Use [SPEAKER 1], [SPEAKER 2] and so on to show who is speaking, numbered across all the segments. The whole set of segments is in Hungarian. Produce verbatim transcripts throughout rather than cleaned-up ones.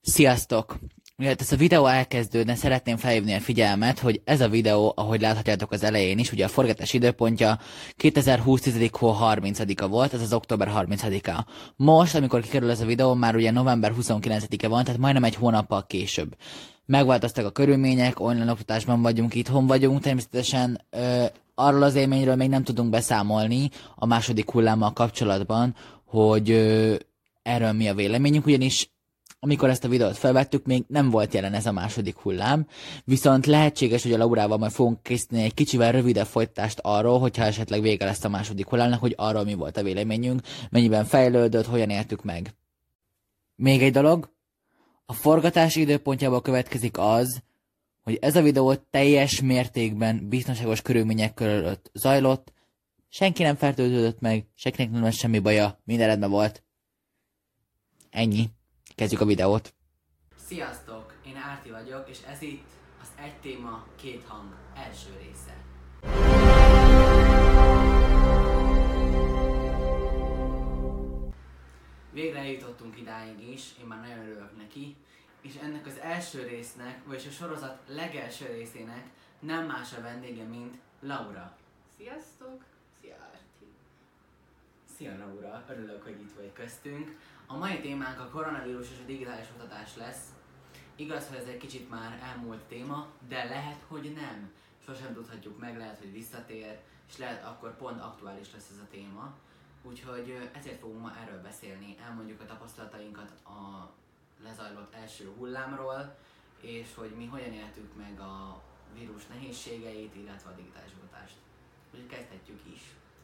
[SPEAKER 1] Sziasztok! Mielőtt ez a videó elkezdődne, szeretném felhívni a figyelmet, hogy ez a videó, ahogy láthatjátok az elején is, ugye a forgatás időpontja kétezer-húsz. tizedik hó harmincadika volt, ez az október harmincadika. Most, amikor kikerül ez a videó, már ugye november huszonkilencedike van, tehát majdnem egy hónappal később. Megváltoztak a körülmények, online oktatásban vagyunk, itthon vagyunk, természetesen ö, arról az élményről még nem tudunk beszámolni a második hullámmal kapcsolatban, hogy ö, erről mi a véleményünk, ugyanis amikor ezt a videót felvettük, még nem volt jelen ez a második hullám, viszont lehetséges, hogy a Laurával majd fogunk készíteni egy kicsivel rövidebb folytatást arról, hogyha esetleg vége lesz a második hullámnak, hogy arról mi volt a véleményünk, mennyiben fejlődött, hogyan éltük meg. Még egy dolog, a forgatás időpontjából következik az, hogy ez a videó teljes mértékben biztonságos körülmények között zajlott, senki nem fertőződött meg, senkinek nem volt semmi baja, minden rendben volt. Ennyi. Kezdjük a videót. Sziasztok, én Árti vagyok, és ez itt az Egy téma, két hang első része. Végre eljutottunk idáig is, én már nagyon örülök neki, és ennek az első résznek, vagyis a sorozat legelső részének nem más a vendége, mint Laura.
[SPEAKER 2] Sziasztok! Szia Árti!
[SPEAKER 1] Szia Laura, örülök, hogy itt vagy köztünk. A mai témánk a koronavírus és a digitális oktatás lesz. Igaz, hogy ez egy kicsit már elmúlt téma, de lehet, hogy nem. Sosem tudhatjuk meg, lehet, hogy visszatér, és lehet akkor pont aktuális lesz ez a téma. Úgyhogy ezért fogunk ma erről beszélni, elmondjuk a tapasztalatainkat a lezajlott első hullámról, és hogy mi hogyan éltük meg a vírus nehézségeit, illetve a digitális oktatást. Úgyhogy kezdhetjük is.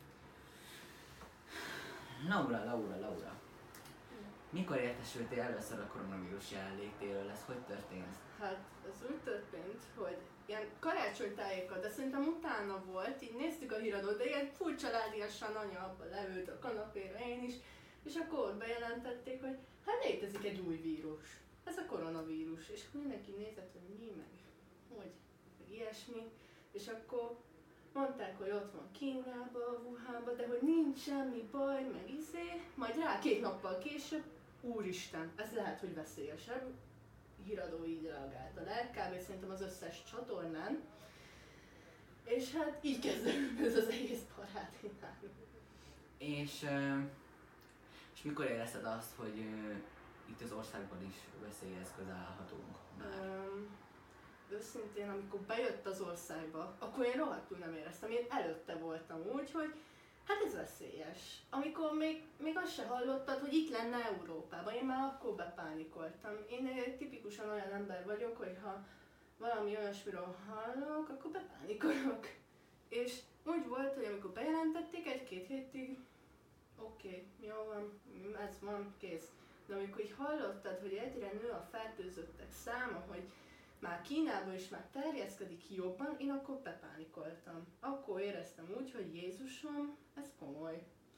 [SPEAKER 1] Laura, Laura, Laura. Mikor értesültél először a koronavírus jelenlétéről? Ez hogy történt?
[SPEAKER 2] Hát ez úgy történt, hogy ilyen karácsonytájékat, de szerintem utána volt, így néztük a híradót, de ilyen full családiasan anya abba leült a kanapéra, én is, és akkor ott bejelentették, hogy hát létezik egy új vírus, ez a koronavírus, és akkor mindenki nézett, hogy mi, meg hogy, meg ilyesmi, és akkor mondták, hogy ott van Kínában, Wuhanban, de hogy nincs semmi baj, meg izé, majd rá két nappal később, úristen, ez lehet, hogy veszélyesebb. Híradó így reagált a le, kb. Szerintem az összes csatornán. És hát így kezdődött ez az egész parádénál.
[SPEAKER 1] És, és mikor érezted azt, hogy itt az országban is veszélyhez közel állhatunk már?
[SPEAKER 2] Um, őszintén, amikor bejött az országba, akkor én rohadtul nem éreztem. Én előtte voltam úgy, hogy hát ez veszélyes. Amikor még, még azt se hallottad, hogy itt lenne Európában, én már akkor bepánikoltam. Én tipikusan olyan ember vagyok, hogy ha valami olyasmiről hallok, akkor bepánikolok. És úgy volt, hogy amikor bejelentették egy-két hétig, oké, okay, jó van, ez van, kész. De amikor így hallottad, hogy egyre nő a fertőzöttek száma, hogy már Kínában is már terjeszkedik jobban, én akkor bepánikoltam. Akkor éreztem úgy, hogy Jézusom, ez komoly.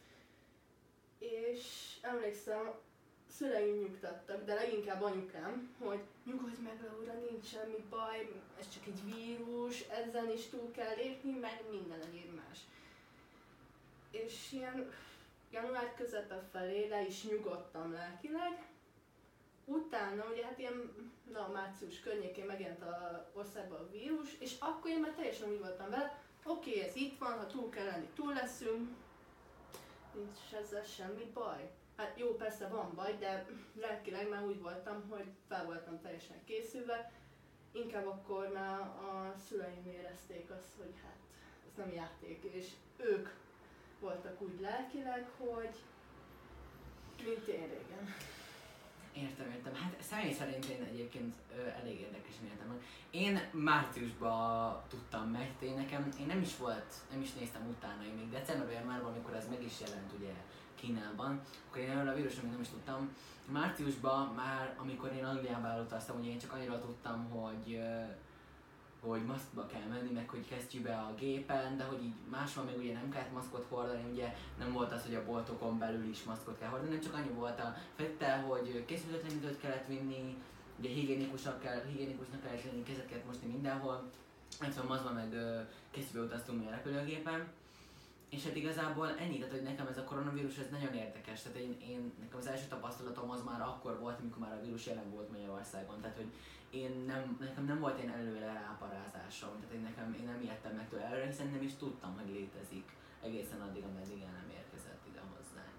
[SPEAKER 2] És emlékszem, szüleim nyugtattak, de leginkább anyukám, hogy nyugodj meg Laura, nincs semmi baj, ez csak egy vírus, ezen is túl kell lépni, meg minden egyéb más. És ilyen január közepe felé le is nyugodtam lelkileg. Utána, ugye hát ilyen, na március környékén megjelent a országban a vírus, és akkor én már teljesen úgy voltam vele, oké, okay, ez itt van, ha túl kell lenni, túl leszünk, nincs ezzel semmi baj. Hát jó, persze van baj, de lelkileg már úgy voltam, hogy fel voltam teljesen készülve, inkább akkor már a szüleim érezték azt, hogy hát ez nem játék, és ők voltak úgy lelkileg, hogy mint én régen.
[SPEAKER 1] Értem, értem. Hát személy szerint én egyébként ö, elég érdekesen éltem meg. Én márciusban tudtam meg, én nekem, én nem is volt, nem is néztem utána, én még december-januárban, amikor ez meg is jelent ugye Kínában, akkor én erről a vírusról még nem is tudtam. Márciusban már, amikor én Angliába elutaztam, ugye én csak annyira tudtam, hogy ö, hogy maszkba kell menni, meg hogy kesztyű be a gépen, de hogy így máshol még ugye nem kellett maszkot hordani, ugye nem volt az, hogy a boltokon belül is maszkot kell hordani, nem csak annyi volt a fettel, hogy készülőtlenítőt kellett vinni, ugye higiénikusnak kell, higiénikusnak kellett lenni, kezet kellett mosni mindenhol, egyszerűen maszkban meg kesztyűbe utaztunk mi a repülőgépen,
[SPEAKER 3] és hát igazából ennyi, tehát hogy nekem ez a koronavírus ez nagyon érdekes, tehát én, én, nekem az első tapasztalatom az már akkor volt, amikor már a vírus jelen volt Magyarországon, tehát hogy én nem, nekem nem volt én előre ráparázásom, tehát én, nekem, én nem ijedtem meg tőle előre, hiszen nem is tudtam, hogy létezik egészen addig, ameddig el nem érkezett ide hozzánk.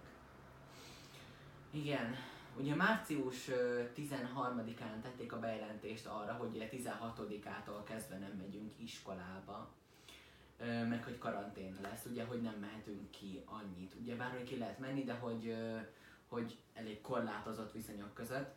[SPEAKER 3] Igen, ugye március tizenharmadikán tették a bejelentést arra, hogy ugye tizenhatodikától kezdve nem megyünk iskolába, meg hogy karantén lesz, ugye, hogy nem mehetünk ki annyit. Ugye bárhogy ki lehet menni, de hogy, hogy elég korlátozott viszonyok között.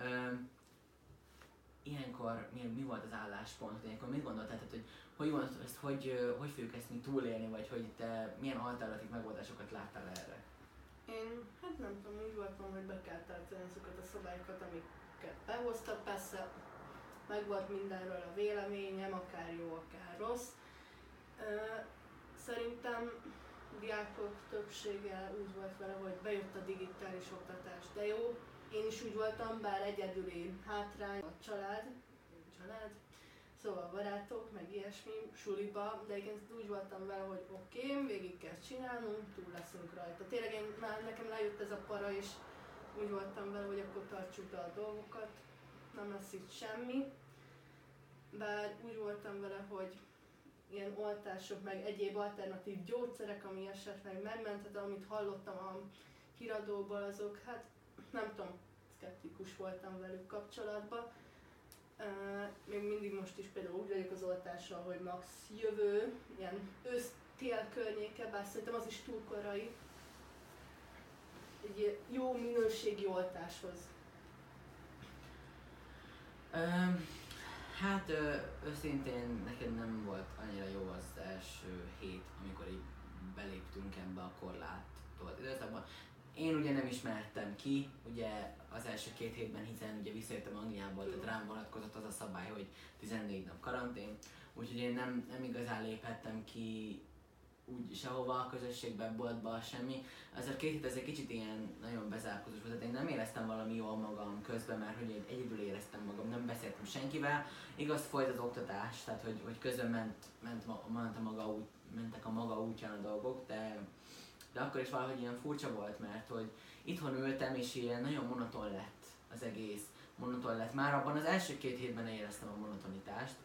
[SPEAKER 3] Ilyenkor mi, mi volt az álláspont? Ilyenkor mit gondoltál, tehát, hogy hogy gondoltad ezt, hogy, hogy fogjuk ezt mi túlélni, vagy hogy te milyen alternatív megoldásokat láttál erre?
[SPEAKER 2] Én, hát nem tudom, úgy voltam, hogy be kell tartani azokat a szabályokat, amiket behoztak. Persze meg volt mindenről a véleményem, akár jó, akár rossz. Szerintem diákok többsége úgy volt vele, hogy bejött a digitális oktatás, de jó. Én is úgy voltam, bár egyedüli hátrány, a család, család, szóval barátok, meg ilyesmi, suliba, de én úgy voltam vele, hogy oké, okay, végig kell csinálnunk, túl leszünk rajta. Tényleg én, már nekem lejött ez a para, és úgy voltam vele, hogy akkor tartsuk be a dolgokat, nem lesz itt semmi. Bár úgy voltam vele, hogy ilyen oltások, meg egyéb alternatív gyógyszerek, ami esetleg megmenthet, de amit hallottam a híradóból, azok, hát nem tudom, szkeptikus voltam velük kapcsolatban. Uh, még mindig most is például úgy vagyok az oltással, hogy max jövő, ilyen ősz-tél környéke, bár szerintem az is túl korai. Egy jó minőségi oltáshoz.
[SPEAKER 3] Um. Hát ö, őszintén neked nem volt annyira jó az első hét, amikor így beléptünk ebbe a korláttól. Igazából én ugye nem is mehettem ki, ugye az első két hétben, hiszen ugye visszajöttem Angliából, tehát rám vonatkozott az a szabály, hogy tizennégy nap karantén, úgyhogy én nem, nem igazán léphettem ki úgy sehova a közösségben, boltba, semmi. Az a két hét ez egy kicsit ilyen nagyon bezárkózós volt, tehát én nem éreztem valami jól magam közben, mert hogy én egyedül éreztem magam, nem beszéltem senkivel. Igaz, folyt az oktatás, tehát hogy, hogy közben ment, ment, ment a maga út, mentek a maga útján a dolgok, de, de akkor is valahogy ilyen furcsa volt, mert hogy itthon ültem és ilyen nagyon monoton lett az egész. Monoton lett. Már abban az első két hétben éreztem a monotonitást.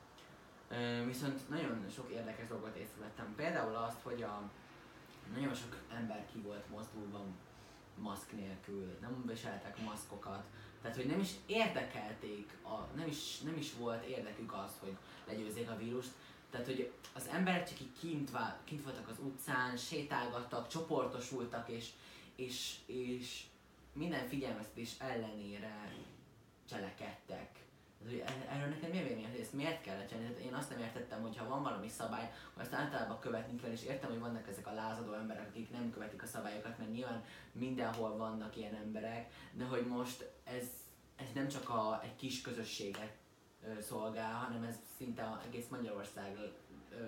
[SPEAKER 3] Viszont nagyon sok érdekes dolgot észrevettem. Például azt, hogy a nagyon sok ember ki volt mozdulva maszk nélkül, nem viseltek maszkokat, tehát hogy nem is érdekelték, a, nem, is, nem is volt érdekük az, hogy legyőzzék a vírust. Tehát, hogy az emberek csak így kint, vá, kint voltak az utcán, sétálgattak, csoportosultak, és, és, és minden figyelmeztetés ellenére cselekedtek. Erről nekem mi a véleményed, hogy ezt miért kellett csinálni? Én azt nem értettem, hogy ha van valami szabály, akkor azt általában követni kell, és értem, hogy vannak ezek a lázadó emberek, akik nem követik a szabályokat, mert nyilván mindenhol vannak ilyen emberek, de hogy most ez, ez nem csak a, egy kis közösséget ö, szolgál, hanem ez szinte a, egész Magyarország ö,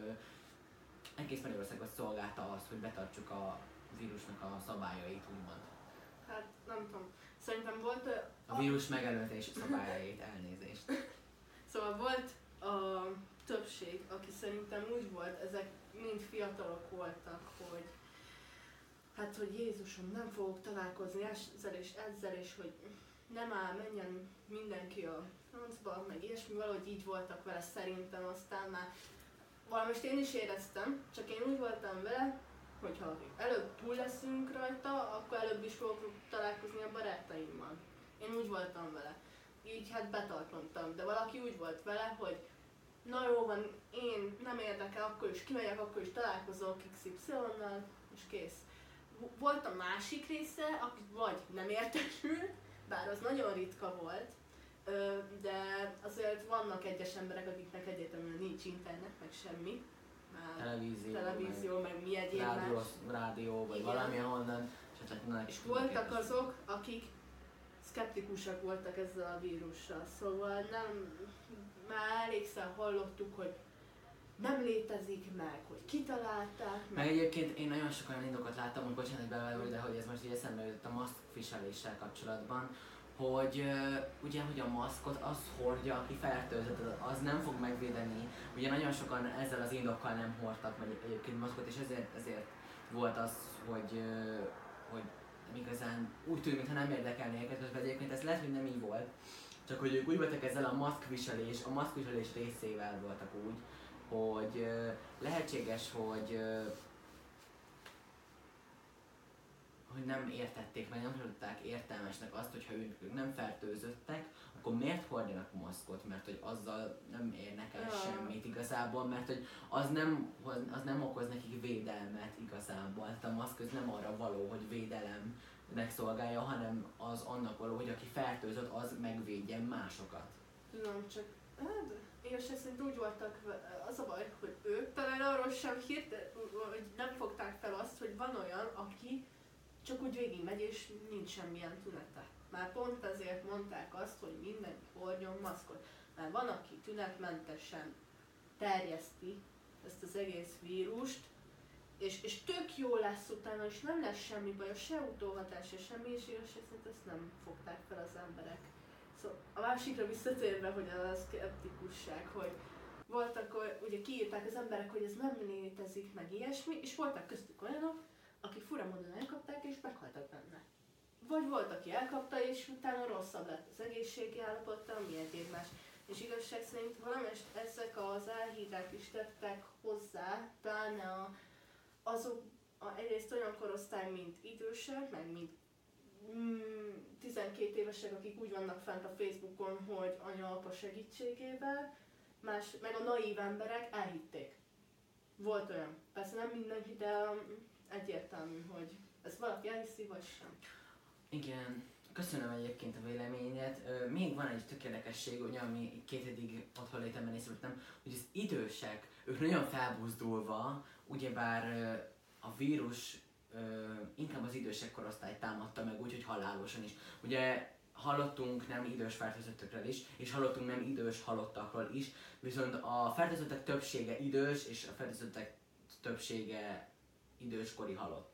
[SPEAKER 3] egész Magyarországot szolgálta azt, hogy betartsuk a vírusnak a szabályait, úgymond.
[SPEAKER 2] Hát nem tudom. Szerintem volt a...
[SPEAKER 3] A vírus megelőzési szabályait, elnézést.
[SPEAKER 2] Szóval volt a többség, aki szerintem úgy volt, ezek mind fiatalok voltak, hogy hát, hogy Jézusom, nem fogok találkozni ezzel és ezzel, és hogy nem áll, menjen mindenki a francba, meg ilyesmi, valahogy így voltak vele szerintem, aztán már valamist én is éreztem, csak én úgy voltam vele, hogyha előbb túl leszünk rajta, akkor előbb is fogok találkozni a barátaimmal. Én úgy voltam vele. Így hát betartottam, de valaki úgy volt vele, hogy na jó van, én nem érdekel, akkor is kimegyek, akkor is találkozok iksz ipszilonnal, és kész. Volt a másik része, aki vagy nem értekült, bár az nagyon ritka volt, de azért vannak egyes emberek, akiknek egyértelműen nincs internet, meg semmi.
[SPEAKER 3] Televízió,
[SPEAKER 2] televízió, meg, meg mi egyéb
[SPEAKER 3] rádió,
[SPEAKER 2] más.
[SPEAKER 3] rádió, vagy
[SPEAKER 2] Igen.
[SPEAKER 3] valami ahonnan esetleg tudnak.
[SPEAKER 2] És voltak azok, akik szkeptikusak voltak ezzel a vírussal, szóval nem, már elégszer hallottuk, hogy nem létezik meg, hogy kitalálták meg.
[SPEAKER 3] Meg egyébként én nagyon sok olyan indokat láttam, hogy bocsánat, hogy belevágok, de hogy ez most így eszembe jutott a maszkviseléssel kapcsolatban, hogy uh, ugye, hogy a maszkot az hordja, aki fertőzött, az nem fog megvédeni. Ugye nagyon sokan ezzel az indokkal nem hordtak meg egyébként maszkot, és ezért, ezért volt az, hogy, ö, hogy nem igazán úgy tűnik, mintha nem érdekelné őket, közben egyébként ez lehet, hogy nem így volt. Csak hogy ők úgy voltak ezzel a maszkviselés, a maszkviselés részével voltak úgy, hogy ö, lehetséges, hogy ö, hogy nem értették meg, nem tartották értelmesnek azt, hogyha ők nem fertőzöttek, akkor miért hordjanak maszkot, mert hogy azzal nem érnek el
[SPEAKER 2] Ja.
[SPEAKER 3] semmit igazából, mert hogy az nem, az nem okoz nekik védelmet igazából. Hát a maszk az nem arra való, hogy védelemnek szolgálja, hanem az annak való, hogy aki fertőzött, az megvédjen másokat.
[SPEAKER 2] Tudom, csak hát, igazság szerint úgy voltak, ve- az a baj, hogy ők talán arról sem hirtelen, hogy nem fogták fel azt, hogy van olyan, aki csak úgy végigmegy és nincs semmilyen tünete. Már pont ezért mondták azt, hogy mindenki hordjon maszkot. Mert van, aki tünetmentesen terjeszti ezt az egész vírust, és, és tök jó lesz utána, és nem lesz semmi baj, se utóhatás, se semmi, és igazság szerint ezt nem fogták fel az emberek. Szóval a másikra visszatérve, hogy a szkeptikusság, hogy voltak, hogy ugye kiírták az emberek, hogy ez nem létezik, meg ilyesmi, és voltak köztük olyanok, akik fura módon elkapták és meghaltak benne. Vagy volt, aki elkapta, és utána rosszabb lett az egészségi állapota, mi egyéb más. És igazság szerint valamest ezek az elhírek is tettek hozzá, pláne a, azok a, egyrészt olyan korosztály, mint idősek, meg mint mm, tizenkét évesek, akik úgy vannak fent a Facebookon, hogy anya-apa segítségével, más, meg a naív emberek elhitték. Volt olyan. Persze nem mindenki, de egyértelmű, hogy ezt valaki elhiszi, vagy sem.
[SPEAKER 3] Igen, köszönöm egyébként a véleményet. Ö, Még van egy tök érdekesség, ugye, ami két eddig otthon létemben észrevettem, hogy az idősek, ők nagyon felbuzdulva, ugyebár ö, a vírus ö, inkább az idősek korosztályt támadta meg úgy, hogy halálosan is. Ugye hallottunk nem idős fertőzöttökről is, és hallottunk nem idős halottakról is, viszont a fertőzöttek többsége idős, és a fertőzöttek többsége időskori halott.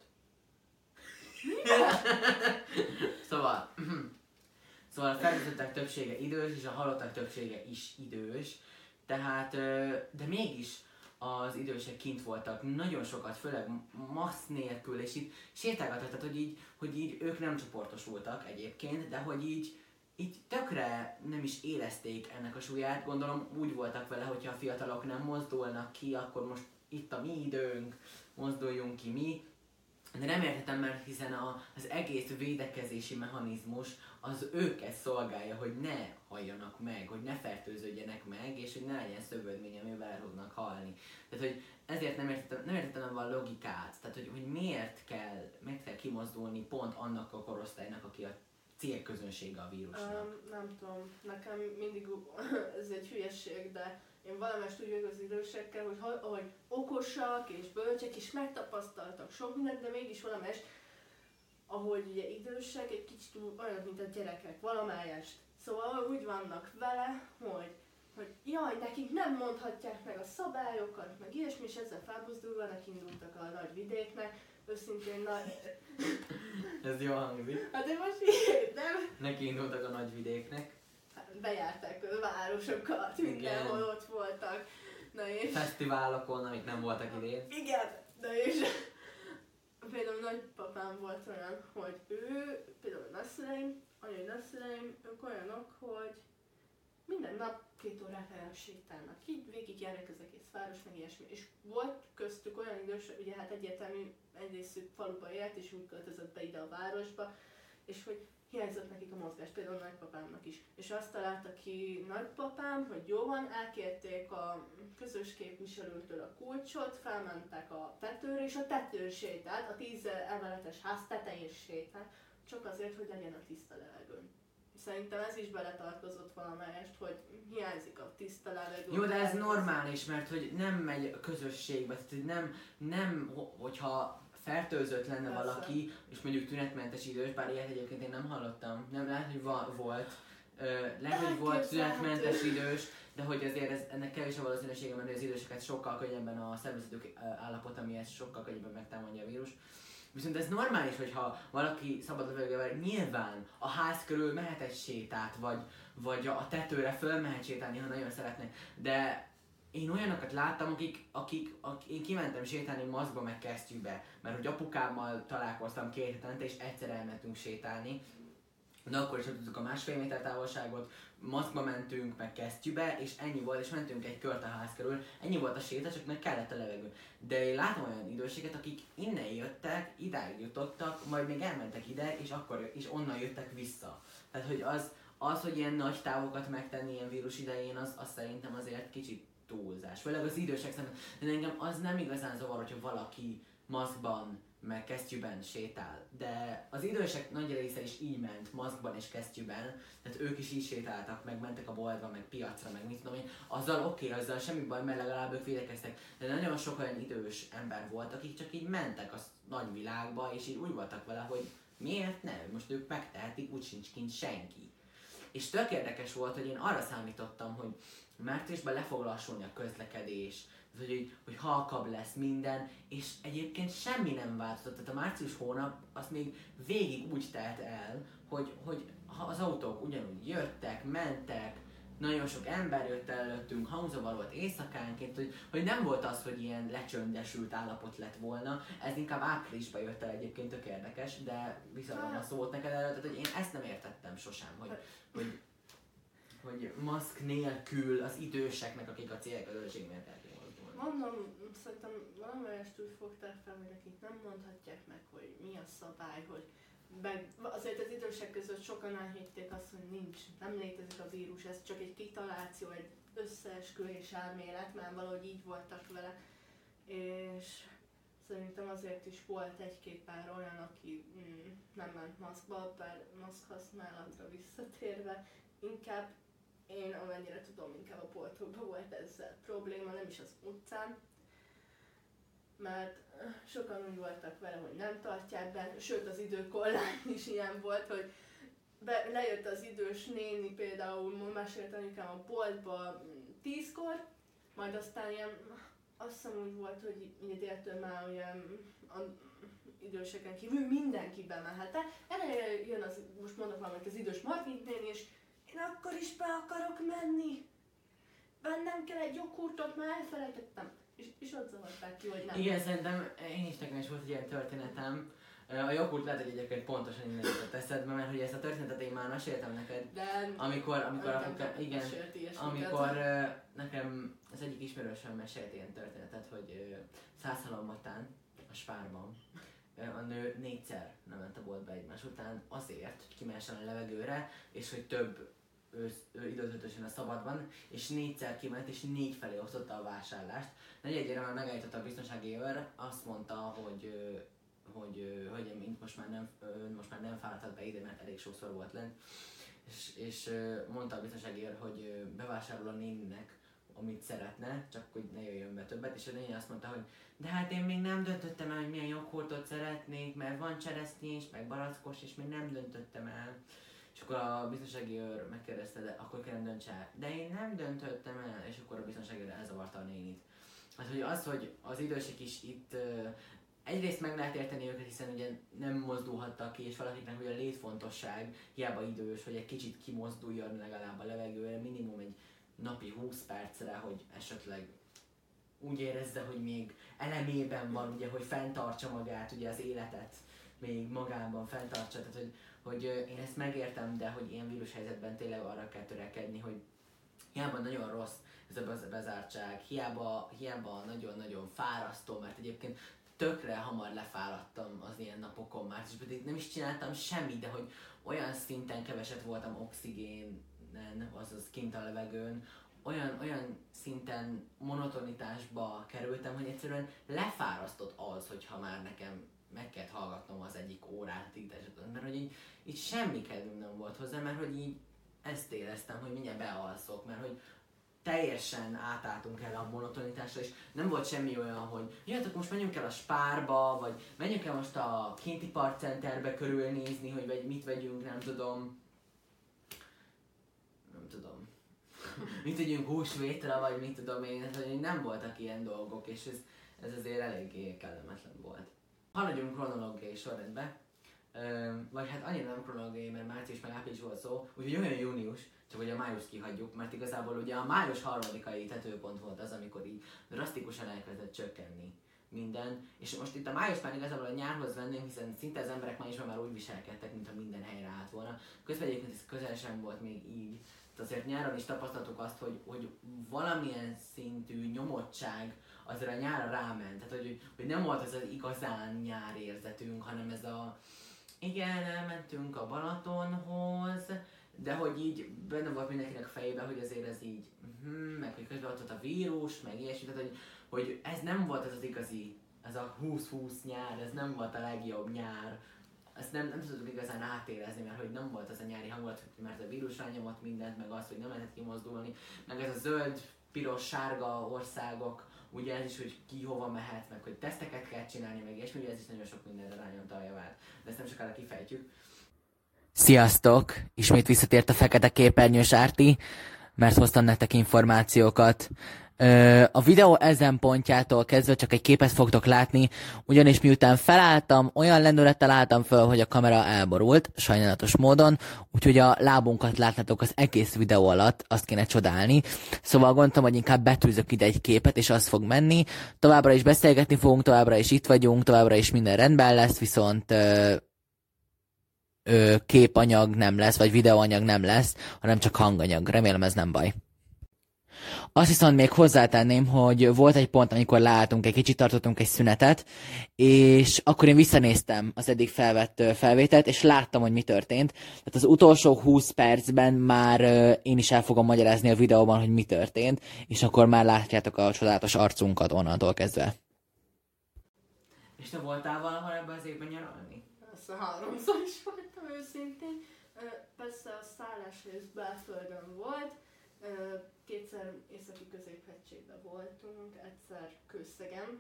[SPEAKER 3] Szóval, szóval a fertőzöttek többsége idős, és a halottak többsége is idős, tehát, ö, de mégis az idősek kint voltak nagyon sokat, főleg maszk nélkül, és így sétálgattak, tehát hogy így, hogy így ők nem csoportosultak egyébként, de hogy így, így tökre nem is érezték ennek a súlyát, gondolom úgy voltak vele, hogyha a fiatalok nem mozdulnak ki, akkor most itt a mi időnk, mozduljunk ki mi. De nem érthetem, mert hiszen a, az egész védekezési mechanizmus az őket szolgálja, hogy ne halljanak meg, hogy ne fertőződjenek meg, és hogy ne legyen szövődmény, amivel el tudnak halni. Tehát, hogy ezért nem értettem, nem értettem a logikát, tehát, hogy, hogy miért, kell, miért kell kimozdulni pont annak a korosztálynak, aki a célközönsége a vírusnak.
[SPEAKER 2] Um, nem tudom, nekem mindig ez egy hülyesség, de én valamest úgy vagyok az idősekkel, hogy, ha- hogy okosak és bölcsek és megtapasztaltak sok mindent, de mégis valamest, ahogy ugye idősek, egy kicsit olyanok, mint a gyerekek, valamályest. Szóval úgy vannak vele, hogy, hogy jaj, nekik nem mondhatják meg a szabályokat, meg ilyesmi, és ezzel felbuzdulva nekindultak a nagy vidéknek, őszintén nagy...
[SPEAKER 3] Ez jól hangzik.
[SPEAKER 2] Hát én most így, nem?
[SPEAKER 3] Neki indultak a nagyvidéknek.
[SPEAKER 2] Bejárták a városokat, mindenhol ott voltak. Na és...
[SPEAKER 3] Fesztiválokon, amik nem voltak idén.
[SPEAKER 2] Igen, de és... Például nagypapám volt olyan, hogy ő, például a nagyszüleim, anyai nagyszüleim, ők olyanok, hogy minden nap két órát elsétálnak. Így végigjárják az egész város, meg ilyesmi. És volt köztük olyan idős, ugye hát egyértelmű egyrészük faluba élt, és úgy költözött be ide a városba, és hogy hiányzott nekik a mozgás, például nagypapámnak is. És azt találta ki nagypapám, hogy jó van, elkérték a közös képviselőtől a kulcsot, felmentek a tetőre, és a tetőn sétált, a tíz emeletes ház tetején sétált, csak azért, hogy legyen a tiszta levegőn. Szerintem ez is beletartozott valamelyest, hogy hiányzik a tiszta levegő.
[SPEAKER 3] Jó, de ez normális, mert hogy nem megy a közösségbe, tehát hogy nem, nem, hogyha fertőzött lenne
[SPEAKER 2] Persze.
[SPEAKER 3] valaki, és mondjuk tünetmentes idős, bár ilyet egyébként én nem hallottam, nem lehet, hogy va- volt, Ö, lehet, hogy volt tünetmentes idős, de hogy azért ez, ennek kevés a valószínűsége, mert az időseket sokkal könnyebben a szervezetük állapota miatt sokkal könnyebben megtámadja a vírus. Viszont ez normális, hogyha valaki szabad levegővel, nyilván a ház körül mehet egy sétát, vagy, vagy a tetőre fölmehet sétálni, ha nagyon szeretne, de én olyanokat láttam, akik, akik, akik én kimentem sétálni maszkba meg kesztyűbe, mert hogy apukámmal találkoztam két hetente, és egyszer elmentünk sétálni, de akkor is tudtuk a másfél méter távolságot, maszkba mentünk, meg kesztyűbe, és ennyi volt, és mentünk egy kört a ház körül, ennyi volt a séta, csak meg kellett a levegő. De én látom olyan időséget, akik innen jöttek, idáig jutottak, majd még elmentek ide, és akkor is onnan jöttek vissza. Tehát, hogy az, az, hogy ilyen nagy távokat megtenni ilyen vírus idején, az, az szerintem azért kicsit túlzás. Főleg az idősek szemben. De engem az nem igazán zavar, hogyha valaki maszkban, meg kesztyűben sétál. De az idősek nagy része is így ment, maszkban és kesztyűben, tehát ők is így sétáltak, meg mentek a boltba, meg piacra, meg mit tudom én. Azzal oké, okay, azzal semmi baj, mert legalább ők védekeztek. De nagyon sok olyan idős ember volt, akik csak így mentek a nagy világba, és így úgy voltak vele, hogy miért nem? Most ők megtehetik, úgy sincs kint senki. És tök érdekes volt, hogy én arra számítottam, hogy márciusban le fog lassulni a közlekedés, hogy, hogy, hogy halkabb lesz minden, és egyébként semmi nem változott. Tehát a március hónap az még végig úgy telt el, hogy, hogy az autók ugyanúgy jöttek, mentek, nagyon sok ember jött el előttünk, hangzavar volt éjszakánként, hogy, hogy nem volt az, hogy ilyen lecsöndesült állapot lett volna, ez inkább áprilisban jött el egyébként, tök érdekes, de visszadom a szót neked előtt, tehát hogy én ezt nem értettem sosem, hogy, hogy, hogy maszk nélkül az időseknek, akik a célközönség miért el
[SPEAKER 2] Mondom, szerintem valamelyest úgy fogták fel, hogy nekik nem mondhatják meg, hogy mi a szabály, hogy meg azért az idősek között sokan elhitték azt, hogy nincs, nem létezik a vírus, ez csak egy kitaláció, egy összeesküvés elmélet, mert valahogy így voltak vele. És szerintem azért is volt egy-két pár olyan, aki mm, nem ment maszkba, bár maszk használatra visszatérve, inkább én amennyire tudom, inkább a boltokban volt ezzel probléma, nem is az utcán, mert sokan úgy voltak vele, hogy nem tartják be, sőt az időkorlát is ilyen volt, hogy be, lejött az idős néni, például mesélt anyukám a boltba tízkor, majd aztán ilyen, azt hiszem úgy volt, hogy így déltől már olyan a időseken kívül mindenki bemehet. Erre jön az, most mondok valamit, az idős Margit néni, és én akkor is be akarok menni. Vennem kell egy joghurtot, már elfelejtettem. És, és ott zavarták ki, hogy nem.
[SPEAKER 3] Igen, szerintem én is nekem is volt egy ilyen történetem. A joghurt lehet, hogy egyébként pontosan innen jutott eszedbe, mert hogy ezt a történetet én már meséltem neked.
[SPEAKER 2] De
[SPEAKER 3] amikor, amikor apuka, igen, amikor uh, nekem az egyik ismerősöm mesélt ilyen történetet, hogy uh, Szászhalombatán, a Spárban, uh, a nő négyszer nem ment a boltba egymás után azért, hogy kimehessen a levegőre, és hogy több ő, ő időzötösen a szabadban, és négyszer kiment, és négy felé osztotta a vásárlást. Negyedjére már megállította a biztonsági őr, azt mondta, hogy hogy hölgyem, mint most már nem, most már nem fáradhat be ide, mert elég sokszor volt lent. És, és mondta a biztonsági őr, hogy bevásárol a néninek, amit szeretne, csak hogy ne jöjjön be többet, és a néni azt mondta, hogy de hát én még nem döntöttem el, hogy milyen joghurtot szeretnék, mert van cseresznyés, meg barackos, és még nem döntöttem el. És akkor a biztonsági őr megkérdezte, de akkor kérem dönts el. De én nem döntöttem el, és akkor a biztonsági őr elzavarta a nénit. Hát, hogy az, hogy az idősek is itt egyrészt meg lehet érteni őket, hiszen ugye nem mozdulhattak ki, és valakiknek ugye a létfontosság, hiába idős, hogy egy kicsit kimozduljon legalább a levegőre, minimum egy napi húsz percre, hogy esetleg úgy érezze, hogy még elemében van, ugye, hogy fenntartsa magát, ugye az életet még magában fenntartsa, tehát hogy, hogy én ezt megértem, de hogy ilyen vírushelyzetben tényleg arra kell törekedni, hogy hiába nagyon rossz ez a bezártság, hiába, hiába nagyon-nagyon fárasztó, mert egyébként tökre hamar lefáradtam az ilyen napokon már, és pedig nem is csináltam semmit, de hogy olyan szinten keveset voltam oxigénen, azaz kint a levegőn, olyan, olyan szinten monotonitásba kerültem, hogy egyszerűen lefárasztott az, hogyha már nekem meg kellett hallgatnom az egyik órát, mert hogy így, így semmi kedvem nem volt hozzá, mert hogy így ezt éreztem, hogy mindjárt bealszok, mert hogy teljesen átálltunk el a monotonitásra, és nem volt semmi olyan, hogy jöjjetek, most menjünk el a Spárba, vagy menjünk el most a kinti partcenterbe körülnézni, hogy vagy mit vegyünk, nem tudom. Nem tudom. Mit vegyünk húsvétra, vagy mit tudom én, hogy nem voltak ilyen dolgok, és ez, ez azért eléggé kellemetlen volt. Haladjunk kronológiai sorrendbe. vagy hát annyira nem kronológiai, mert március meg április volt szó, úgyhogy olyan június, csak hogy a május kihagyjuk, mert igazából ugye a május harmadikai tetőpont volt az, amikor így drasztikusan elkezdett csökkenni minden, és most itt a májusban igazából a nyárhoz vennünk, hiszen szinte az emberek májusban már úgy viselkedtek, mintha minden helyre állt volna. Közben egyébként ez közel sem volt még így. Azért nyáron is tapasztaltuk azt, hogy, hogy valamilyen szintű nyomottság azért a nyárra ráment. Tehát, hogy, hogy nem volt ez az igazán nyárérzetünk, hanem ez a igen, elmentünk a Balatonhoz, de hogy így benne volt mindenkinek fejében, hogy azért ez így, hm, meg hogy közben ott volt a vírus, meg ilyesmi, tehát hogy, hogy ez nem volt ez az igazi, ez a húsz húsz nyár, ez nem volt a legjobb nyár. Ezt nem, nem tudtuk igazán átérezni, mert hogy nem volt az a nyári hangulat, mert a vírus rányomott mindent, meg az, hogy nem lehetett kimozdulni, meg ez a zöld, piros, sárga országok, ugye ez is, hogy ki hova mehet, meg hogy teszteket kell csinálni, meg ilyesmi, ugye ez is nagyon sok mindenre rányomta a javát, de ezt nem sokára kifejtjük.
[SPEAKER 1] Sziasztok! Ismét visszatért a fekete képernyős Árti, mert hoztam nektek információkat. A videó ezen pontjától kezdve csak egy képet fogtok látni, ugyanis miután felálltam, olyan lendülettel álltam föl, hogy a kamera elborult, sajnálatos módon, úgyhogy a lábunkat láthatok az egész videó alatt, azt kéne csodálni. Szóval gondoltam, hogy inkább betűzök ide egy képet, és az fog menni. Továbbra is beszélgetni fogunk, továbbra is itt vagyunk, továbbra is minden rendben lesz, viszont ö, ö, képanyag nem lesz, vagy videóanyag nem lesz, hanem csak hanganyag. Remélem ez nem baj. Azt viszont még hozzátenném, hogy volt egy pont, amikor leálltunk, egy kicsit tartottunk egy szünetet, és akkor én visszanéztem az eddig felvett felvételt, és láttam, hogy mi történt. Tehát az utolsó húsz percben már én is el fogom magyarázni a videóban, hogy mi történt, és akkor már látjátok a csodálatos arcunkat onnantól kezdve.
[SPEAKER 3] És te voltál valahol ebben az évben nyaralni?
[SPEAKER 2] Persze háromszor is voltam őszintén. Persze a szállás rész belföldön volt. Kétszer északi középhegységben voltunk, egyszer Kőszegen,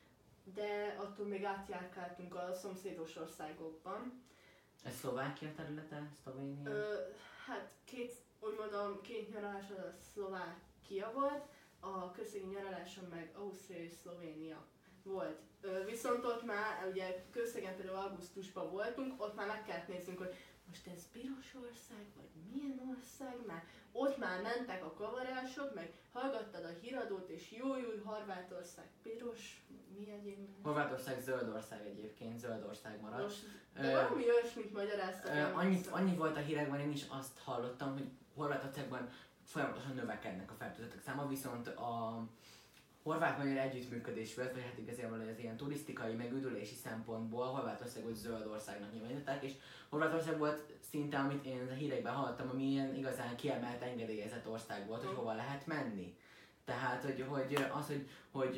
[SPEAKER 2] de attól még átjárkáltunk a szomszédos országokban.
[SPEAKER 3] Ez Szlovákia területe, Szlovénia?
[SPEAKER 2] Ö, hát két, úgy mondom, két nyaraláson a Szlovákia volt, a Kőszegi nyaraláson meg Ausztria és Szlovénia volt. Ö, viszont ott már, ugye Kőszegen például augusztusban voltunk, ott már meg kellett néznünk, hogy most ez Pirosország, vagy milyen ország már? Ott már mentek a kavarások, meg hallgattad a híradót, és jó, jó, Horvátország piros, mi egyébként?
[SPEAKER 3] Horvátország zöld ország egyébként, zöld ország maradt.
[SPEAKER 2] Most, de ö, valami olyasmit magyaráztak.
[SPEAKER 3] Ö, annyi, annyi volt a hírekben, én is azt hallottam, hogy Horvátországban folyamatosan növekednek a fertőzöttek száma, viszont a horvát-magyar együttműködés volt, vagy hát igazából az ilyen turisztikai, meg üdülési szempontból Horvátországot zöld országnak nyilvánították, és Horvátország volt szinte, amit én a hírekben hallottam, ami ilyen igazán kiemelt, engedélyezett ország volt, hogy hova lehet menni. Tehát, hogy, hogy az, hogy, hogy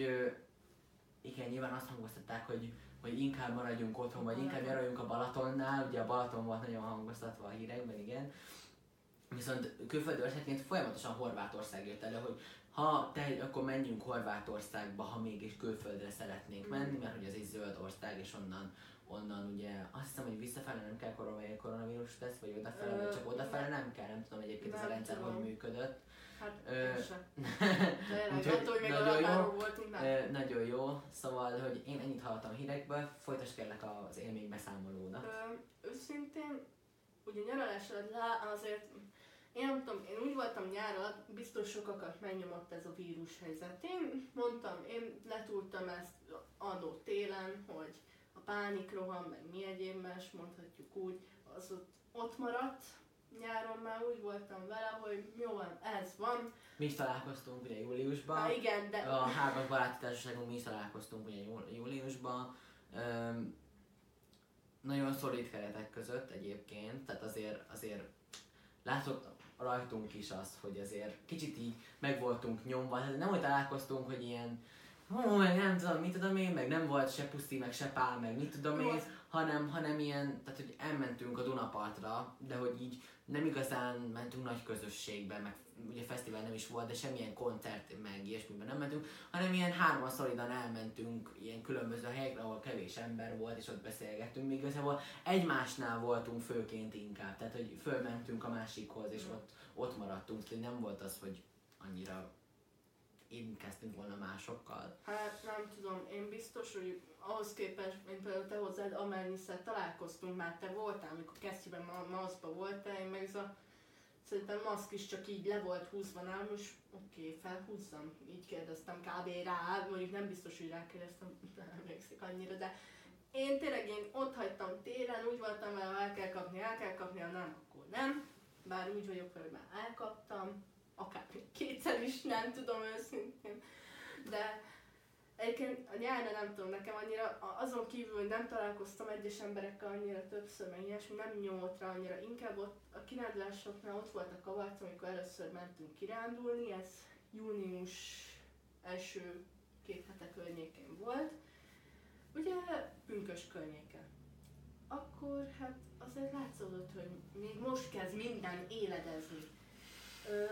[SPEAKER 3] igen, nyilván azt hangoztatták, hogy, hogy inkább maradjunk otthon, vagy inkább jaraljunk a Balatonnál, ugye a Balaton volt nagyon hangoztatva a hírekben, igen. Viszont külföldi országként folyamatosan Horvátország jött elő, hogy ha te, akkor menjünk Horvátországba, ha mégis külföldre szeretnénk menni, mert hogy ez egy zöld ország, és onnan, onnan ugye azt hiszem, hogy visszafele nem kell koronavírus tesz, vagy odafele, vagy csak odafele nem kell, nem tudom egyébként ez a rendszer, hogy működött.
[SPEAKER 2] Hát,
[SPEAKER 3] Ö,
[SPEAKER 2] sem. Tényleg, attól, hogy még
[SPEAKER 3] nagyon jó,
[SPEAKER 2] voltunk, nem.
[SPEAKER 3] Ö, nagyon jó, szóval, hogy én ennyit hallottam a hírekből, folytasd kérlek az élménybeszámolódat.
[SPEAKER 2] Ö, őszintén, ugye nyaralás alatt azért, én nem tudom, én úgy voltam nyár alatt, biztos sokakat megnyomott ez a vírus helyzet. Én mondtam, én letúltam ezt annó télen, hogy a pánikroham, meg mi egyéb más, mondhatjuk úgy, az ott, ott maradt. Nyáron már úgy voltam vele, hogy jó van, ez van.
[SPEAKER 3] Mi is találkoztunk ugye júliusban.
[SPEAKER 2] Há, igen, de...
[SPEAKER 3] A Hármas Baráti Társaságunk mi is találkoztunk ugye júliusban. Üm, nagyon szolid keretek között egyébként, tehát azért, azért látszott rajtunk is az, hogy azért kicsit így meg voltunk nyomva, tehát nem úgy találkoztunk, hogy ilyen hú, meg nem tudom, mit tudom én, meg nem volt se Puszti, meg se Pál, meg mit tudom én, hanem, hanem ilyen, tehát hogy elmentünk a Dunapartra, de hogy így nem igazán mentünk nagy közösségbe, meg ugye fesztivál nem is volt, de semmilyen koncert, meg ilyesmiben nem mentünk, hanem ilyen hárman szolidan elmentünk ilyen különböző helyekre, ahol kevés ember volt, és ott beszélgettünk, még igazából egymásnál voltunk főként inkább, tehát hogy fölmentünk a másikhoz, és ott, ott maradtunk, tehát nem volt az, hogy annyira érintkeztünk volna másokkal.
[SPEAKER 2] Hát nem tudom, én biztos, hogy ahhoz képest, mint például te hozzád amennyiszer találkoztunk már, te voltál, amikor kesztyűben ma- maszkba voltál, én meg ez a szerintem maszk is csak így le volt húzva nálam, most oké, okay, felhúzzam, így kérdeztem kb. Rá, mondjuk nem biztos, hogy rákérdeztem, nem emlékszik annyira, de én tényleg én ott hagytam télen, úgy voltam vele, ha el kell kapni, el kell kapni, ha nem, akkor nem. Bár úgy vagyok vele, hogy már elkaptam, akár még kétszer is, nem tudom őszintén. De egyébként a nyárra nem tudom, nekem annyira, azon kívül, hogy nem találkoztam egyes emberekkel annyira többször, meg ilyesmi, nem nyomott rá annyira. Inkább ott a kirándulásoknál ott volt a kavarc, amikor először mentünk kirándulni, ez június első két hete környékén volt. Ugye pünkös környéken. Akkor hát azért látszódott, hogy még most kezd minden éledezni. Ö,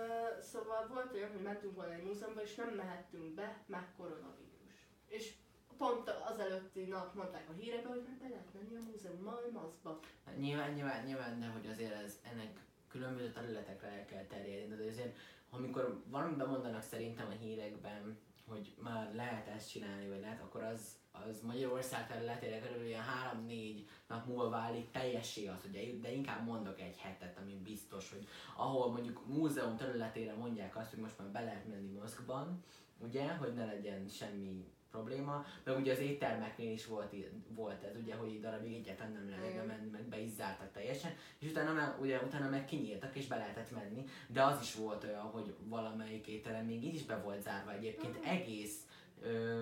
[SPEAKER 2] szóval volt olyan, hogy mentünk volna egy múzeumban, és nem mehettünk be, már koronavírus. És pont az előtti nap mondták a hírekben, hogy már be lehet menni a múzeumban, maszkba.
[SPEAKER 3] Nyilván, nyilván, nyilván, de hogy azért ez, ennek különböző területekre el kell terjedni, de azért amikor valamit bemondanak szerintem a hírekben, hogy már lehet ezt csinálni, vagy lehet, akkor az, az Magyarország területére körülbelül ilyen három-négy nap múlva válik teljessé az, hogy de inkább mondok egy hetet, ami biztos, hogy ahol mondjuk múzeum területére mondják azt, hogy most már be lehet menni maszkban, ugye, hogy ne legyen semmi probléma, meg ugye az éttermeknél is volt, volt ez, ugye, hogy egy darabig egyáltalán nem lehetne menni, meg be is zártak teljesen, és utána meg, ugye, utána meg kinyíltak és be lehetett menni, de az is volt olyan, hogy valamelyik étterem még így is be volt zárva egyébként egész, ö,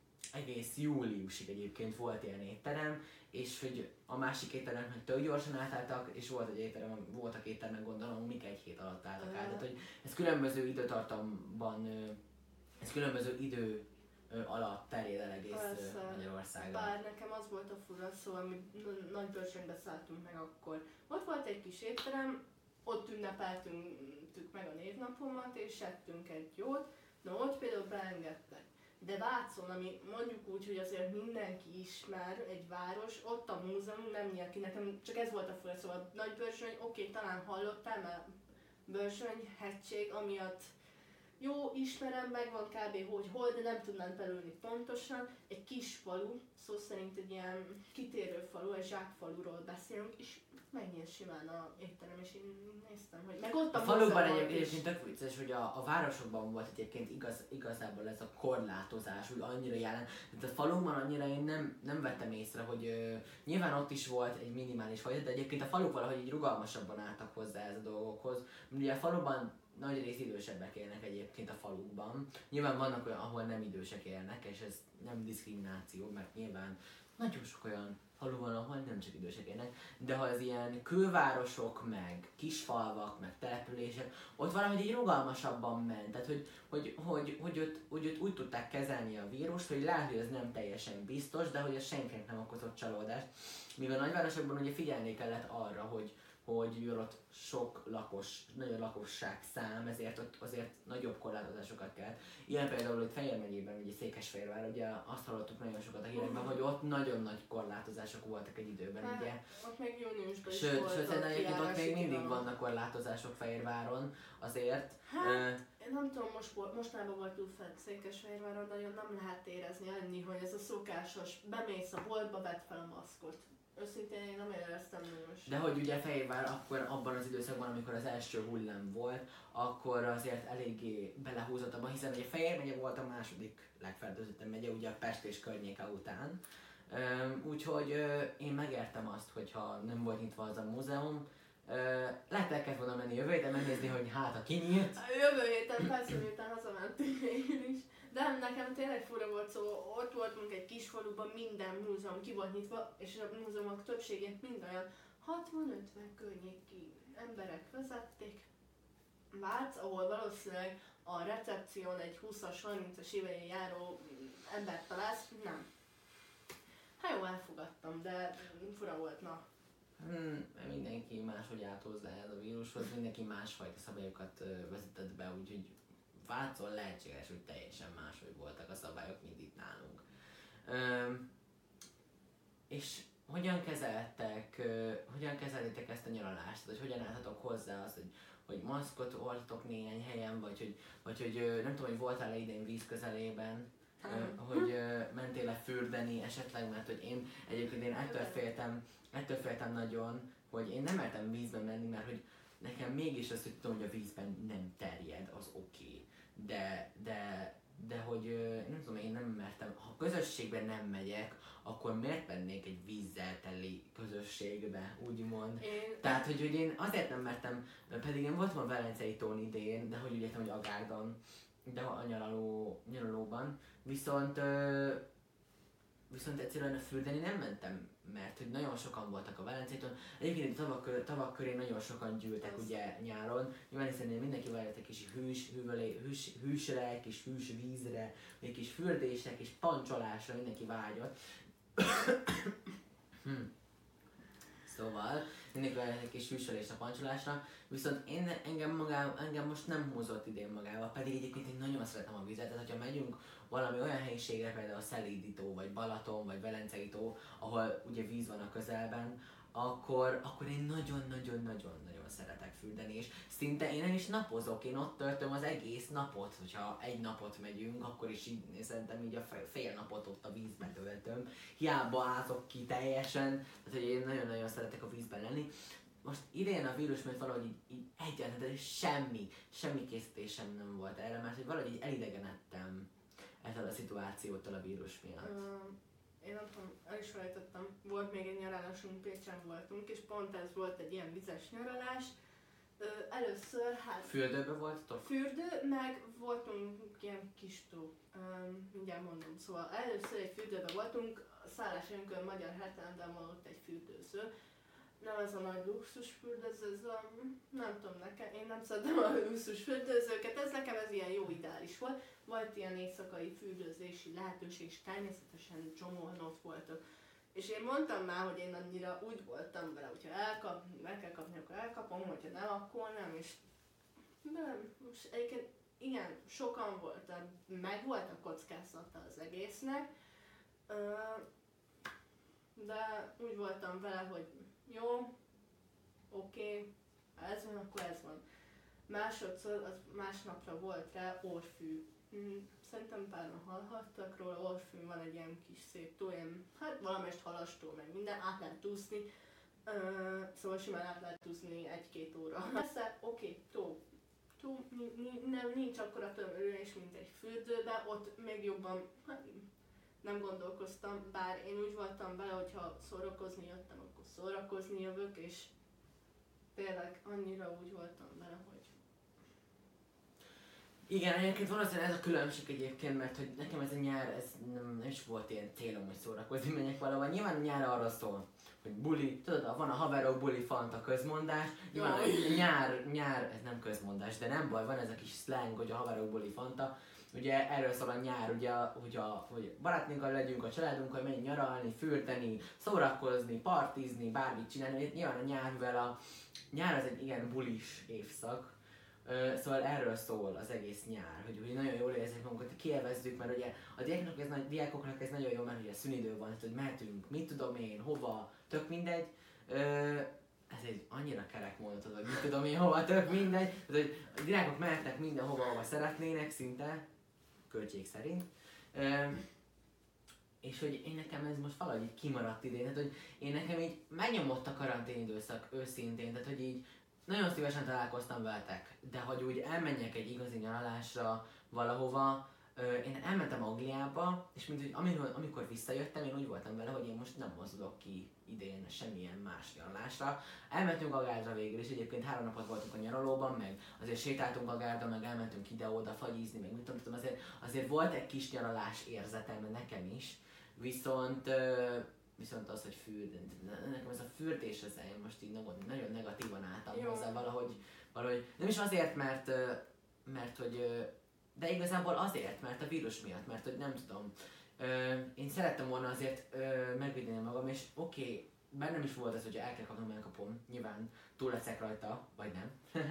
[SPEAKER 3] egész júliusig egyébként volt ilyen étterem, és hogy a másik étterem, hogy tök gyorsan átálltak, és volt egy étterem, voltak éttermek gondolom, mik egy hét alatt álltak át, tehát hogy ez különböző időtartamban, ez különböző idő alatt terjed el egész
[SPEAKER 2] Persze.
[SPEAKER 3] Magyarországon.
[SPEAKER 2] Bár nekem az volt a fura szó, ami nagy bőrségbe szálltunk meg akkor. Ott volt egy kis étterem, ott ünnepeltünk meg a névnapomat, és ettünk egy jót. Na ott például beengedtek. De Vácon, ami mondjuk úgy, hogy azért mindenki ismer, egy város, ott a múzeum nem nyílt ki. Nekem csak ez volt a fura, szóval Nagybörzsöny, oké, okay, talán hallottál, mert Börzsöny hegység, amiatt jó, ismerem, megvan kb. Hogy hol, de nem tudnám belülni pontosan. Egy kis falu, szó szerint egy ilyen kitérő falu, egy zsákfaluról beszélünk, és megnyílt simán a étterem, és én néztem, hogy meg ott a,
[SPEAKER 3] a faluban egyébként tök vicces, hogy a, a városokban volt egyébként igaz, igazából ez a korlátozás, úgy annyira jelen. Tehát a faluban annyira én nem, nem vettem észre, hogy ö, nyilván ott is volt egy minimális fajta, de egyébként a faluk valahogy így rugalmasabban álltak hozzá ez a dolgokhoz. Ugye a faluban nagy rész idősebbek élnek egyébként a falukban. Nyilván vannak olyan, ahol nem idősek élnek, és ez nem diszkrimináció, mert nyilván nagyon sok olyan falu van, ahol nem csak idősek élnek, de ha az ilyen külvárosok, meg kisfalvak, meg települések, ott valahogy így rugalmasabban ment. Tehát, hogy, hogy, hogy, hogy, ott, hogy ott úgy tudták kezelni a vírust, hogy lehet, hogy ez nem teljesen biztos, de hogy ez senkinek nem okozott csalódást. Míg a nagyvárosokban ugye figyelni kellett arra, hogy hogy ott sok lakos, nagy lakosság szám, ezért ott azért nagyobb korlátozásokat kellett. Ilyen például itt Fejér megyében, ugye Székesfehérvár, ugye azt hallottuk nagyon sokat a hírekben, uh-huh. hogy ott nagyon nagy korlátozások voltak egy időben, hát, ugye.
[SPEAKER 2] Ott még júniusban is
[SPEAKER 3] sőt,
[SPEAKER 2] volt.
[SPEAKER 3] Sőt, szerintem egyébként ott még mindig
[SPEAKER 2] van.
[SPEAKER 3] vannak korlátozások Fehérváron, azért.
[SPEAKER 2] Hát, uh, én nem tudom, most, mostanában volt túlfelt Székesfehérváron, nagyon nem lehet érezni annyi, hogy ez a szokásos, bemész a boltba, vedd fel a maszkot. Őszintén én nem éreztem most.
[SPEAKER 3] De hogy ugye Fehérvár akkor abban az időszakban, amikor az első hullám volt, akkor azért eléggé belehúzott abban, hiszen ugye Fejér megye volt a második legfertőzöttebb megye, ugye a Pest és környéke után. Úgyhogy én megértem azt, hogyha nem volt nyitva az a múzeum. Lehet el kellett volna menni jövő héten megnézni, hogy hát a kinyílt.
[SPEAKER 2] Jövő héten persze, miután hazamentünk végül is. De nekem tényleg fura volt, szó, ott voltunk egy kis faluban, minden múzeum ki volt nyitva, és a múzeumok többségét mind olyan hatvan-ötven környéki emberek vezették. Vác, ahol valószínűleg a recepción egy húszas, harmincas évei járó embert találsz, nem. Hát jó, elfogadtam, de fura volt, na.
[SPEAKER 3] Hmm, mindenki máshogy állt hozzá ez a vírushoz, mindenki másfajta szabályokat vezetett be, úgyhogy Vácon lehetséges, hogy teljesen máshogy voltak a szabályok, mint itt nálunk. Üm, és hogyan kezeltek, uh, hogyan hogyan kezelitek ezt a nyaralást, hogy hogyan állhatok hozzá az, hogy, hogy maszkot hordtok néhány helyen, vagy hogy, vagy hogy nem tudom, hogy voltál-e idén víz közelében, hogy mentél le fürdeni esetleg, mert hogy én egyébként én ettől féltem, ettől féltem nagyon, hogy én nem mertem vízbe menni, mert hogy nekem mégis az, hogy tudom, hogy a vízben nem terjed, az oké, okay. de, de, de hogy nem tudom, én nem mertem, ha közösségben nem megyek, akkor miért mennék egy vízzel teli közösségbe, úgymond. Én... Tehát, hogy, hogy én azért nem mertem, pedig én voltam a Velencei tón idén, de hogy úgy értem, hogy a Gárdon, de a nyaraló, nyaralóban, viszont, viszont egyszerűen fürdeni nem mentem, mert hogy nagyon sokan voltak a Velenceiton. Egyébként a tavak, tavak köré nagyon sokan gyűltek ez. Ugye nyáron. Nyilván hiszen mindenki vállalt egy kis hűs, hűvölé, hűs, hűsre, kis hűs vízre, egy kis fürdésre, kis pancsolásra mindenki vágyott. hm. Szóval mindenki vállalt egy kis hűsölést a pancsolásra, viszont én, engem, magá, engem most nem húzott idén magával, pedig egyébként én nagyon szeretem a vizet, tehát hogyha megyünk valami olyan helyiségre, például a Szelídi tó, vagy Balaton, vagy Velencei tó, ahol ugye víz van a közelben, akkor, akkor én nagyon-nagyon-nagyon-nagyon szeretek fürdeni, és szinte én nem is napozok, én ott töltöm az egész napot, hogyha egy napot megyünk, akkor is így, szerintem így a fél napot ott a vízben töltöm, hiába ázok ki teljesen, tehát hogy én nagyon-nagyon szeretek a vízben lenni. Most idén a vírus miatt valahogy így, így egyáltalán semmi, semmi készítésem nem volt erre, mert hogy valahogy így elidegenedtem ettől a szituációtól a vírus miatt. Uh,
[SPEAKER 2] én nem tudom, el is felejtettem, volt még egy nyaralásunk, Pécsen voltunk, és pont ez volt egy ilyen vizes nyaralás. Uh, először hát...
[SPEAKER 3] Fürdőben voltatok?
[SPEAKER 2] Fürdő, meg voltunk ilyen kis tó, um, mindjárt mondom. Szóval először egy fürdőben voltunk, a szállásunkon Magyar Hertánydán van ott egy fürdőző. Nem ez a nagy luxus fürdőző, ez a, nem tudom nekem, én nem szeretem a luxus fürdőzőket, ez nekem ez ilyen jó ideális volt. Volt ilyen éjszakai fürdőzési lehetőség, és természetesen csomóan ott voltak. És én mondtam már, hogy én annyira úgy voltam vele, hogyha elkap, meg kell kapni, akkor elkapom, hogyha nem, akkor nem, és de most egyébként igen, sokan voltak, meg volt a kockázata az egésznek, de úgy voltam vele, hogy jó, oké, okay, ez van, akkor ez van. Másodszor, az másnapra volt rá orfű. Szerintem páran hallhattak róla, orfűn van egy ilyen kis szép tó, ilyen, hát valamelyest halastó, meg minden, át lehet úszni. Uh, szóval simán át lehet úszni egy-két óra. Persze, oké, okay, tó. tó nem, nincs akkora tömörülés, mint egy fürdőben, ott még jobban, hát, nem gondolkoztam, bár én úgy voltam vele, hogy ha szórakozni jöttem, akkor szórakozni jövök, és tényleg annyira úgy voltam vele, hogy...
[SPEAKER 3] Igen, egyébként valószínűleg ez a különbség egyébként, mert hogy nekem ez a nyár, ez nem, nem is volt ilyen célom, hogy szórakozni menjek valahol. Nyilván a nyár arra szól, hogy buli, tudod, van a haverok buli fanta közmondás, nyilván a nyár, nyár, ez nem közmondás, de nem baj, van ez a kis slang, hogy a haverok buli fanta. Ugye erről szól a nyár, ugye, hogy, a, hogy barátnőnkkel legyünk, a családunkkal, menjünk nyaralni, fürdeni, szórakozni, partizni, bármit csinálni. Nyilván a nyár, mivel a nyár az egy igen bulis évszak, Uh, szóval erről szól az egész nyár, hogy, hogy nagyon jól érezzük magunkat, hogy kielvezzük, mert ugye a diákoknak ez, nagy, diákoknak ez nagyon jó, mert ugye szünidő van, hogy mehetünk, mit tudom én, hova, tök mindegy. Uh, ez egy annyira kerek mondatod, hogy mit tudom én, hova, tök mindegy. Tehát, hogy a diákok mehetnek mindenhova, ahova szeretnének, szinte, költség szerint. Uh, és hogy én nekem ez most valahogy így kimaradt idén, tehát hogy én nekem így megnyomott a karantén időszak őszintén, tehát hogy így nagyon szívesen találkoztam veletek, de hogy úgy elmenjek egy igazi nyaralásra valahova, én elmentem Angliába, és mint, hogy amikor, amikor visszajöttem, én úgy voltam vele, hogy én most nem mozdulok ki idén semmilyen más nyaralásra. Elmentünk a Gárdra végül, és egyébként három napot voltunk a nyaralóban, meg azért sétáltunk a Gárdra, meg elmentünk ide-oda fagyizni, meg mit tudom, azért, azért volt egy kis nyaralás érzetem nekem is, viszont Viszont az, hogy fürdeni, nekem ez a fürdés, ez én most így nagyon negatívan álltam Jó. hozzá valahogy, valahogy, nem is azért, mert, mert hogy, de igazából azért, mert a vírus miatt, mert hogy nem tudom, én szerettem volna azért megvédeni magam, és oké, okay, bennem is volt az, hogy el kell kapnom, elkapom, nyilván túl leszek rajta, vagy nem,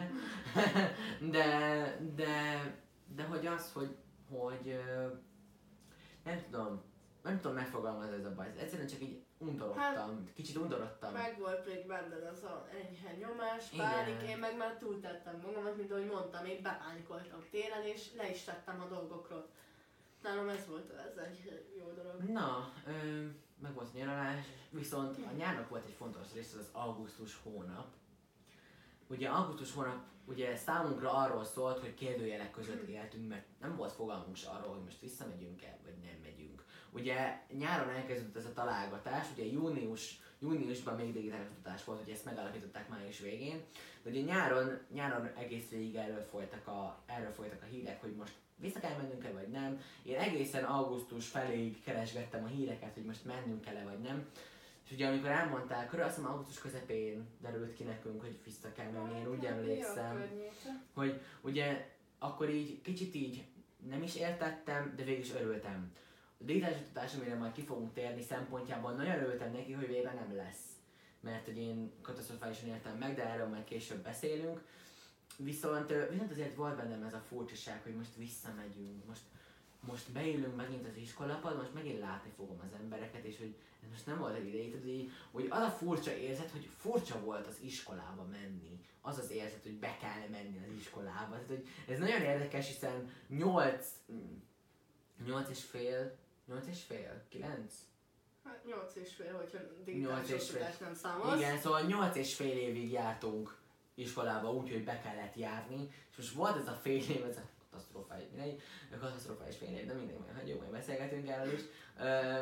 [SPEAKER 3] de, de, de hogy az, hogy, hogy nem tudom, nem tudom megfogalmazni ez a baj. Egyszerűen csak így undorodtam, hát, kicsit undorodtam.
[SPEAKER 2] Meg volt még benned az a enyhe nyomás,
[SPEAKER 3] Igen.
[SPEAKER 2] pánik, én meg már túltettem magamat, mint ahogy mondtam, én bepánikoltam télen, és le is tettem a dolgokról. Nálam ez volt ez egy jó dolog.
[SPEAKER 3] Na, ö, meg volt a nyaralás, viszont a nyárnak volt egy fontos része, az augusztus hónap. Ugye augusztus hónap ugye számunkra arról szólt, hogy kérdőjelek között éltünk, mert nem volt fogalmunk se arról, hogy most visszamegyünk-e, vagy nem megyünk. Ugye nyáron elkezdődött ez a találgatás, ugye június, júniusban még digitális oktatás volt, hogy ezt megállapították május végén, de ugye nyáron, nyáron egész végig erről folytak, a, erről folytak a hírek, hogy most vissza kell mennünk-e, vagy nem. Én egészen augusztus feléig keresgettem a híreket, hogy most mennünk kell-e, vagy nem. És ugye amikor elmondták, körül azt hiszem augusztus közepén derült ki nekünk, hogy vissza kell menni, én úgy emlékszem, hogy ugye akkor így kicsit így nem is értettem, de végül is örültem. A digitális oktatás, amire majd ki fogunk térni szempontjából nagyon örültem neki, hogy végre nem lesz. Mert hogy én katasztrofálisan éltem meg, de erről majd később beszélünk. Viszont, viszont azért volt bennem ez a furcsaság, hogy most visszamegyünk, most, most beülünk megint az iskolapadba, most megint látni fogom az embereket, és hogy ez most nem volt egy ideig, tehát így, hogy az a furcsa érzet, hogy furcsa volt az iskolába menni, az az érzet, hogy be kell menni az iskolába, tehát hogy ez nagyon érdekes, hiszen nyolc, nyolc és fél, nyolc és fél, kilenc?
[SPEAKER 2] Hát nyolc és fél, hogyha digitális oktatást nem számolsz.
[SPEAKER 3] Igen, szóval nyolc és fél évig jártunk iskolába úgy, hogy be kellett járni, és most volt ez a fél év, ez a katasztrofális, mindegy, a katasztrofális fél év, de mindegy, majd hagyjuk, majd beszélgetünk erről is. Ö,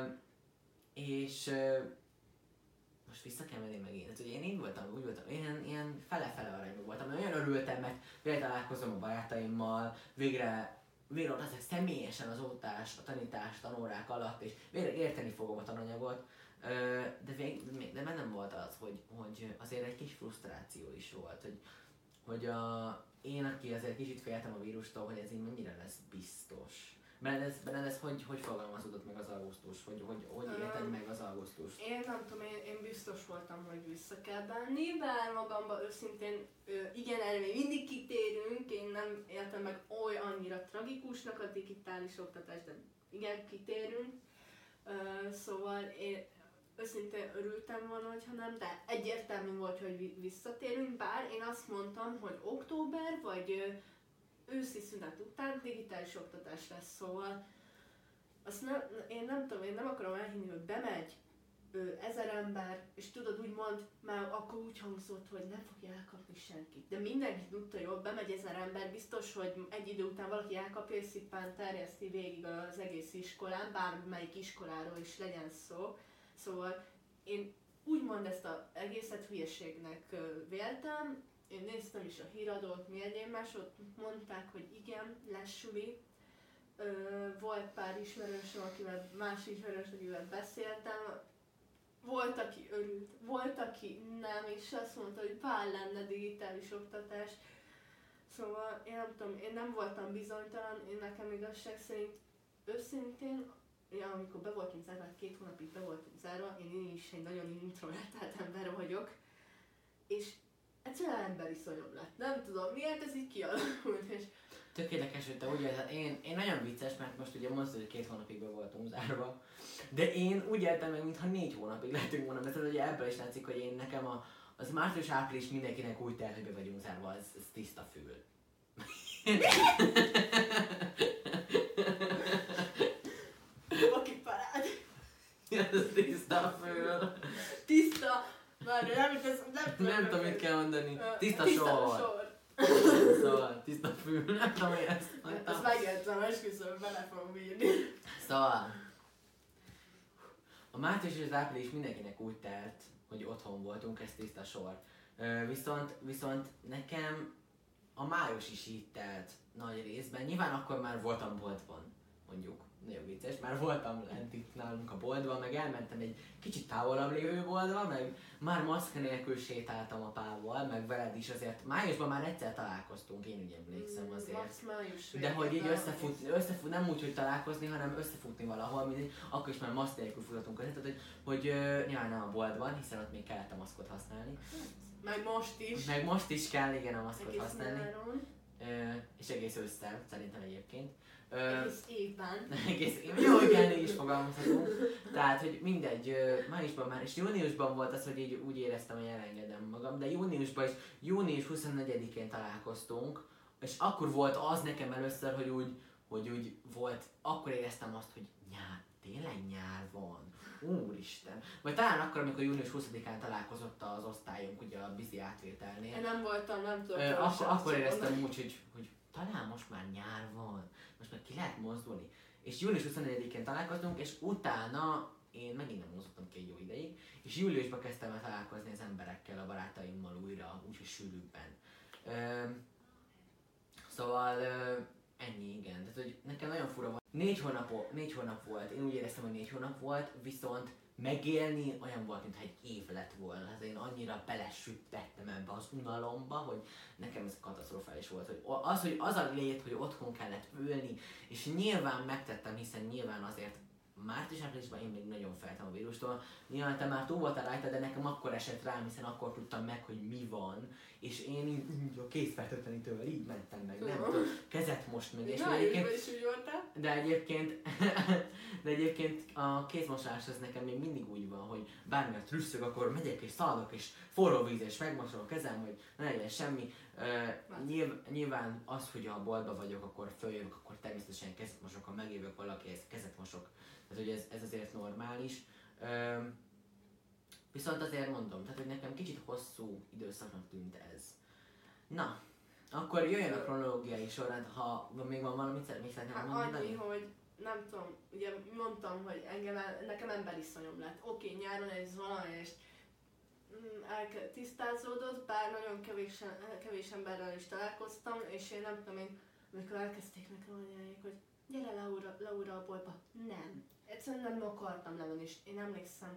[SPEAKER 3] és ö, most vissza kell menni megint. Hát, ugye én így voltam, úgy voltam, ilyen, ilyen fele-fele arányban voltam, mert olyan örültem, mert végre találkozom a barátaimmal, végre végre ott személyesen az oktatás, a tanítás, tanórák alatt, és végre érteni fogom a tananyagot. De, vég, de bennem volt az, hogy, hogy azért egy kis frusztráció is volt, hogy, hogy a, én, aki azért kicsit féltem a vírustól, hogy ez így mennyire lesz biztos. Benned ez, benned ez hogy, hogy fogalmazódott meg az augusztus? Hogy, hogy, hogy élted meg az augusztust?
[SPEAKER 2] Én nem tudom, én, én biztos voltam, hogy vissza kell benni, bár magamban őszintén, igen, erre még mindig kitérünk, én nem éltem meg oly annyira tragikusnak a digitális oktatást, de igen, kitérünk. Szóval én őszintén örültem volna, hogyha nem, de egyértelmű volt, hogy visszatérünk, bár én azt mondtam, hogy október vagy őszi szünet után digitális oktatás lesz, szóval azt nem, én nem tudom, én nem akarom elhinni, hogy bemegy ő, ezer ember, és tudod úgymond, már akkor úgy hangzott, hogy nem fogja elkapni senkit. De mindenki tudta jól, bemegy ezer ember, biztos, hogy egy idő után valaki elkapja, és szépen terjeszti végig az egész iskolán, bármelyik iskoláról is legyen szó. Szóval én úgymond ezt az egészet hülyeségnek véltem. Én néztem is a híradót, mi egyéb más, ott mondták, hogy igen, lesz suli. Ö, volt pár ismerősöm, akivel, más ismerős, akivel beszéltem. Volt, aki örült, volt, aki nem, és azt mondta, hogy pár lenne digitális oktatás. Szóval én nem tudom, én nem voltam bizonytalan, én nekem igazság szerint őszintén, ja, amikor be voltunk zárva, hát két hónapig be voltunk zárva, én, én is egy nagyon introvertált ember vagyok, és egyszerűen emberi szonyom lett. Nem tudom miért, ez így kialakult, és...
[SPEAKER 3] Tök érdekes, hogy te úgy érzed, én, én nagyon vicces, mert most ugye mondtad, hogy két hónapig be voltunk zárva, de én úgy éltem meg, mintha négy hónapig lehetünk volna, mert ugye ebből is látszik, hogy én nekem a, az március-április mindenkinek úgy telt, hogy be vagyunk zárva, az, az tiszta fül.
[SPEAKER 2] Aki parád.
[SPEAKER 3] Ez tiszta fül.
[SPEAKER 2] Tiszta, várj, nem, ez, nem,
[SPEAKER 3] nem, nem tudom, mit kell mondani. Tiszta,
[SPEAKER 2] tiszta
[SPEAKER 3] sor.
[SPEAKER 2] sor.
[SPEAKER 3] Szóval, tiszta fül, nem tudom, hogy ezt mondtam.
[SPEAKER 2] Ezt megértem, esküszöm, bele fogom írni.
[SPEAKER 3] Szóval, a március és az április mindenkinek úgy telt, hogy otthon voltunk, ez tiszta sor. Viszont, viszont nekem a május is így telt nagy részben. Nyilván akkor már voltam boltban, mondjuk. Nagyon vicces, már voltam lent itt nálunk a boltban, meg elmentem egy kicsit távolabb lévő boltba, meg már maszk nélkül sétáltam apával, meg veled is azért. Májusban már egyszer találkoztunk, én úgy emlékszem azért.
[SPEAKER 2] Május
[SPEAKER 3] de hogy így összefutni, összefut, nem úgy, hogy találkozni, hanem összefutni valahol, mindig, akkor is már maszk nélkül futottunk között, tehát hogy, hogy uh, nyilván nem a boltban, hiszen ott még kellett a maszkot használni.
[SPEAKER 2] Meg most is.
[SPEAKER 3] Meg most is kell, igen, a maszkot
[SPEAKER 2] Egész
[SPEAKER 3] használni.
[SPEAKER 2] nyáron.
[SPEAKER 3] és egész ősszel, szerintem egyébként.
[SPEAKER 2] Egész évben.
[SPEAKER 3] Egész évben, jó, igen, így is fogalmazhatunk. Tehát, hogy mindegy, májusban már, és júniusban volt az, hogy így úgy éreztem, hogy elengedem magam, de júniusban is, június huszonnegyedikén találkoztunk, és akkor volt az nekem először, hogy úgy, hogy úgy volt, akkor éreztem azt, hogy nyár, tényleg nyár van. Úristen. Vagy talán akkor, amikor június huszadikán találkozott az osztályunk ugye a bizi átvételnél.
[SPEAKER 2] Én nem voltam, nem tudom.
[SPEAKER 3] Ö, akkor, akkor éreztem úgy, hogy, hogy talán most már nyár van, most már ki lehet mozdulni. És július huszonnegyedikén találkoztunk, és utána én megint nem mozogtam ki egy jó ideig, és júliusban kezdtem el találkozni az emberekkel, a barátaimmal újra, úgyhogy sűrűbben. Ö, szóval ö, ennyi, igen. Tehát, hogy nekem nagyon fura volt. Négy hónap, négy hónap volt, én úgy éreztem, hogy négy hónap volt, viszont megélni olyan volt, mintha egy év lett volna. Hát én annyira belesüttettem ebbe az unalomba, hogy nekem ez katasztrofális volt. Hogy az, hogy az a lét, hogy otthon kellett ülni, és nyilván megtettem, hiszen nyilván azért március-áprilisban én még nagyon féltem a vírustól. Nyilván te már túl voltál rajta, de nekem akkor esett rám, hiszen akkor tudtam meg, hogy mi van. És én így, így a kézfertőtlenítővel így mentem meg, nem tudom, kezet most meg. És
[SPEAKER 2] egyébként, is úgy voltál.
[SPEAKER 3] De egyébként, de egyébként a kézmosás az nekem még mindig úgy van, hogy bármilyen trüsszög, akkor megyek és szaladok és forró víz és megmosom a kezem, hogy ne legyen semmi. Uh, nyilv, nyilván az, hogy a boltban vagyok, akkor följövök, akkor természetesen kezet mosok, ha megjövök valakihez, kezet mosok. Tehát, hogy ez, ez azért normális. Uh, viszont azért mondom, tehát, hogy nekem kicsit hosszú időszaknak tűnt ez. Na, akkor jöjjön a kronológiai sorrend, ha még van valamit szeretnél
[SPEAKER 2] hát
[SPEAKER 3] mondani?
[SPEAKER 2] Annyi, hogy nem tudom, ugye mondtam, hogy engem, nekem emberiszonyom lett. Oké, okay, nyáron ez valami, és el tisztázódott, bár nagyon kevés, kevés emberrel is találkoztam, és én nem tudom, én, amikor elkezdték nekem mondani, hogy gyere Laura, Laura a boltba, nem. Egyszerűen nem akartam lemenni, és én emlékszem,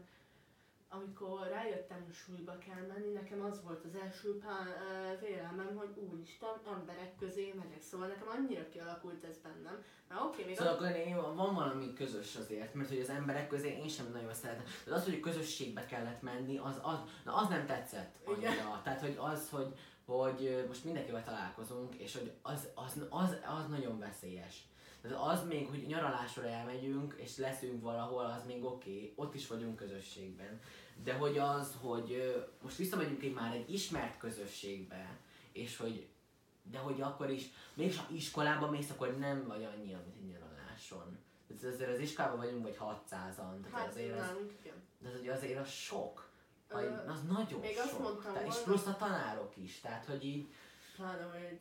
[SPEAKER 2] amikor rájöttem, hogy súlyba kell menni, nekem az volt az első pár vélelmem, hogy úristen, emberek közé megyek. Szóval nekem annyira kialakult ez bennem. Na oké, még
[SPEAKER 3] szóval akkor én, van valami közös azért, mert hogy az emberek közé én sem nagyon szeretem. De az, hogy közösségbe kellett menni, az, az, na, az nem tetszett annyira. Igen. Tehát, hogy az, hogy, hogy most mindenkivel találkozunk, és hogy az, az, az, az nagyon veszélyes. Tehát az még, hogy nyaralásra elmegyünk, és leszünk valahol, az még oké, okay, ott is vagyunk közösségben. De hogy az, hogy most visszamegyünk egy már egy ismert közösségbe, és hogy, de hogy akkor is, mégis ha iskolába mész, akkor nem vagy annyi, mint egy nyaraláson. Tehát azért az iskolában vagyunk, vagy hatszázan, tehát
[SPEAKER 2] hát
[SPEAKER 3] azért az, de az, azért az sok. Ö, az nagyon
[SPEAKER 2] még
[SPEAKER 3] sok.
[SPEAKER 2] Azt mondtam
[SPEAKER 3] Te, és
[SPEAKER 2] volna,
[SPEAKER 3] plusz a tanárok is, tehát hogy így...
[SPEAKER 2] Pláne, hogy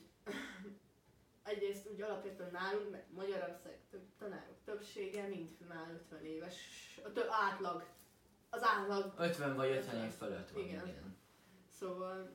[SPEAKER 2] egyrészt úgy alapvetően nálunk, mert Magyarország több, tanárok többsége mind már ötven éves, a több átlag, az átlag...
[SPEAKER 3] ötven vagy ötven év fölött van,
[SPEAKER 2] igen.
[SPEAKER 3] igen.
[SPEAKER 2] Szóval,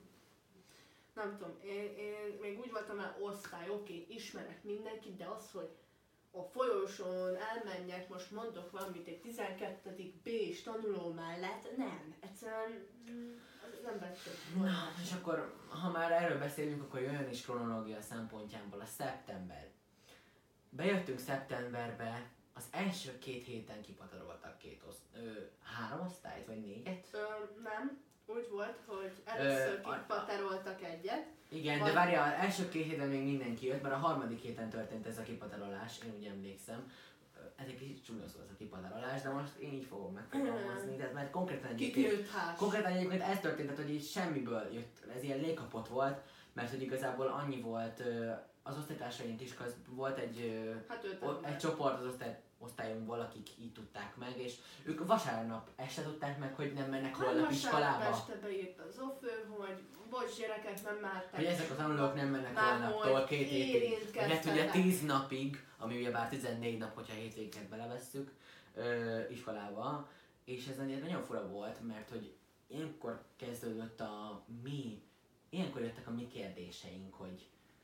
[SPEAKER 2] nem tudom, én, én még úgy voltam, hogy osztály, oké, okay, ismerek mindenkit, de az, hogy a folyosón elmenjek, most mondok valamit egy tizenkettedik B-s tanuló mellett, nem, egyszerűen nem vettem.
[SPEAKER 3] Na, és akkor, ha már erről beszélünk, akkor jöjjön is kronológia szempontjából a szeptember. Bejöttünk szeptemberbe, az első két héten kipataroltak két oszt... Ö, három osztályt, vagy négyet?
[SPEAKER 2] Ö, nem, úgy volt, hogy először Ö, kipateroltak egyet.
[SPEAKER 3] Igen, vagy... de várjál, az első két héten még mindenki jött, mert a harmadik héten történt ez a kipaterolás, én úgy emlékszem. Ez egy kicsit csúnya szó az a kipaterolás, de most én így fogom megfogalmazni, de mert konkrétan egyébként, konkrétan egyébként ez történt, tehát, hogy így semmiből jött, ez ilyen légkapott volt, mert hogy igazából annyi volt, az osztálytársaink is, az volt egy,
[SPEAKER 2] hát
[SPEAKER 3] egy csoport az osztály, osztályunkból, akik így tudták meg, és ők vasárnap este tudták meg, hogy nem mennek
[SPEAKER 2] hát
[SPEAKER 3] holnap iskolába.
[SPEAKER 2] Vasárnap este beírt az ofő, hogy bocs gyerekek, nem mehettek.
[SPEAKER 3] Hogy ezek a tanulók nem mennek holnaptól két hétig, mert ugye tíz napig, ami ugye bár tizennégy nap, hogyha hétvégeket belevesszük ö, iskolába, és ez nagyon fura volt, mert hogy ilyenkor kezdődött a mi, ilyenkor jöttek a mi kérdéseink, hogy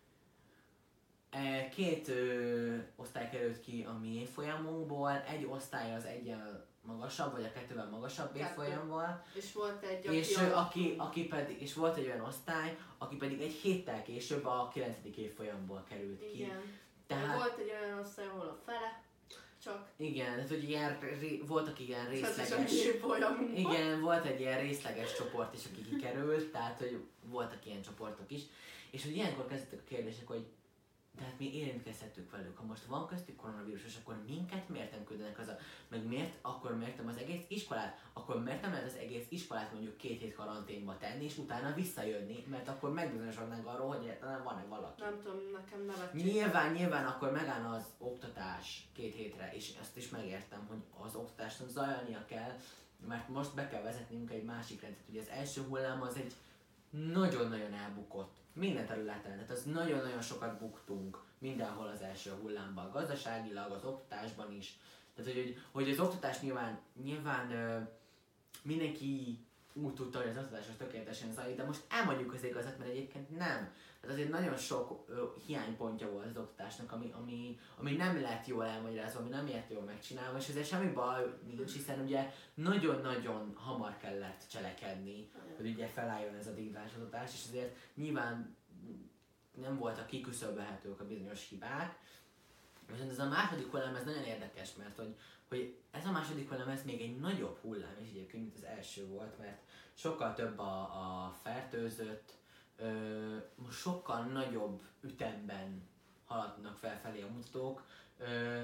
[SPEAKER 3] Két ö, osztály került ki a mi évfolyamunkból, egy osztály az egyen magasabb, vagy a kettővel magasabb évfolyamból.
[SPEAKER 2] És volt egy, aki,
[SPEAKER 3] és, aki, aki pedig, és volt egy olyan osztály, aki pedig egy héttel később a kilencedik évfolyamból került ki.
[SPEAKER 2] Igen.
[SPEAKER 3] Tehát...
[SPEAKER 2] Volt egy olyan osztály, ahol a fele csak.
[SPEAKER 3] Igen, tehát hogy ilyen, ré, voltak ilyen
[SPEAKER 2] Ez
[SPEAKER 3] részleges...
[SPEAKER 2] is a
[SPEAKER 3] Igen, volt egy ilyen részleges csoport is, aki kikerült, tehát hogy voltak ilyen csoportok is. És hogy ilyenkor kezdtek a kérdések, hogy tehát mi érintkezhetünk velük. Ha most van köztük koronavírus, és akkor minket miért nem küldenek haza? Meg miért akkor miért nem az egész iskolát? Akkor miért nem lehet az egész iskolát mondjuk két hét karanténba tenni, és utána visszajönni? Mert akkor megbizonyosodnánk arról, hogy egyáltalán van-e valaki.
[SPEAKER 2] Nem tudom, nekem nevetséges.
[SPEAKER 3] Nyilván, nyilván akkor megállna az oktatás két hétre, és ezt is megértem, hogy az oktatásnak zajlania kell, mert most be kell vezetnünk egy másik rendszert. Ugye az első hullám az egy nagyon-nagyon elbukott. Minden területen, tehát az nagyon-nagyon sokat buktunk mindenhol az első hullámban, gazdaságilag, az oktatásban is. Tehát, hogy, hogy, hogy az oktatás nyilván, nyilván ö, mindenki úgy tudta, hogy az oktatás az tökéletesen zajlik, de most elmondjuk az igazat, mert egyébként nem. Tehát azért nagyon sok ö, hiánypontja volt az oktatásnak, ami, ami, ami nem lett jól elmagyarázva, ami nem lett jól megcsinálva, és ezért semmi baj nincs, hiszen ugye nagyon-nagyon hamar kellett cselekedni, hogy ugye felálljon ez a digitálás oktatás, és ezért nyilván nem voltak kiküszöbölhetők a bizonyos hibák. Viszont ez a második hullám, ez nagyon érdekes, mert hogy, hogy ez a második hullám, ez még egy nagyobb hullám is egyébként, mint az első volt, mert sokkal több a, a fertőzött, ö, most sokkal nagyobb ütemben haladnak felfelé a mutatók, ö,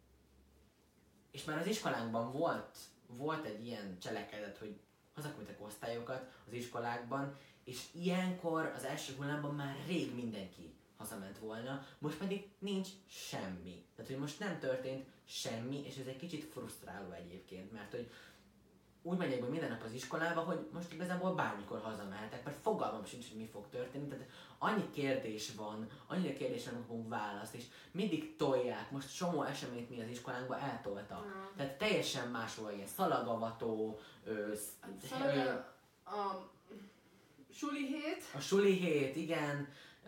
[SPEAKER 3] és már az iskolánkban volt, volt egy ilyen cselekedet, hogy hazaküldtek osztályokat az iskolákban, és ilyenkor az első hullámban már rég mindenki hazament volna, most pedig nincs semmi. Tehát, hogy most nem történt semmi, és ez egy kicsit frusztráló egyébként, mert hogy úgy megyek be minden nap az iskolába, hogy most igazából bármikor hazamehetek, mert fogalmam sincs, hogy mi fog történni. Tehát annyi kérdés van, annyi kérdésre nem kapunk választ, és mindig tolják. Most csomó eseményt mi az iskolánkba eltoltak.
[SPEAKER 2] Ja.
[SPEAKER 3] Tehát teljesen máshol ilyen szalagavató, ö, sz-
[SPEAKER 2] Szóval
[SPEAKER 3] ö,
[SPEAKER 2] a suli hét,
[SPEAKER 3] a suli hét, igen,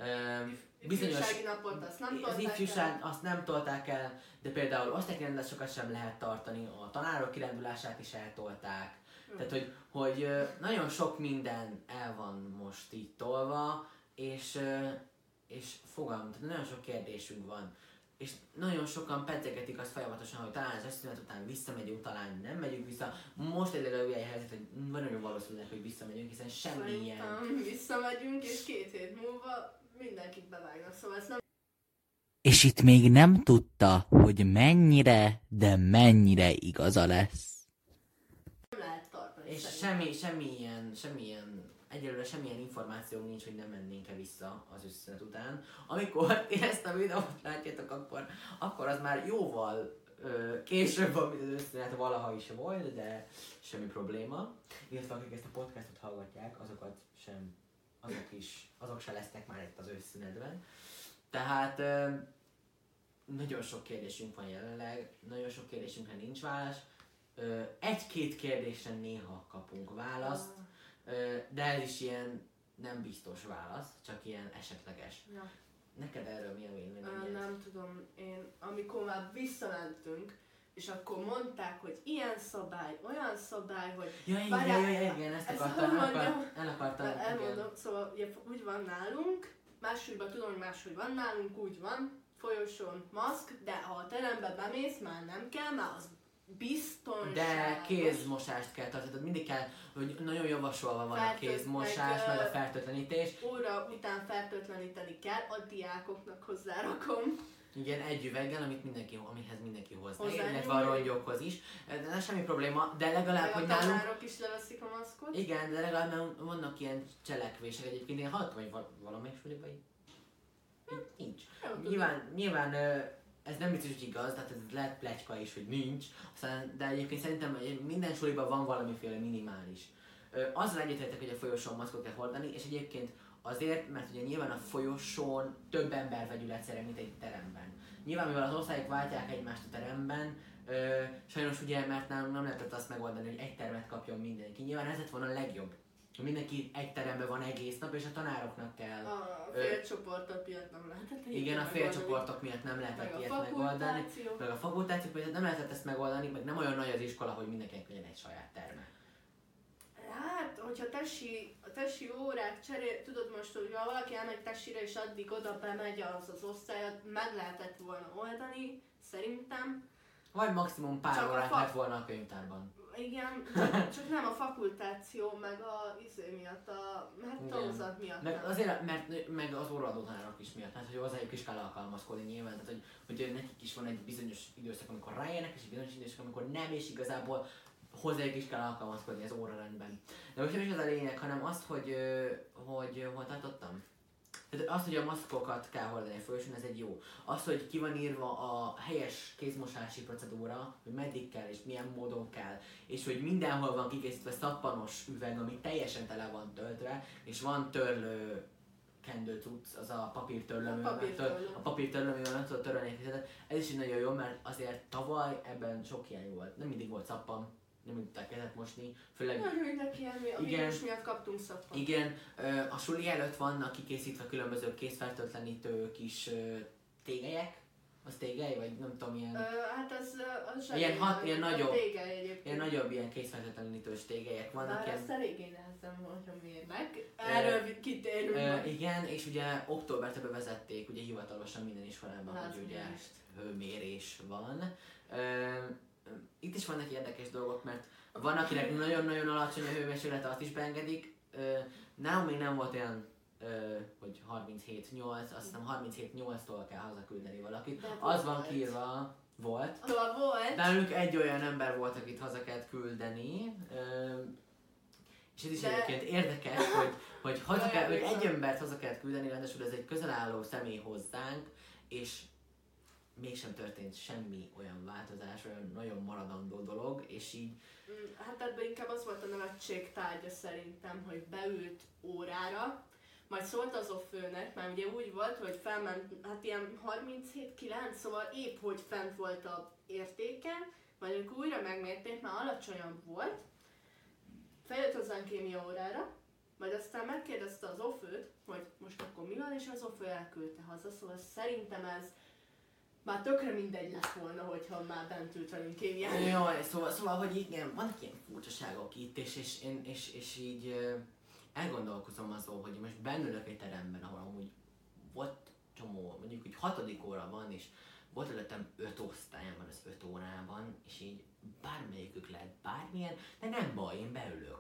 [SPEAKER 3] ö, bizonyos...
[SPEAKER 2] ifjúsági napot azt nem
[SPEAKER 3] Az
[SPEAKER 2] tolták
[SPEAKER 3] ifjúság,
[SPEAKER 2] el.
[SPEAKER 3] azt nem tolták el, de például osztálykirándulásokat sem lehet tartani, a tanárok kirándulását is eltolták.
[SPEAKER 2] Jó.
[SPEAKER 3] Tehát, hogy, hogy ö, nagyon sok minden el van most így tolva, és, ö, és fogalmam, tehát nagyon sok kérdésünk van. És nagyon sokan pedzegetik azt folyamatosan, hogy talán az eszület után visszamegyünk, talán nem megyünk vissza. Most egy legalább olyan helyzet, hogy nagyon valószínűleg, hogy visszamegyünk, hiszen semmi ilyen...
[SPEAKER 2] Szerintem visszamegyünk, és két hét múlva mindenkit bevágnak, szóval ez nem...
[SPEAKER 1] És itt még nem tudta, hogy mennyire, de mennyire igaza lesz.
[SPEAKER 2] nem lehet tartani.
[SPEAKER 3] És
[SPEAKER 2] szerintem.
[SPEAKER 3] semmi, semmi ilyen, semmi ilyen, egyelőre semmilyen információ nincs, hogy nem mennénk-e vissza az összenet után. Amikor ti ezt a videót látjátok, akkor, akkor az már jóval ö, később van, mint az összenet valaha is volt, de semmi probléma. Illetve akik ezt a podcastot hallgatják, azokat sem, azok is, azok se lesznek már itt az összenetben. Tehát ö, nagyon sok kérdésünk van jelenleg, nagyon sok kérdésünkre nincs válasz. Ö, egy-két kérdésre néha kapunk választ, ö, de ez is ilyen nem biztos válasz, csak ilyen esetleges.
[SPEAKER 2] Ja.
[SPEAKER 3] Neked erről mi a
[SPEAKER 2] Ö,
[SPEAKER 3] véleményed?
[SPEAKER 2] nem tudom, én amikor már visszamentünk, és akkor mondták, hogy ilyen szabály, olyan szabály, hogy...
[SPEAKER 3] Ja, igen,
[SPEAKER 2] Várjál,
[SPEAKER 3] ja, ja, igen, ezt
[SPEAKER 2] ezt
[SPEAKER 3] akartam,
[SPEAKER 2] hogy
[SPEAKER 3] el, akar,
[SPEAKER 2] mondjam?
[SPEAKER 3] el akartam,
[SPEAKER 2] Már
[SPEAKER 3] igen.
[SPEAKER 2] elmondom, szóval ugye úgy van nálunk, máshogyban tudom, hogy máshogy van nálunk, úgy van, folyosón maszk, de ha a terembe bemész, már nem kell, már az biztonságos.
[SPEAKER 3] De kézmosást kell tartani, tehát mindig kell, hogy nagyon javasolva van a
[SPEAKER 2] Fertőt-
[SPEAKER 3] kézmosás,
[SPEAKER 2] meg,
[SPEAKER 3] meg a
[SPEAKER 2] ö,
[SPEAKER 3] fertőtlenítés.
[SPEAKER 2] Óra után fertőtleníteni kell, a diákoknak hozzárakom.
[SPEAKER 3] Igen, egy üveggel, amit mindenki, amihez mindenki hozzá,
[SPEAKER 2] Hozzányúl.
[SPEAKER 3] illetve a rongyokhoz is. De ez semmi probléma, de legalább,
[SPEAKER 2] Meg
[SPEAKER 3] hogy
[SPEAKER 2] a
[SPEAKER 3] nálunk...
[SPEAKER 2] tanárok is leveszik a maszkot.
[SPEAKER 3] Igen, de legalább nálunk vannak ilyen cselekvések egyébként. Én hallottam, hogy val- valamelyik suliban így, így nincs.
[SPEAKER 2] Jó, tudom.
[SPEAKER 3] Nyilván, nyilván ö, ez nem biztos, hogy igaz, tehát ez lehet pletyka is, hogy nincs. Aztán, de egyébként szerintem minden suliban van valamiféle minimális. Ö, Azzal egyetértek, hogy a folyosón maszkot kell hordani, és egyébként azért, mert ugye nyilván a folyosón több ember vegyül egyszerre, mint egy teremben. Nyilván, mivel az osztályok váltják egymást a teremben, ö, sajnos ugye, mert nálunk nem lehetett azt megoldani, hogy egy termet kapjon mindenki. Nyilván ez lett volna a legjobb. Hogy mindenki egy teremben van egész nap, és a tanároknak kell.
[SPEAKER 2] A
[SPEAKER 3] Ö,
[SPEAKER 2] félcsoportok miatt nem lehetett. így
[SPEAKER 3] Igen, a
[SPEAKER 2] megoldani.
[SPEAKER 3] félcsoportok miatt nem lehetett
[SPEAKER 2] Meg a
[SPEAKER 3] ilyet megoldani.
[SPEAKER 2] fakultáció.
[SPEAKER 3] Meg a fakultációk miatt nem lehetett ezt megoldani, meg nem olyan nagy az iskola, hogy mindenkinek legyen egy saját terme.
[SPEAKER 2] Hát, hogyha tesi, a tesi órák cserél, tudod most, hogy ha valaki elmegy tesire és addig oda bemegy az az osztályat, meg lehetett volna oldani, szerintem.
[SPEAKER 3] Vagy maximum pár
[SPEAKER 2] Csak a
[SPEAKER 3] órát
[SPEAKER 2] fa-
[SPEAKER 3] lett volna a könyvtárban.
[SPEAKER 2] Igen, csak, csak nem a fakultáció, meg a izé miatt, a hát
[SPEAKER 3] Igen.
[SPEAKER 2] tagozat miatt
[SPEAKER 3] Meg
[SPEAKER 2] nem.
[SPEAKER 3] azért, mert meg az óraadó tanárok is miatt, hát hogy hozzájuk is kell alkalmazkodni nyilván, tehát hogy, hogy nekik is van egy bizonyos időszak, amikor ráérnek, és egy bizonyos időszak, amikor nem, és igazából hozzájuk is kell alkalmazkodni az órarendben. De most nem is az a lényeg, hanem azt, hogy, ö, hogy hol tartottam? Tehát az, hogy a maszkokat kell hordani a folyosón, ez egy jó. Az, hogy ki van írva a helyes kézmosási procedúra, hogy meddig kell és milyen módon kell, és hogy mindenhol van kikészítve szappanos üveg, ami teljesen tele van töltve, és van törlő kendő cucc, az a papírtörlő,
[SPEAKER 2] A
[SPEAKER 3] amivel
[SPEAKER 2] papírtörlő.
[SPEAKER 3] meg tör- a papírtörlő, amivel meg tudod törölni egy fizetet. Ez is így nagyon jó, mert azért tavaly ebben sok hiány volt. Nem mindig volt szappan, nem tudták kezet mosni, főleg
[SPEAKER 2] Nagyon örülnek ilyen, a
[SPEAKER 3] Igen.
[SPEAKER 2] vírus miatt kaptunk szappan.
[SPEAKER 3] igen, ö, a suli előtt vannak kikészítve különböző készfertőtlenítő kis ö, tégelyek, az tégely, vagy nem tudom,
[SPEAKER 2] Ö,
[SPEAKER 3] ilyen,
[SPEAKER 2] hát az, ö, az
[SPEAKER 3] Ilyen hat- ilyen nagyobb-
[SPEAKER 2] Tégely egyébként.
[SPEAKER 3] ilyen nagyobb ilyen készfertőtlenítős tégelyek vannak.
[SPEAKER 2] Bár
[SPEAKER 3] Ilyen,
[SPEAKER 2] ezt eléggé nehezen mondom érnek. Erről kitérünk
[SPEAKER 3] Ö,
[SPEAKER 2] majd.
[SPEAKER 3] igen, és ugye októbertől bevezették, ugye hivatalosan minden iskolában,
[SPEAKER 2] Hát,
[SPEAKER 3] hogy ugye
[SPEAKER 2] most.
[SPEAKER 3] hőmérés van. Ö, itt is vannak érdekes dolgok, mert van, akinek nagyon-nagyon alacsony a hőmérséklete, azt is beengedik. Ö, nálam még nem volt olyan, ö, hogy harminchét nyolc, azt hiszem harminchét nyolctól kell hazaküldeni valakit.
[SPEAKER 2] De
[SPEAKER 3] Az van
[SPEAKER 2] volt.
[SPEAKER 3] kiírva, volt.
[SPEAKER 2] Szóval volt.
[SPEAKER 3] Nálunk egy olyan ember volt, akit haza kellett küldeni. Ö, és ez is
[SPEAKER 2] De-
[SPEAKER 3] egyébként érdekes, hogy, hogy, haza kell, hogy egy
[SPEAKER 2] Emlékszem.
[SPEAKER 3] embert haza kellett küldeni, ráadásul ez egy közel álló személy hozzánk, és mégsem történt semmi olyan változás, olyan nagyon maradandó dolog, és így
[SPEAKER 2] Mm, Hát ebben inkább az volt a nevetség tárgya szerintem, hogy beült órára, majd szólt az offőnek, mert ugye úgy volt, hogy felment, hát ilyen harminchét kilenc, szóval épp hogy fent volt a értéken, majd amikor újra megmérték, már alacsonyabb volt, feljött hozzánk kémia órára, majd aztán megkérdezte az offőt, hogy most akkor mi van, és az offő elküldte haza, szóval szerintem ez már tökre mindegy lett volna, hogyha már bent ült velünk kémián.
[SPEAKER 3] Jaj, szóval, szóval, hogy igen, vannak ilyen furcsaságok itt, és, és, és, és, és így ö, elgondolkozom azon, hogy most bennülök egy teremben, ahol amúgy volt csomó, mondjuk hogy hatodik óra van, és volt előttem öt osztályom van az öt órában, és így bármelyikük lehet bármilyen, de nem baj, én beülök.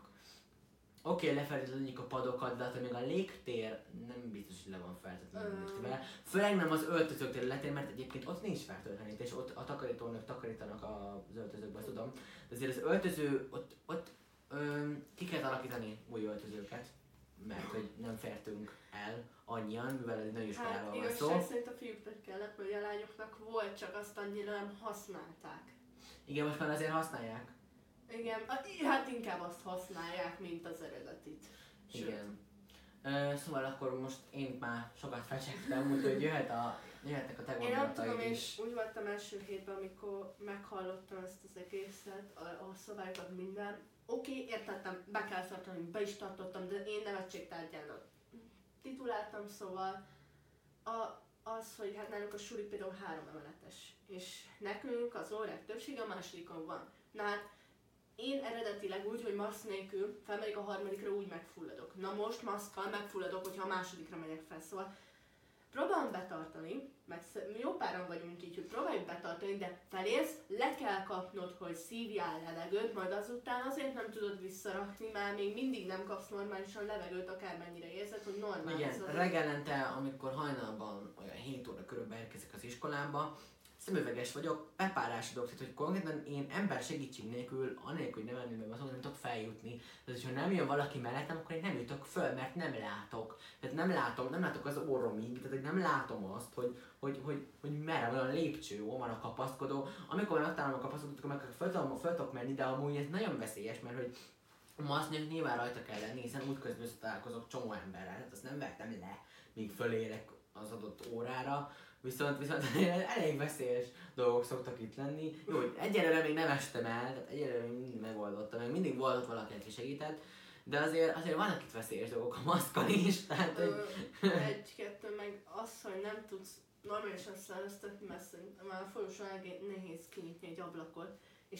[SPEAKER 3] Oké, okay, lefelejtjük a padokat, de hát még a légtér nem biztos, hogy le van fertőtlenítve. Főleg nem az öltözők területén, mert egyébként ott nincs fertőtlenítés, ott a takarítónők takarítanak az öltözőkben, azt tudom. De azért az öltöző, ott, ott öm, ki kell alakítani új öltözőket, mert hogy nem fértünk el annyian, mivel egy női iskoláról
[SPEAKER 2] Hát
[SPEAKER 3] van
[SPEAKER 2] igazság
[SPEAKER 3] szó.
[SPEAKER 2] szerint a fiúknak kellett, mert a lányoknak volt, csak azt annyira nem használták.
[SPEAKER 3] Igen, most már azért használják.
[SPEAKER 2] Igen, a- hát inkább azt használják, mint az eredetit. Sőt.
[SPEAKER 3] Igen. Ö, szóval akkor most én már sokat fecsegtem, úgyhogy jöhet a, jöhetnek a te
[SPEAKER 2] Én nem tudom,
[SPEAKER 3] gondolataid
[SPEAKER 2] én
[SPEAKER 3] is.
[SPEAKER 2] úgy voltam első hétben, amikor meghallottam ezt az egészet, a, a szabályokat, minden. Oké, okay, értettem, be kell tartani, be is tartottam, de én nevetségtárgyának tituláltam, szóval a, az, hogy hát nálunk a suli például három emeletes, és nekünk az órák többsége a másodikon van. Na hát én eredetileg úgy, hogy maszk nélkül felmegyek a harmadikra, úgy megfulladok. Na most maszkkal megfulladok, hogyha a másodikra megyek fel, szóval próbálom betartani, meg sz- jó páran vagyunk így, hogy próbáljuk betartani, de felérsz, le kell kapnod, hogy szívjál levegőt, majd azután azért nem tudod visszarakni, mert még mindig nem kapsz normálisan levegőt, akármennyire érzed, hogy normális.
[SPEAKER 3] Igen,
[SPEAKER 2] az-
[SPEAKER 3] reggelente, amikor hajnalban olyan hét óra körülbelül érkezek az iskolába, szemüveges vagyok, bepárásodok, tehát hogy konkrétan én ember segítség nélkül, anélkül, hogy nem enném meg azon, nem tudok feljutni. Tehát, hogyha nem jön valaki mellettem, akkor én nem jutok föl, mert nem látok. Tehát nem látom, nem látok az orromig, tehát hogy nem látom azt, hogy, hogy, hogy, hogy merre van a lépcső, hol van a kapaszkodó. Amikor megtalálom a kapaszkodót, akkor meg föl, tudom, föl tudok menni, de amúgy ez nagyon veszélyes, mert hogy maszknak nyilván rajta kell lenni, hiszen útközben összetalálkozok csomó emberrel, hát azt nem vettem le, míg fölérek az adott órára. Viszont, viszont elég veszélyes dolgok szoktak itt lenni. Jó, hogy egyelőre még nem estem el, tehát egyelőre még mindig megoldottam, még mindig volt ott valaki, aki segített, de azért, azért vannak itt veszélyes dolgok a maszkon is, tehát hogy...
[SPEAKER 2] Ö, Egy-kettő, meg az, hogy nem tudsz normálisan szálloztatni, mert szerintem már a folyosón elég nehéz kinyitni egy ablakot, és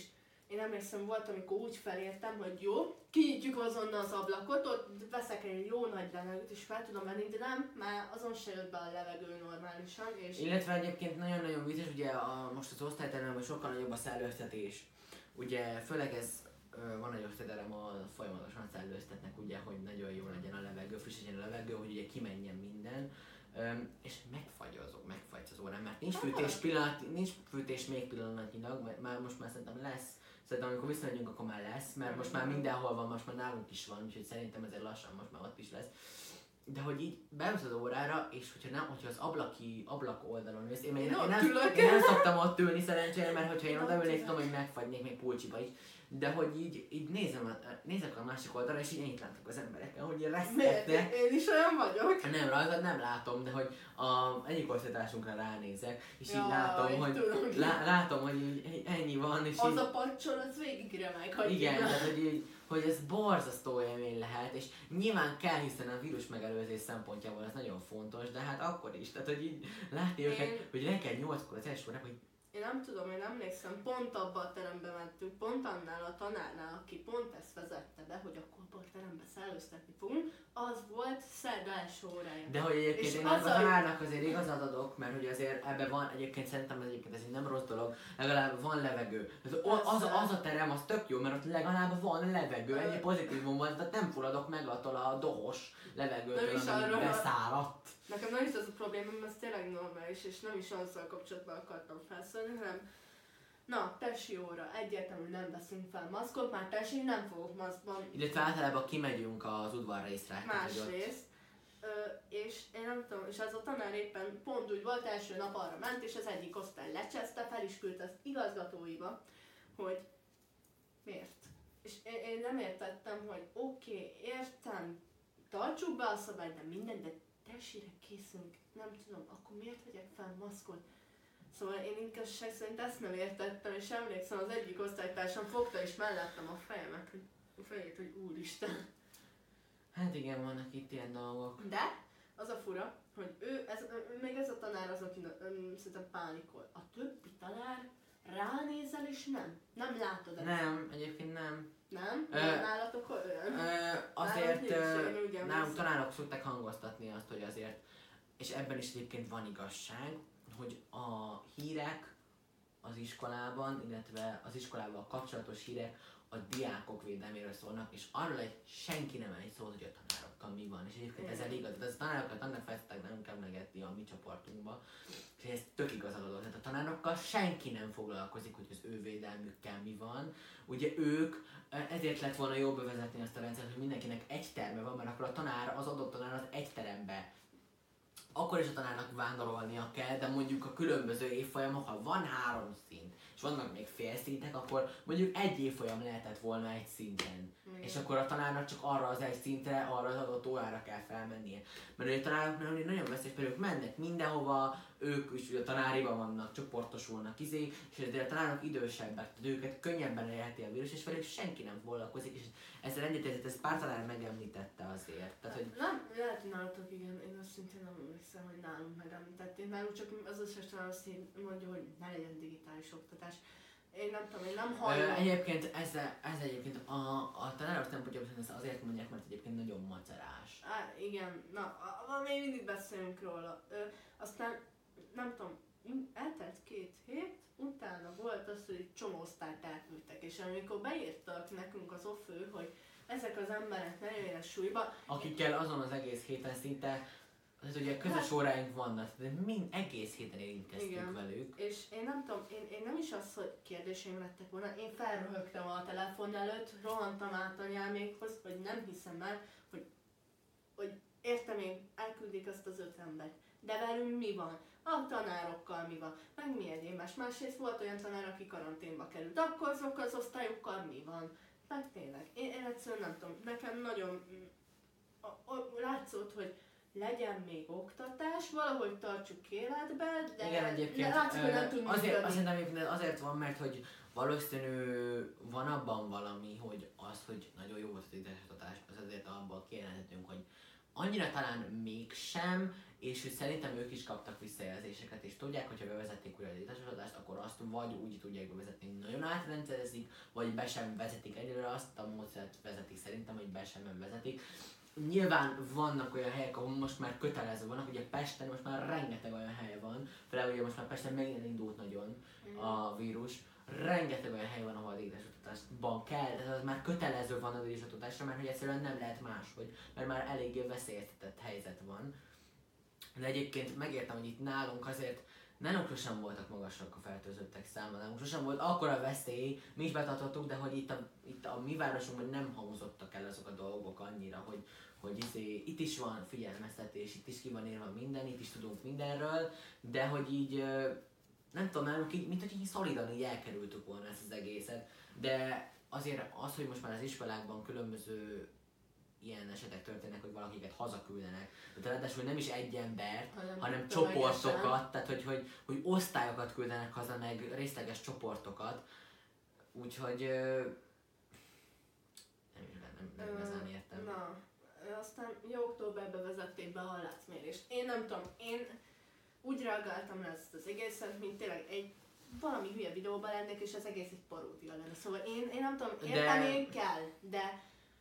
[SPEAKER 2] én emlékszem, volt, amikor úgy felértem, hogy jó, kinyitjuk azonnal az ablakot, ott veszek egy jó nagy levegőt, és fel tudom menni, de nem, már azon se jött be a levegő normálisan. És
[SPEAKER 3] Illetve egyébként nagyon-nagyon vicces, ugye a, most az osztályteremben sokkal nagyobb a szellőztetés. Ugye főleg ez ö, van egy osztályterem, ahol folyamatosan szellőztetnek, ugye, hogy nagyon jó legyen a levegő, friss legyen a levegő, hogy ugye kimenjen minden. Öm, és megfagyazok, megfagysz az órán, mert nincs fűtés pillanat, nincs fűtés még pillanatnyilag, mert már most már szerintem lesz. Szerintem amikor visszamegyünk, akkor már lesz, mert most már mindenhol van, most már nálunk is van, úgyhogy szerintem ezért lassan most már ott is lesz. De hogy így beülsz az órára, és hogyha, nem, hogyha az ablaki, ablak oldalon mész, én, én, én, én, nem, én nem szoktam ott ülni szerencsére, mert hogyha én odaülnék, tudom, hogy megfagynék még pulcsiba is. De hogy így, így nézem, nézek a másik oldalra, és így ennyit látok az embereken, hogy reszketnek.
[SPEAKER 2] Én is olyan vagyok.
[SPEAKER 3] Nem, rajtad nem látom, de hogy a egyik osztálytársunkra ránézek, és így
[SPEAKER 2] Jaj,
[SPEAKER 3] látom, hogy,
[SPEAKER 2] tudom.
[SPEAKER 3] lá, látom, hogy így ennyi van, és
[SPEAKER 2] Az
[SPEAKER 3] így,
[SPEAKER 2] a pacsol, az végig remek, hogy
[SPEAKER 3] igen, tehát hogy, így, hogy ez borzasztó élmény lehet, és nyilván kell, hiszen a vírus megelőzés szempontjából ez nagyon fontos, de hát akkor is, tehát hogy így látni
[SPEAKER 2] Én-
[SPEAKER 3] őket, hogy reggel nyolckor az első órák, hogy
[SPEAKER 2] Én nem tudom, én emlékszem, pont abba a terembe mentünk, pont annál a tanárnál, aki pont ezt vezette be, hogy akkor abba a terembe szellőztetni fogunk, az volt szerda első órája.
[SPEAKER 3] de hogy egyébként
[SPEAKER 2] És
[SPEAKER 3] én
[SPEAKER 2] az
[SPEAKER 3] ennek a
[SPEAKER 2] a-
[SPEAKER 3] tanárnak azért igazat adok, mert hogy azért ebben van, egyébként szerintem ez egyébként ez így nem rossz dolog, legalább van levegő. Tehát o- az, az a terem az tök jó, mert ott legalább van levegő, ennyi pozitívum van, tehát nem fulladok meg attól a dohos
[SPEAKER 2] Nem
[SPEAKER 3] levegőtől,
[SPEAKER 2] is
[SPEAKER 3] ami
[SPEAKER 2] arról-
[SPEAKER 3] beszáradt.
[SPEAKER 2] Nekem nem is az a problémám, ez tényleg normális, és nem is azzal kapcsolatban akartam felszólni, hanem na, tesi óra, egyértelmű nem veszünk fel maszkot, már tesi nem fogok maszkban.
[SPEAKER 3] Illetve általában kimegyünk az udvarrészre. tehát, hogy ott-
[SPEAKER 2] Másrészt, ö, és én nem tudom, és ez a tanár éppen pont úgy volt, első nap arra ment, és az egyik osztály lecseszte, fel is küldte az igazgatóiba, hogy miért. És én, én nem értettem, hogy oké, okay, értem, tartsuk be a szabályt, de minden, de tesére készünk, nem tudom, akkor miért vegyek fel maszkot? Szóval én inkább szerint ezt nem értettem, és emlékszem, az egyik osztálytársam fogta is mellettem a fejemet, hogy a fejét, hogy úristen.
[SPEAKER 3] Hát igen, vannak itt ilyen dolgok.
[SPEAKER 2] De az a fura, hogy ő, ez, még ez a tanár az, aki öm, szerintem pánikol. A többi tanár ránézel és nem. Nem látod ezt.
[SPEAKER 3] Nem, egyébként nem.
[SPEAKER 2] Nem?
[SPEAKER 3] Ö,
[SPEAKER 2] Nem nálatok olyan?
[SPEAKER 3] Ö, azért
[SPEAKER 2] nincs,
[SPEAKER 3] ö,
[SPEAKER 2] én úgy
[SPEAKER 3] nálunk
[SPEAKER 2] emlékszem.
[SPEAKER 3] tanárok szokták hangoztatni azt, hogy azért, és ebben is egyébként van igazság, hogy a hírek az iskolában, illetve az iskolával kapcsolatos hírek a diákok védelméről szólnak, és arról egy senki nem egy szót, hogy a tanárokkal mi van. És egyébként ez elég igaz, de az a tanárokat annak felszedtek nem emlegetni a mi csoportunkba, és ez tök igaz a dolog. Tehát a tanárokkal senki nem foglalkozik, hogy az ő védelmükkel mi van. Ugye ők, ezért lett volna jó bevezetni azt a rendszert, hogy mindenkinek egy terme van, mert akkor a tanár, az adott tanár az egy terembe. Akkor is a tanárnak vándorolnia kell, de mondjuk a különböző évfolyamok, ha van három szint, és vannak még félszintek, akkor mondjuk egy évfolyam lehetett volna egy szinten.
[SPEAKER 2] Igen.
[SPEAKER 3] És akkor a tanárnak csak arra az egy szintre, arra az adott órára kell felmennie. Mert a tanároknál nagyon veszélyes, mert ők mennek mindenhova, ők is ugye a tanáriban vannak, csoportosulnak izé, és ezért a tanárok idősebbek, tehát őket könnyebben elérheti a vírus, és velük senki nem foglalkozik, és ezzel egyetértett, ez pár tanár megemlítette azért. Tehát, hogy
[SPEAKER 2] Nem, lehet, hogy nálatok igen, én azt szintén nem emlékszem, hogy nálunk megemlítették. Nálunk csak az összes tanár azt így mondja, hogy ne legyen digitális oktatás. Én nem tudom, én nem
[SPEAKER 3] Ö,
[SPEAKER 2] hallom.
[SPEAKER 3] egyébként ez, ez egyébként a, a tanárok szempontjából ezt azért mondják, mert egyébként nagyon macerás.
[SPEAKER 2] Á, igen, na, a, a, még mindig beszélünk róla. Ö, aztán, nem tudom, eltelt két hét, utána volt az, hogy egy csomó osztályt elküldtek, és amikor beírtak nekünk az ofő, hogy ezek az emberek ne jöjjenek súlyba,
[SPEAKER 3] Akikkel azon az egész héten szinte, az ugye közös óráink vannak, de mind egész héten érintkeztünk
[SPEAKER 2] Igen.
[SPEAKER 3] velük.
[SPEAKER 2] és én nem tudom, én, én nem is az, hogy kérdéseim lettek volna, én felröhögtem a telefon előtt, rohantam át anyámékhoz, hogy nem hiszem el, hogy, hogy értem én, elküldik azt az öt embert, de velünk mi van? A tanárokkal mi van? Meg mi egyéb más? Másrészt volt olyan tanár, aki karanténba került, akkor azok az osztályokkal mi van? Meg tényleg, én, én egyszerűen nem tudom, nekem nagyon mm, a, a, látszott, hogy legyen még oktatás, valahogy tartsuk életbe, de
[SPEAKER 3] Igen, egyébként
[SPEAKER 2] látszik, hogy nem
[SPEAKER 3] ö,
[SPEAKER 2] tud
[SPEAKER 3] azért,
[SPEAKER 2] működni.
[SPEAKER 3] azért, egyébként azért van, mert hogy valószínű van abban valami, hogy az, hogy nagyon jó volt az idősoktatás, az azért abban kijelenthetünk, hogy annyira talán mégsem, és hogy szerintem ők is kaptak visszajelzéseket, és tudják, hogyha bevezették újra a létesítatást, akkor azt vagy úgy tudják bevezetni, hogy nagyon átrendszerezik, vagy be sem vezetik egyelőre, azt a módszert vezetik szerintem, hogy be sem vezetik. Nyilván vannak olyan helyek, ahol most már kötelező vannak, ugye Pesten most már rengeteg olyan hely van, főleg ugye most már Pesten megint indult nagyon a vírus, rengeteg olyan hely van, ahol a létesítatásban kell, tehát az már kötelező van a létesítatásra, mert hogy egyszerűen nem lehet máshogy, mert már eléggé veszélyeztetett helyzet van. De egyébként megértem, hogy itt nálunk azért nálunk sosem voltak magasak a fertőzöttek száma, nálunk sosem volt akkora veszély, mi is betartottuk, de hogy itt a, itt a mi városunkban nem hangzottak el azok a dolgok annyira, hogy, hogy izé, itt is van figyelmeztetés, itt is ki van írva minden, itt is tudunk mindenről, de hogy így nem tudom, nálunk így, mint hogy így szolidan így elkerültük volna ezt az egészet, de azért az, hogy most már az iskolákban különböző ilyen esetek történnek, hogy valakiket hazaküldenek. De ráadásul nem is egy embert, hanem, hanem csoportokat, tehát hogy, hogy, hogy osztályokat küldenek haza, meg részleges csoportokat. Úgyhogy nem, nem, nem
[SPEAKER 2] Ö,
[SPEAKER 3] igazán értem.
[SPEAKER 2] Na, aztán jó októberben vezették be a hallászmérést. Én nem tudom, én úgy reagáltam le ezt az egészet, mint tényleg egy valami hülye videóban lennék, és az egész egy paródia lenne. Szóval én, én nem tudom, érteni kell, de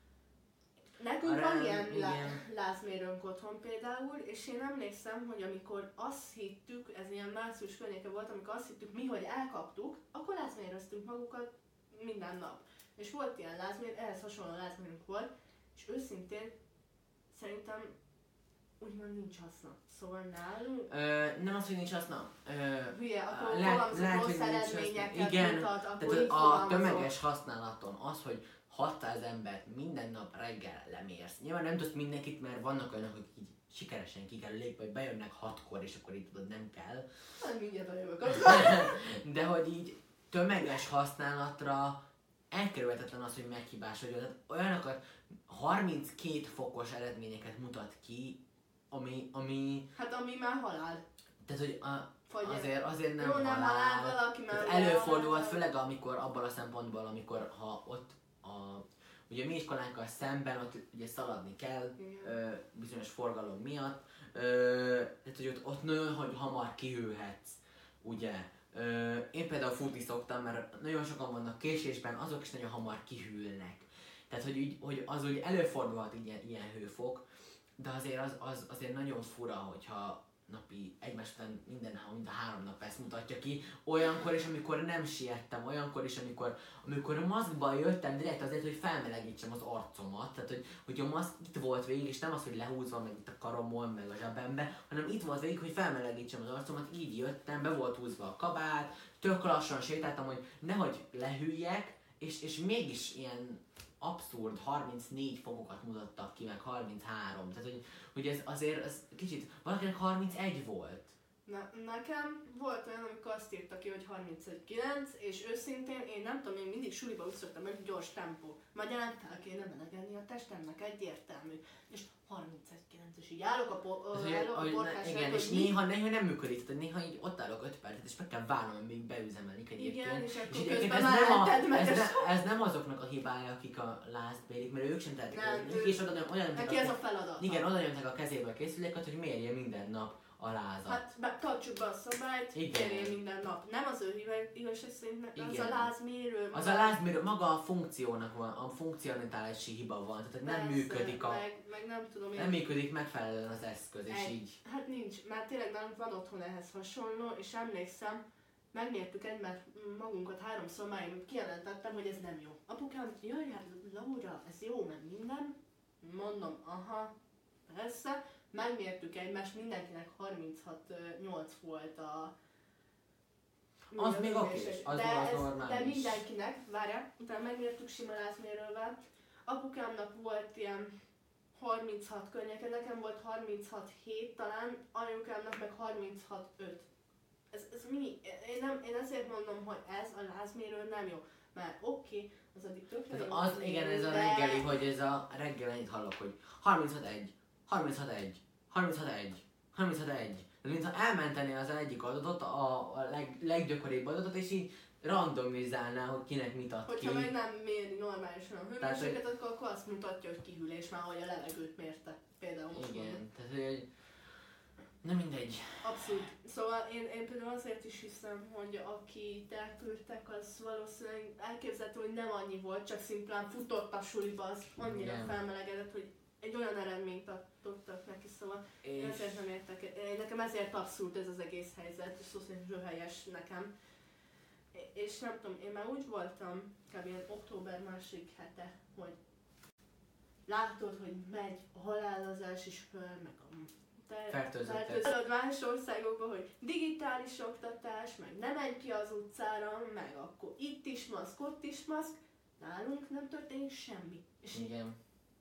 [SPEAKER 2] nekünk
[SPEAKER 3] Arra,
[SPEAKER 2] van ilyen
[SPEAKER 3] igen.
[SPEAKER 2] lázmérőnk otthon például, és én emlékszem, hogy amikor azt hittük, ez ilyen március környéke volt, amikor azt hittük mi, hogy elkaptuk, akkor lázméreztünk magukat minden nap. És volt ilyen lázmér, ehhez hasonló lázmérünk volt, és őszintén szerintem úgymond nincs haszna. Szóval nálunk...
[SPEAKER 3] Ö, nem az, hogy nincs haszna. Ö,
[SPEAKER 2] Hülye, akkor
[SPEAKER 3] le-
[SPEAKER 2] fogalmazok
[SPEAKER 3] lehet,
[SPEAKER 2] rossz
[SPEAKER 3] hogy nincs
[SPEAKER 2] eredményeket
[SPEAKER 3] haszna. Igen,
[SPEAKER 2] mutat, akkor így
[SPEAKER 3] tehát a
[SPEAKER 2] fogalmazok.
[SPEAKER 3] tömeges használaton az, hogy hatszáz embert minden nap reggel lemérsz. Nyilván nem tudsz mindenkit, mert vannak olyanok, akik így sikeresen kikerülik, vagy bejönnek hatkor, és akkor így tudod, nem kell.
[SPEAKER 2] Hát mindjárt a jövök.
[SPEAKER 3] De hogy így tömeges használatra elkerülhetetlen az, hogy meghibásodjon. Tehát olyanokat harminckét fokos eredményeket mutat ki, ami, ami
[SPEAKER 2] Hát ami már halál.
[SPEAKER 3] tehát, hogy a,
[SPEAKER 2] Vagy
[SPEAKER 3] azért, azért nem
[SPEAKER 2] jó, nem halál, valaki már
[SPEAKER 3] Tehát
[SPEAKER 2] ugye
[SPEAKER 3] előfordulhat,
[SPEAKER 2] halál.
[SPEAKER 3] főleg amikor abban a szempontból, amikor ha ott a, ugye mi iskolánkkal szemben ott ugye szaladni kell ö, bizonyos forgalom miatt, ö, tehát hogy ott, ott nagyon hogy hamar kihűlhetsz, ugye. Ö, én például futni szoktam, mert nagyon sokan vannak késésben, azok is nagyon hamar kihűlnek. Tehát, hogy, úgy, hogy az úgy előfordulhat ilyen, ilyen hőfok, de azért az, az azért nagyon fura, hogyha napi egymás után minden mind a három nap ezt mutatja ki. Olyankor is, amikor nem siettem, olyankor is, amikor, amikor maszkban jöttem direkt azért, hogy felmelegítsem az arcomat. Tehát, hogy, hogy a maszk itt volt végig, és nem az, hogy lehúzva, meg itt a karomon, meg a zsebembe, hanem itt volt végig, hogy felmelegítsem az arcomat, így jöttem, be volt húzva a kabát, tök lassan sétáltam, hogy nehogy lehűljek, és, és mégis ilyen abszurd harmincnégy fokokat mutattak ki, meg harminchárom. Tehát, hogy, hogy ez azért ez kicsit, valakinek harmincegy volt.
[SPEAKER 2] Ne, nekem volt olyan, amikor azt írta ki, hogy harmincegy kilenc, és őszintén én nem tudom, én mindig suliba úgy szoktam, hogy gyors tempó. Magyarán fel kéne melegedni a testemnek, egyértelmű. És harmincegy kilenc, és így állok a, po-
[SPEAKER 3] Tehát,
[SPEAKER 2] ö,
[SPEAKER 3] hogy,
[SPEAKER 2] állok a
[SPEAKER 3] hogy,
[SPEAKER 2] portás
[SPEAKER 3] igen,
[SPEAKER 2] előtt,
[SPEAKER 3] és
[SPEAKER 2] hogy
[SPEAKER 3] néha, néha nem működik, tehát néha így ott állok öt percet, és meg kell várnom, amíg beüzemelik egyébként.
[SPEAKER 2] Igen, és akkor
[SPEAKER 3] egyébként
[SPEAKER 2] közben
[SPEAKER 3] ez
[SPEAKER 2] már
[SPEAKER 3] nem, a,
[SPEAKER 2] elted meg,
[SPEAKER 3] ez,
[SPEAKER 2] és-
[SPEAKER 3] ne, ez nem azoknak a hibája, akik a lázt bélik, mert ők sem tehetik.
[SPEAKER 2] Nem,
[SPEAKER 3] Ők
[SPEAKER 2] ő-
[SPEAKER 3] is oda, olyan,
[SPEAKER 2] neki ez a feladat.
[SPEAKER 3] igen, oda nyomták a kezébe a készüléket, hogy mérje minden nap a lázat.
[SPEAKER 2] Hát be, tartsuk be a szabályt,
[SPEAKER 3] Igen.
[SPEAKER 2] kérjél minden nap. Nem az ő hibá- igazság szerint, az
[SPEAKER 3] Igen.
[SPEAKER 2] a lázmérő.
[SPEAKER 3] Az a lázmérő, maga a funkciónak van, a funkcionalitási hiba van, tehát nem
[SPEAKER 2] Persze,
[SPEAKER 3] működik a,
[SPEAKER 2] Meg, meg nem tudom én.
[SPEAKER 3] nem működik megfelelően az eszköz, és
[SPEAKER 2] Egy-
[SPEAKER 3] így.
[SPEAKER 2] Hát nincs, mert tényleg nálunk van otthon ehhez hasonló, és emlékszem, megmértük egymást magunkat háromszor, már én kijelentettem, hogy ez nem jó. Apukám, jaj, hát Laura, ez jó, meg minden. Mondom, aha, persze. Megmértük egymást, mindenkinek harminchat nyolc volt a...
[SPEAKER 3] Az még oké, az
[SPEAKER 2] de,
[SPEAKER 3] az
[SPEAKER 2] ez,
[SPEAKER 3] normális.
[SPEAKER 2] de mindenkinek, várjál, utána megmértük sima lázmérővel. Apukámnak volt ilyen harminchat környéke, nekem volt harminchat hét talán, anyukámnak meg harminchat öt. Ez, ez mi? Én, nem, én ezért mondom, hogy ez a lázmérő nem jó. Mert oké, okay, az addig tökre
[SPEAKER 3] Tehát
[SPEAKER 2] jó,
[SPEAKER 3] az, igen, ez a
[SPEAKER 2] de-
[SPEAKER 3] reggeli, hogy ez a reggel ennyit hallok, hogy harminchat egy, harminchat egy, harminchat egy, harminchat egy. Tehát mintha elmentenél az egyik adatot, a, a leg, leggyakoribb adatot, és így randomizálná, hogy kinek mit ad
[SPEAKER 2] Hogyha
[SPEAKER 3] ki.
[SPEAKER 2] meg nem méri normálisan a
[SPEAKER 3] Tehát,
[SPEAKER 2] hőmérsékletet, akkor, akkor azt mutatja, hogy kihűlés már, hogy a levegőt mérte. Például most mondom.
[SPEAKER 3] Igen, tehát hogy... Na mindegy.
[SPEAKER 2] Abszolút. Szóval én, én például azért is hiszem, hogy aki elküldtek, az valószínűleg elképzelhető, hogy nem annyi volt, csak szimplán futott a suliba, az annyira
[SPEAKER 3] Igen.
[SPEAKER 2] felmelegedett, hogy egy olyan eredményt adtak neki, szóval én
[SPEAKER 3] És...
[SPEAKER 2] ezért nem értek. Én- Nekem ezért abszolút ez az egész helyzet, és szó szerint röhelyes nekem. É- És nem tudom, én már úgy voltam, kb. Ilyen október második hete, hogy látod, hogy megy a halálozás is föl, meg a te-
[SPEAKER 3] Fertőzöttek.
[SPEAKER 2] fertőzött más országokban, hogy digitális oktatás, meg ne menj ki az utcára, meg akkor itt is maszk, ott is maszk, nálunk nem történik semmi. És
[SPEAKER 3] Igen.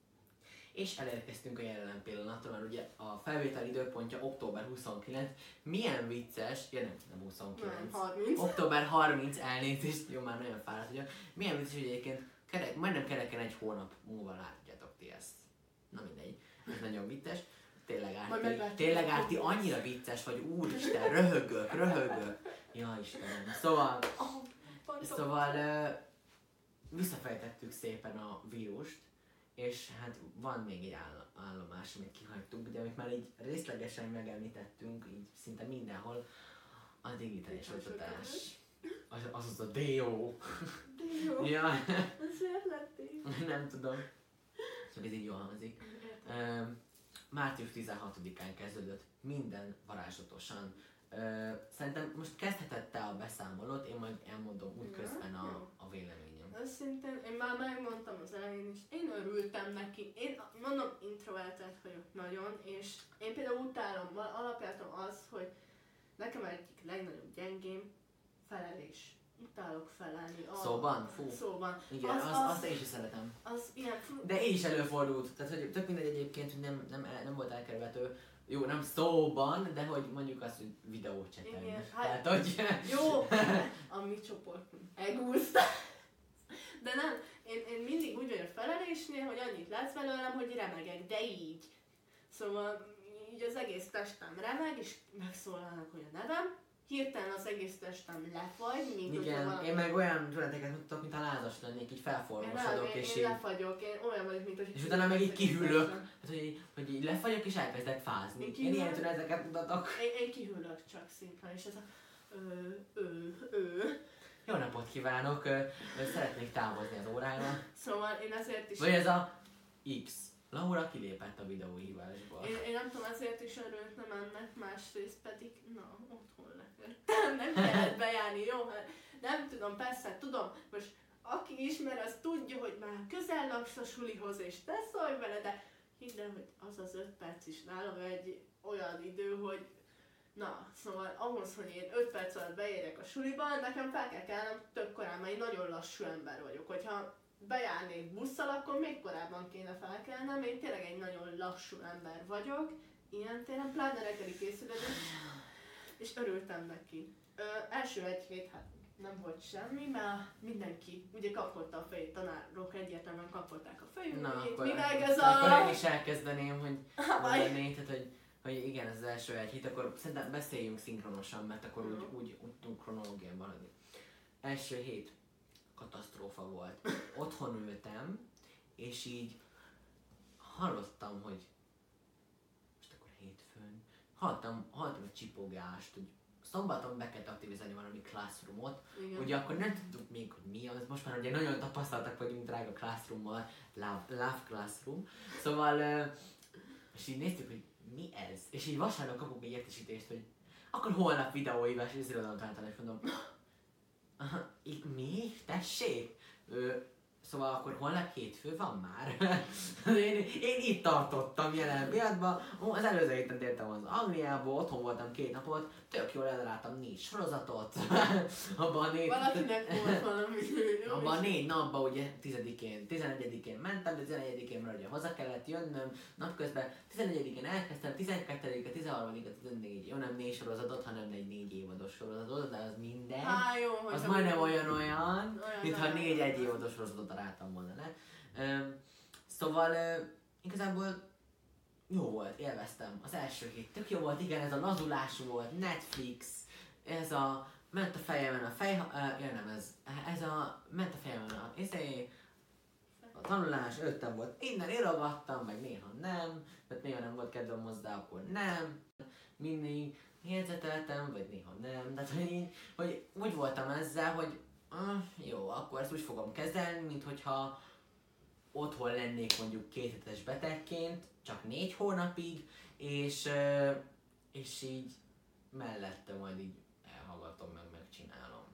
[SPEAKER 3] És elérkeztünk a jelen pillanatra, mert ugye a felvétel időpontja október huszonkilenc. Milyen vicces, ja nem, nem
[SPEAKER 2] nem,
[SPEAKER 3] huszonkilenc.
[SPEAKER 2] harminc.
[SPEAKER 3] október harminc, elnézést, jó, már nagyon fáradt vagyok. Milyen vicces, hogy egyébként kerek, majdnem kereken egy hónap múlva látjátok ti ezt. Na mindegy, ez nagyon vicces. Tényleg
[SPEAKER 2] Majd
[SPEAKER 3] Árti,
[SPEAKER 2] meglátjuk.
[SPEAKER 3] tényleg Árti annyira vicces vagy, úristen, röhögök, röhögök. Ja Istenem. Szóval,
[SPEAKER 2] Oh, pardon.
[SPEAKER 3] szóval ö, visszafejtettük szépen a vírust, és hát van még egy áll- állomás, amit kihagytunk, de amit már így részlegesen megemlítettünk, így szinte mindenhol, a digitális oktatás. Az, az az a dé o.
[SPEAKER 2] De jó,
[SPEAKER 3] Ja,
[SPEAKER 2] ezért lettél.
[SPEAKER 3] nem tudom. Csak ez így jól hangzik.
[SPEAKER 2] Értem.
[SPEAKER 3] Ö, március tizenhatodikán kezdődött minden varázslatosan. Ö, szerintem most kezdheted te a beszámolót, én majd elmondom úgy közben a, a véleményem.
[SPEAKER 2] Őszintén, én már megmondtam az elején is, én örültem neki. Én mondom, introvertált vagyok nagyon, és én például utálom, alapjátom az, hogy nekem egyik legnagyobb gyengém felelés. Utálok felelni. A,
[SPEAKER 3] Szóban? Fú.
[SPEAKER 2] Szóban.
[SPEAKER 3] Igen,
[SPEAKER 2] Az-
[SPEAKER 3] az,
[SPEAKER 2] az-
[SPEAKER 3] azt én is szeretem.
[SPEAKER 2] Az ilyen fru-
[SPEAKER 3] De így is előfordult, tehát hogy tök mindegy egyébként, hogy nem, nem, nem volt elkerülhető, jó, nem szóban, de hogy mondjuk azt, hogy videócsetelni.
[SPEAKER 2] Igen, hát-
[SPEAKER 3] Tehát, hogy...
[SPEAKER 2] Jó, a mi csoportunk egúszta. De nem, én, én mindig úgy vagyok felelésnél, hogy annyit látsz belőlem, hogy remegek, de így. Szóval így az egész testem remeg, és megszólalnak, hogy a nevem. Hirtelen az egész testem lefagy, mint hogyha
[SPEAKER 3] Igen,
[SPEAKER 2] valami...
[SPEAKER 3] én meg olyan tüneteket mutatok, mint a lázas lennék, így
[SPEAKER 2] Én,
[SPEAKER 3] felformosodok,
[SPEAKER 2] nem, én,
[SPEAKER 3] és
[SPEAKER 2] én
[SPEAKER 3] így...
[SPEAKER 2] lefagyok, én olyan vagyok, mint hogy...
[SPEAKER 3] És utána meg így kihűlök, hát, hogy, így- hogy így lefagyok és elkezdek fázni.
[SPEAKER 2] Én
[SPEAKER 3] Én
[SPEAKER 2] kihűlök.
[SPEAKER 3] ilyen tüneteket mutatok.
[SPEAKER 2] Én, én kihűlök csak szimplán, és ez a... Ő, ő, ő.
[SPEAKER 3] Jó napot kívánok, ö, ö, szeretnék távozni az órára.
[SPEAKER 2] Szóval én ezért is...
[SPEAKER 3] Vagy ez a X. Laura kilépett a videóhívásból.
[SPEAKER 2] Én, én nem tudom, azért is örültem ennek, másrészt pedig, na, otthon lettem, nem kellett bejárni, jó? Hát nem tudom, persze, tudom, most aki ismer, az tudja, hogy már közel laksz a sulihoz, és te szólj vele, de hidd el, hogy az az öt perc is nálam egy olyan idő, hogy na, szóval ahhoz, hogy én öt perc alatt beérjek a suliba, nekem fel kell kelnem tök korán, mert én nagyon lassú ember vagyok. Hogyha bejárnék busszal, akkor még korábban kéne felkelnem, én tényleg egy nagyon lassú ember vagyok, ilyen téren, pláne reggeli készületben, és örültem neki. Ö, első egy hét, hát nem volt semmi, mert mindenki ugye kapkodta a fejét, tanárok egyértelműen kapkodták a fejüket,
[SPEAKER 3] Na,
[SPEAKER 2] hogy itt
[SPEAKER 3] akkor,
[SPEAKER 2] mi meg ez
[SPEAKER 3] akkor
[SPEAKER 2] a...
[SPEAKER 3] én is elkezdeném, hogy
[SPEAKER 2] Vaj.
[SPEAKER 3] mondani, tehát hogy, hogy igen, ez az első egy hét, akkor szerintem beszéljünk szinkronosan, mert akkor úgy,
[SPEAKER 2] Mhm.
[SPEAKER 3] úgy, úgy tudunk kronológián haladni. Első hét katasztrófa volt. Otthon ültem, és így hallottam, hogy most akkor hétfőn, hallottam, hallottam egy csipogást, hogy szombaton be kellett aktivizálni valami classroomot,
[SPEAKER 2] Igen.
[SPEAKER 3] ugye akkor nem tudtuk még, hogy mi az, most már ugye nagyon tapasztaltak vagyunk drága classroommal, love, love classroom, szóval, ö, és így néztük, hogy mi ez, és így vasárnap kapunk egy értesítést, hogy akkor holnap videóhívás, és az irodalomtanítani, és mondom, aha, így mi? Tessék? Ö, Szóval akkor holnap hétfő van már. én, én itt tartottam jelen pillanatban. Az előző héten tértem az Angliából, otthon voltam két napot, tök jól elráltam négy sorozatot. abban a négy...
[SPEAKER 2] Valakinek volt valami... jó,
[SPEAKER 3] Abban a
[SPEAKER 2] és-
[SPEAKER 3] négy napban ugye tizedikén, tizenegyedikén mentem, de tizenegyedikén már ugye haza kellett jönnöm, napközben tizenegyedikén elkezdtem, tizenkettedikén, tizenharmadikán, tizennégy, jó nem négy sorozatot, hanem egy négy évados sorozatot, de az minden.
[SPEAKER 2] Há, jó, hogy
[SPEAKER 3] Az
[SPEAKER 2] a-
[SPEAKER 3] majdnem olyan-olyan,
[SPEAKER 2] Olyan
[SPEAKER 3] mintha
[SPEAKER 2] nem.
[SPEAKER 3] négy egy évados sorozatot daráltam volna le. Üm, szóval uh, igazából jó volt, élveztem. Az első hét tök jó volt, igen, ez a lazulású volt, Netflix, ez a ment a fejemen a fej... Uh, ja nem, ez, ez a... Ment a fejemen a... Izé, a tanulás, előttem volt, innen írogattam, meg néha nem, mert néha nem volt kedvem hozzá, akkor nem. Mindig jegyzeteltem, vagy néha nem, de hogy, így, hogy úgy voltam ezzel, hogy uh, jó, akkor ezt úgy fogom kezelni, mint hogyha otthon lennék mondjuk kéthetes betegként, csak négy hónapig, és, uh, és így mellette majd így elhallgatom, meg megcsinálom.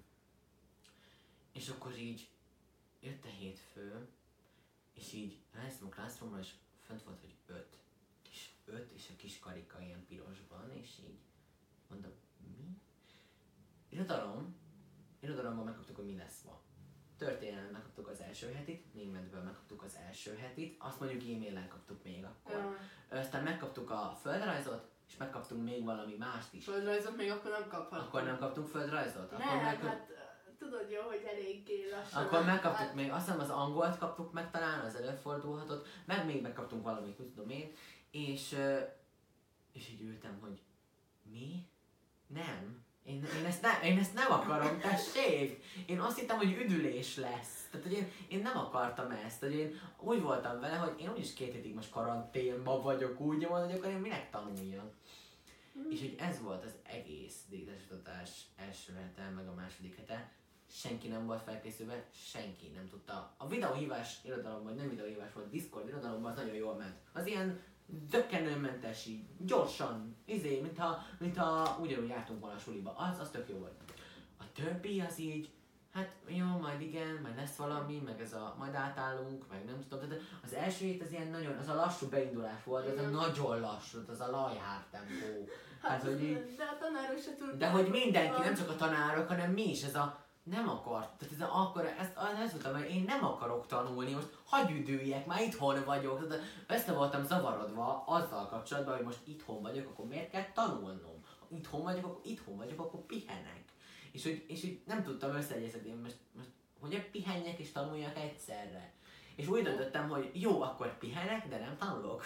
[SPEAKER 3] És akkor így jött a hétfő, és így elnéztem a classroomra, és fönt volt, hogy öt. És öt, és a kis karika ilyen pirosban, és így mondom, mi? Irodalom, irodalomban megkaptuk, hogy mi lesz ma. Történelem megkaptuk az első hetit, németből megkaptuk az első hetit, azt mondjuk e-mailen kaptuk még akkor. Ja. Aztán megkaptuk a földrajzot, és megkaptunk még valami mást is.
[SPEAKER 2] Földrajzot még akkor nem kaphattunk.
[SPEAKER 3] Akkor nem kaptunk földrajzot?
[SPEAKER 2] Nem,
[SPEAKER 3] akkor meg...
[SPEAKER 2] hát tudod jó, hogy eléggé lassan.
[SPEAKER 3] Akkor megkaptuk
[SPEAKER 2] hát...
[SPEAKER 3] még, azt hiszem az angolt kaptuk meg talán, az előfordulhatott, meg még megkaptunk valamit, úgy tudom én, és, és így ültem, hogy mi? Nem. Én, én, ezt ne, én ezt nem akarom, tessék! Én azt hittem, hogy üdülés lesz. Tehát, hogy én, én nem akartam ezt. Hogy én úgy voltam vele, hogy én úgyis két hétig most karanténban vagyok, úgy mondom, hogy akkor én minek tanuljak. Mm. És hogy ez volt az egész digitáltatás első hete, meg a második hete. Senki nem volt felkészülve, senki nem tudta. A videóhívás irodalom, vagy nem videóhívás volt, Discord irodalomban az nagyon jól ment. Az ilyen dökkenőmentes, így gyorsan, izé, mintha, mintha ugyanúgy jártunk volna a suliba. Az, az tök jó volt. A többi az így, hát jó, majd igen, majd lesz valami, meg ez a, majd átállunk, meg nem tudom, tehát az első hét az ilyen nagyon, az a lassú beindulás volt, az a nagyon lassú, az a lajhár tempó.
[SPEAKER 2] Hát,
[SPEAKER 3] hát, hogy így,
[SPEAKER 2] de a tanárok se tudták.
[SPEAKER 3] de hogy mindenki, nem csak a tanárok, hanem mi is, ez a nem akart, tehát ez a, akkor ezt, ezt mondtam, hogy én nem akarok tanulni, most hagyj üdüljek, már itthon vagyok, tehát össze voltam zavarodva azzal kapcsolatban, hogy most itthon vagyok, akkor miért kell tanulnom? Ha itthon vagyok, akkor itthon vagyok, akkor pihenek. És hogy, és hogy nem tudtam összeegyeztetni, most, most hogy pihenjek és tanuljak egyszerre. És úgy döntöttem, hogy jó, akkor pihenek, de nem tanulok.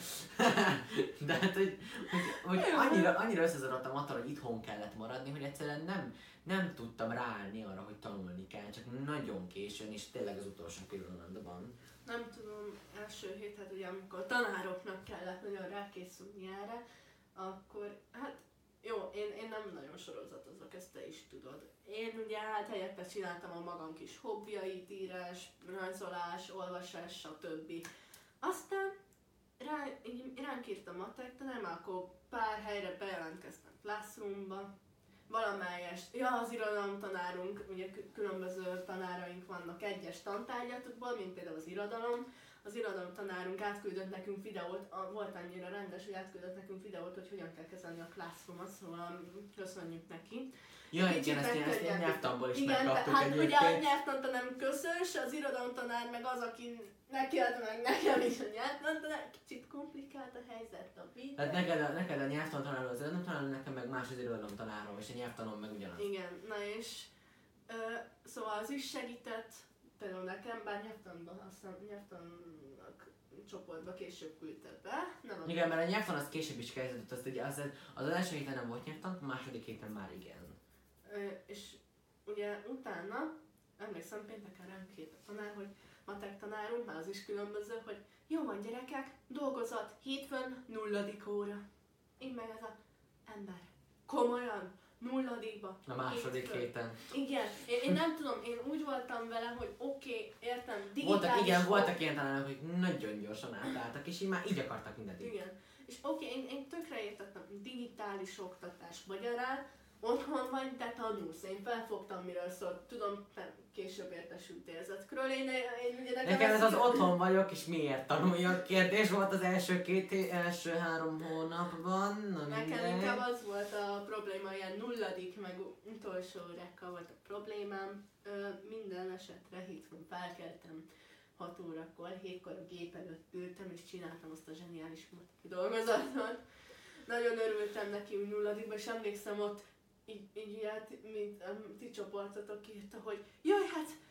[SPEAKER 3] De hát, hogy, hogy, hogy annyira, annyira összezarodtam attól, hogy itthon kellett maradni, hogy egyszerűen nem, nem tudtam ráállni arra, hogy tanulni kell, csak nagyon későn, és tényleg az utolsó pillanatban.
[SPEAKER 2] Nem tudom, első hét, hát ugye amikor tanároknak kellett nagyon rákészülni erre, akkor hát jó, én, én nem nagyon sorozatozok, ezt te is tudod. Én ugye hát helyette csináltam a magam kis hobbjait, írás, rajzolás, olvasás, stb. Aztán rá, ránk írt a matek tanár, már akkor pár helyre bejelentkeztem Classroomba, valamelyest, ja az irodalomtanárunk, ugye különböző tanáraink vannak egyes tantárgyatokból, mint például az irodalom. Az irodalomtanárunk átküldött nekünk videót, volt annyira rendes, hogy átküldött nekünk videót, hogy hogyan kell kezelni a Classroom-ot, szóval köszönjük neki.
[SPEAKER 3] Ja, igen, ezt én, ezt én nyelvtanból is
[SPEAKER 2] igen,
[SPEAKER 3] megkaptuk
[SPEAKER 2] hát
[SPEAKER 3] egyébként.
[SPEAKER 2] ugye a nyelvtanta nem közös, az irodalomtanár meg az, aki neki ad meg nekem is a nyelvtantanár, kicsit komplikált a helyzet a videó.
[SPEAKER 3] Tehát neked a, neked a nyelvtantanárról az irodalomtanárról, nekem meg más az irodalomtanárról, és a nyelvtanom meg ugyanaz.
[SPEAKER 2] Igen, na és ö, szóval az is segített, például nekem, bár nyelvtanban, aztán nyelvtannak csoportba később küldte be. Nem
[SPEAKER 3] igen, mert a nyelvtan az később is kezdődött, azt ugye az, az, az első héten nem volt nyelvtan, a második héten már igen.
[SPEAKER 2] Ö, és ugye utána, emlékszem pénteken ránk írt a tanár, hogy matek tanárunk, már az is különböző, hogy jó van gyerekek, dolgozat, hétfőn nulladik óra. Én meg ez a ember, komolyan, nulladikba.
[SPEAKER 3] A második hétfőn. Héten.
[SPEAKER 2] Igen, én, én nem tudom, én úgy voltam vele, hogy oké, okay, értem, digitális.
[SPEAKER 3] Voltak, igen, voltak ilyen tanárok, hogy nagyon gyorsan átálltak, és így már így akartak mindent.
[SPEAKER 2] Igen, és oké, okay, én, én tökre értettem, digitális oktatás magyarán, otthon vagy, de tanulsz. Én felfogtam, miről szól. Tudom, te később értesült érzetkről. Én, én, én
[SPEAKER 3] nekem ez az otthon vagyok, és miért tanuljak kérdés volt az első két, első három hónapban. Na,
[SPEAKER 2] nekem inkább az volt a probléma, ilyen nulladik, meg utolsó órákkal volt a problémám. Ö, minden esetre hétfőn felkeltem hat órakor, hétkor a gép előtt ültem, és csináltam azt a zseniális dolgozatot. Nagyon örültem neki, hogy nulladikban, és emlékszem ott, így, így ilyet, mint a ti csoportotok írta, hogy jaj, hát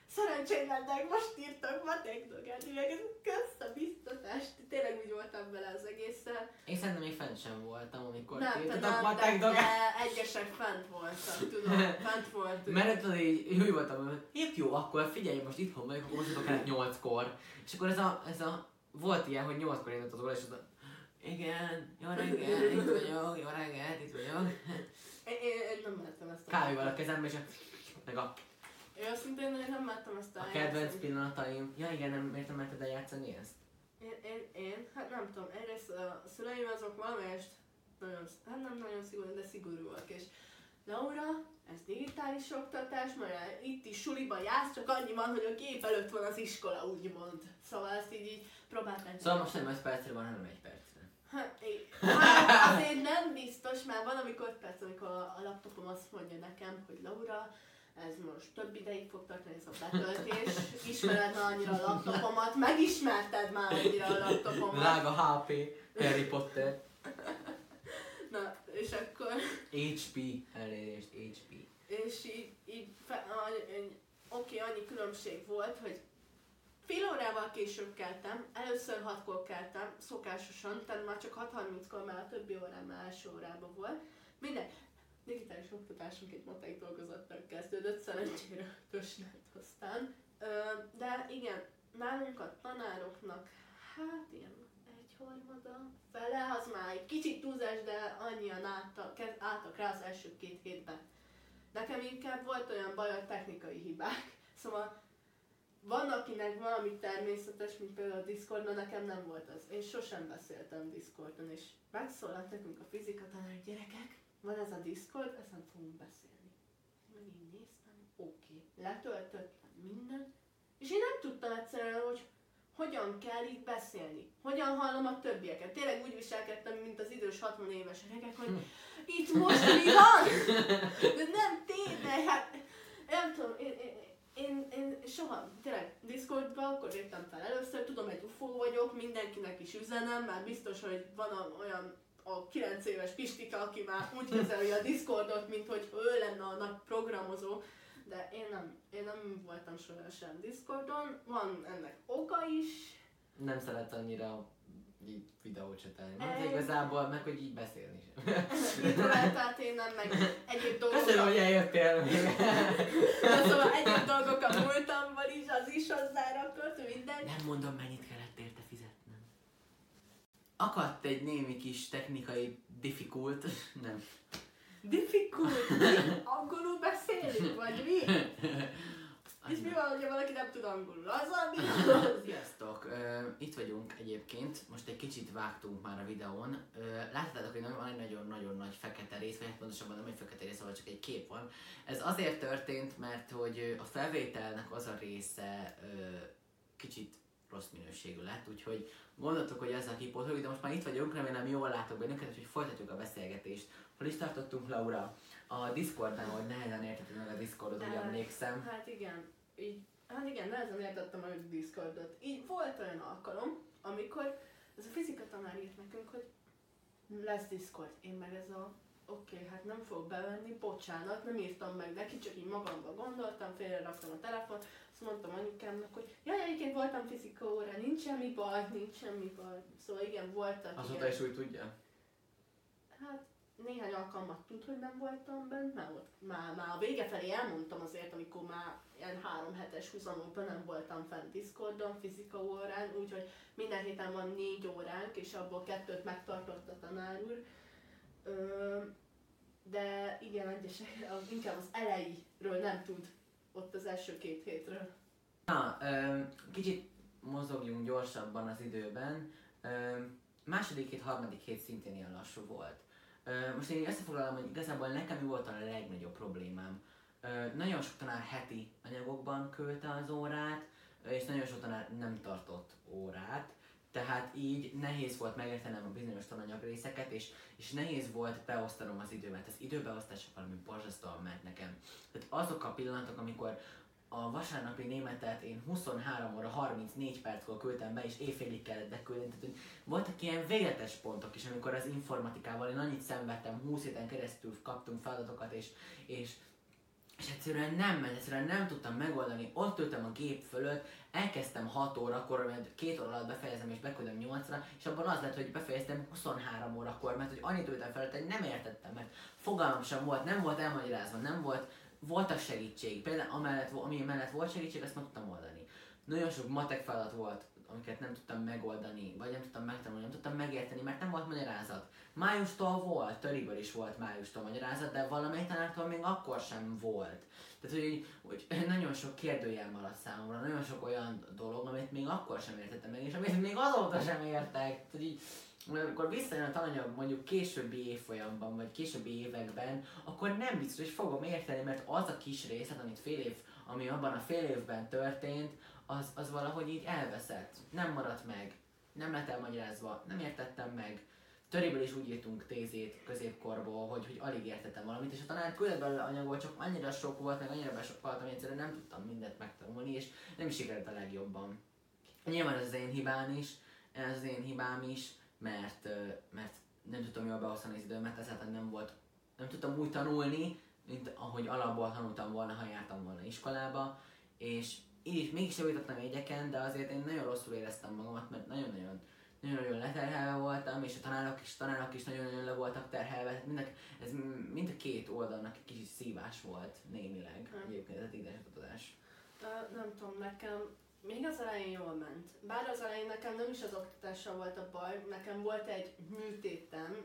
[SPEAKER 2] Szerencsétlenek, most írtak matek dogát, meg ez közt a biztatást. Tényleg úgy voltam vele az egészen.
[SPEAKER 3] Én szerintem még fent sem voltam, amikor
[SPEAKER 2] Nem, te
[SPEAKER 3] írtatok
[SPEAKER 2] nem,
[SPEAKER 3] matek
[SPEAKER 2] de,
[SPEAKER 3] dogát.
[SPEAKER 2] de egyesek fent voltak, tudom, fent voltunk.
[SPEAKER 3] Mert tudod, így úgy voltam, hogy épp jó, akkor figyelj, most itthon vagyok, akkor mozgatok el nyolckor. És akkor ez a, ez a, volt ilyen, hogy nyolckor indult az óra, és az a, igen, jó reggel, itt vagyok, jó reggel, itt vagyok.
[SPEAKER 2] Én, én, én nem láttam ezt a
[SPEAKER 3] Kávéval a kezembe, és a, meg a,
[SPEAKER 2] Őszintén én nem láttam ezt a
[SPEAKER 3] a kedvenc pillanataim. Ja igen, nem, miért nem merted eljátszani ezt?
[SPEAKER 2] Én, én, én, hát nem tudom, egyrészt a szüleim azok valamelyest nagyon, hát nem nagyon szigorú, de szigorúak, és Laura, ez digitális oktatás, mert itt is suliba jársz, csak annyi van, hogy a gép előtt van az iskola, úgymond. Szóval ezt így, így próbáltam.
[SPEAKER 3] Szóval most nem öt percre van, hanem egy percre.
[SPEAKER 2] Hát, hát azért nem biztos, mert van amikor öt perc, amikor a, a laptopom azt mondja nekem, hogy Laura, ez most több ideig fog tartani ez a betöltés, ismered már annyira a laptopomat, megismerted már annyira a laptopomat.
[SPEAKER 3] Drága há pé, Harry Potter.
[SPEAKER 2] Na, és akkor...
[SPEAKER 3] há pé, elérést, há pé.
[SPEAKER 2] És így, így fe, oké, okay, annyi különbség volt, hogy fél órával később keltem, először hatkor keltem, szokásosan, tehát már csak hat harminckor, már a többi órám már első órában volt. Minden, digitális oktatásunk egy matek dolgozattal kezdődött, szerencsére ötösnet aztán. De igen, nálunk a tanároknak, hát ilyen egyharmada, fele, az már egy kicsit túlzás, de annyian álltak, álltak rá az első két hétben. Nekem inkább volt olyan baj, a technikai hibák. Szóval van, akinek valami természetes, mint például a Discordon, nekem nem volt az. Én sosem beszéltem Discordon, és megszólalt nekünk a fizika tanár, hogy gyerekek, van ez a Discord, ezen fogunk beszélni. Meg így néztem, oké, okay. Letöltöttem minden, és én nem tudtam egyszerűen, hogy hogyan kell itt beszélni, hogyan hallom a többieket. Tényleg úgy viselkedtem, mint az idős hatvan éves öregek, hogy itt most mi van? De nem tényleg, hát nem tudom, én, én, én, én soha, tényleg Discordba akkor léptem fel először, tudom, egy ufó vagyok, mindenkinek is üzenem, már biztos, hogy van a, olyan a kilenc éves Pistika, aki már úgy kezeli a Discordot, mint hogy ő lenne a nagy programozó, de én nem, én nem voltam soha sem Discordon, van ennek oka is.
[SPEAKER 3] Nem szeret annyira így videót csetelni, mert igazából meg, hogy így beszélni sem.
[SPEAKER 2] Tehát én nem, meg egyéb dolgok.
[SPEAKER 3] Köszönöm, hogy eljöttél.
[SPEAKER 2] Na, szóval egyéb dolgok a múltamban is, az is hozzárakott, minden.
[SPEAKER 3] Nem mondom, mennyit kellett érte fizetnem. Akadt egy némi kis technikai difficult, nem.
[SPEAKER 2] Difficult? Angolul beszélünk, vagy mi? És mi van, hogyha valaki nem tud angolul? Az ami?
[SPEAKER 3] Sziasztok! Uh, itt vagyunk egyébként, most egy kicsit vágtunk már a videón. Uh, láttátok, hogy van egy nagyon-nagyon nagy fekete rész, vagy pontosabban nem egy fekete rész, hanem csak egy kép van. Ez azért történt, mert hogy a felvételnek az a része uh, kicsit rossz minőségű lett, úgyhogy gondoltuk, hogy ezzel kipótoljuk, de most már itt vagyunk, remélem jól látok bennünket, úgyhogy folytatjuk a beszélgetést. Hol is tartottunk, Laura? A Discordnál, hogy nehezen értetted meg a Discordot, úgy emlékszem.
[SPEAKER 2] Hát igen, így, hát igen, nehezen értettem meg a Discordot. Így volt olyan alkalom, amikor ez a fizika tanár írt nekünk, hogy lesz Discord. Én meg ez a, oké, okay, hát nem fog bevenni, bocsánat, nem írtam meg neki, csak így magamba gondoltam, félre raktam a telefont, azt mondtam anyukámnak, hogy jaj, egyébként voltam fizika órán, nincs semmi baj, nincs semmi baj. Szóval igen, voltak.
[SPEAKER 3] Azóta is úgy tudja?
[SPEAKER 2] Hát néhány alkalmat tud, hogy nem voltam bent, már, ott, már, már a vége felé elmondtam azért, amikor már ilyen három hetes húzamokban nem voltam fent Discordon, fizika órán, úgyhogy minden héten van négy óránk, és abból kettőt megtartott a tanár úr. Ö, de igen, egyesek, inkább az elejéről nem tud, ott az első két hétről.
[SPEAKER 3] Na, ö, kicsit mozogjunk gyorsabban az időben. Ö, második hét, harmadik hét szintén ilyen lassú volt. Ö, most én összefoglalom, hogy igazából nekem mi volt a legnagyobb problémám. Ö, nagyon sok tanár heti anyagokban küldte az órát, és nagyon sok tanár nem tartott órát. Tehát így nehéz volt megértenem a bizonyos tananyagrészeket, és, és nehéz volt beosztanom az időmet. Az időbeosztás valami borzasztóan ment nekem. Tehát azok a pillanatok, amikor a vasárnapi németet én huszonhárom óra harmincnégy perckor küldtem be, és éjfélig kellett beküldeni. Tehát, voltak ilyen végletes pontok is, amikor az informatikával én annyit szenvedtem, húsz héten keresztül kaptunk feladatokat, és, és és egyszerűen nem ment, egyszerűen nem tudtam megoldani, ott ültem a gép fölött, elkezdtem hat órakor, mert két óra alatt befejezem és beküldöm nyolcra, és abban az lett, hogy befejeztem huszonhárom órakor, mert hogy annyit ültem fel, hogy nem értettem, mert fogalmam sem volt, nem volt elmagyarázva, nem volt, voltak segítség, például amellett, ami mellett volt segítség, ezt meg tudtam oldani. Nagyon sok matek feladat volt, amiket nem tudtam megoldani, vagy nem tudtam megtanulni, nem tudtam megérteni, mert nem volt magyarázat. Májustól volt, töriből is volt májustól magyarázat, de valamelyik tanártól még akkor sem volt. Tehát, hogy, hogy nagyon sok kérdőjel maradt számomra, nagyon sok olyan dolog, amit még akkor sem értettem meg, és amit még azóta sem értek. Tehát, így, amikor visszajön a tananyag mondjuk későbbi évfolyamban, vagy későbbi években, akkor nem biztos, hogy fogom érteni, mert az a kis részlet, amit fél év, ami abban a fél évben történt, az, az valahogy így elveszett, nem maradt meg, nem lett elmagyarázva, nem értettem meg. Töréből is úgy írtunk tézét középkorból, hogy, hogy alig értettem valamit, és a tanár küldött belőle anyagból, csak annyira sok volt, meg annyira besokkoltam, hogy egyszerűen nem tudtam mindent megtanulni, és nem is sikerült a legjobban. Nyilván ez az én hibám is, ez az én hibám is, mert, mert nem tudtam jól beosztani az időmet, ezáltal nem volt, nem tudtam úgy tanulni, mint ahogy alapból tanultam volna, ha jártam volna iskolába, és így mégis javítottam egyeken, de azért én nagyon rosszul éreztem magamat, mert nagyon-nagyon nagyon-nagyon leterhelve voltam, és a tanárok is, tanárok is nagyon-nagyon le voltak terhelve. Mind a, ez mind a két oldalnak egy kicsit szívás volt némileg, hmm. egyébként ez a tudás.
[SPEAKER 2] Uh, nem tudom, nekem még az elején jól ment. Bár az elején nekem nem is az oktatással volt a baj, nekem volt egy műtétem,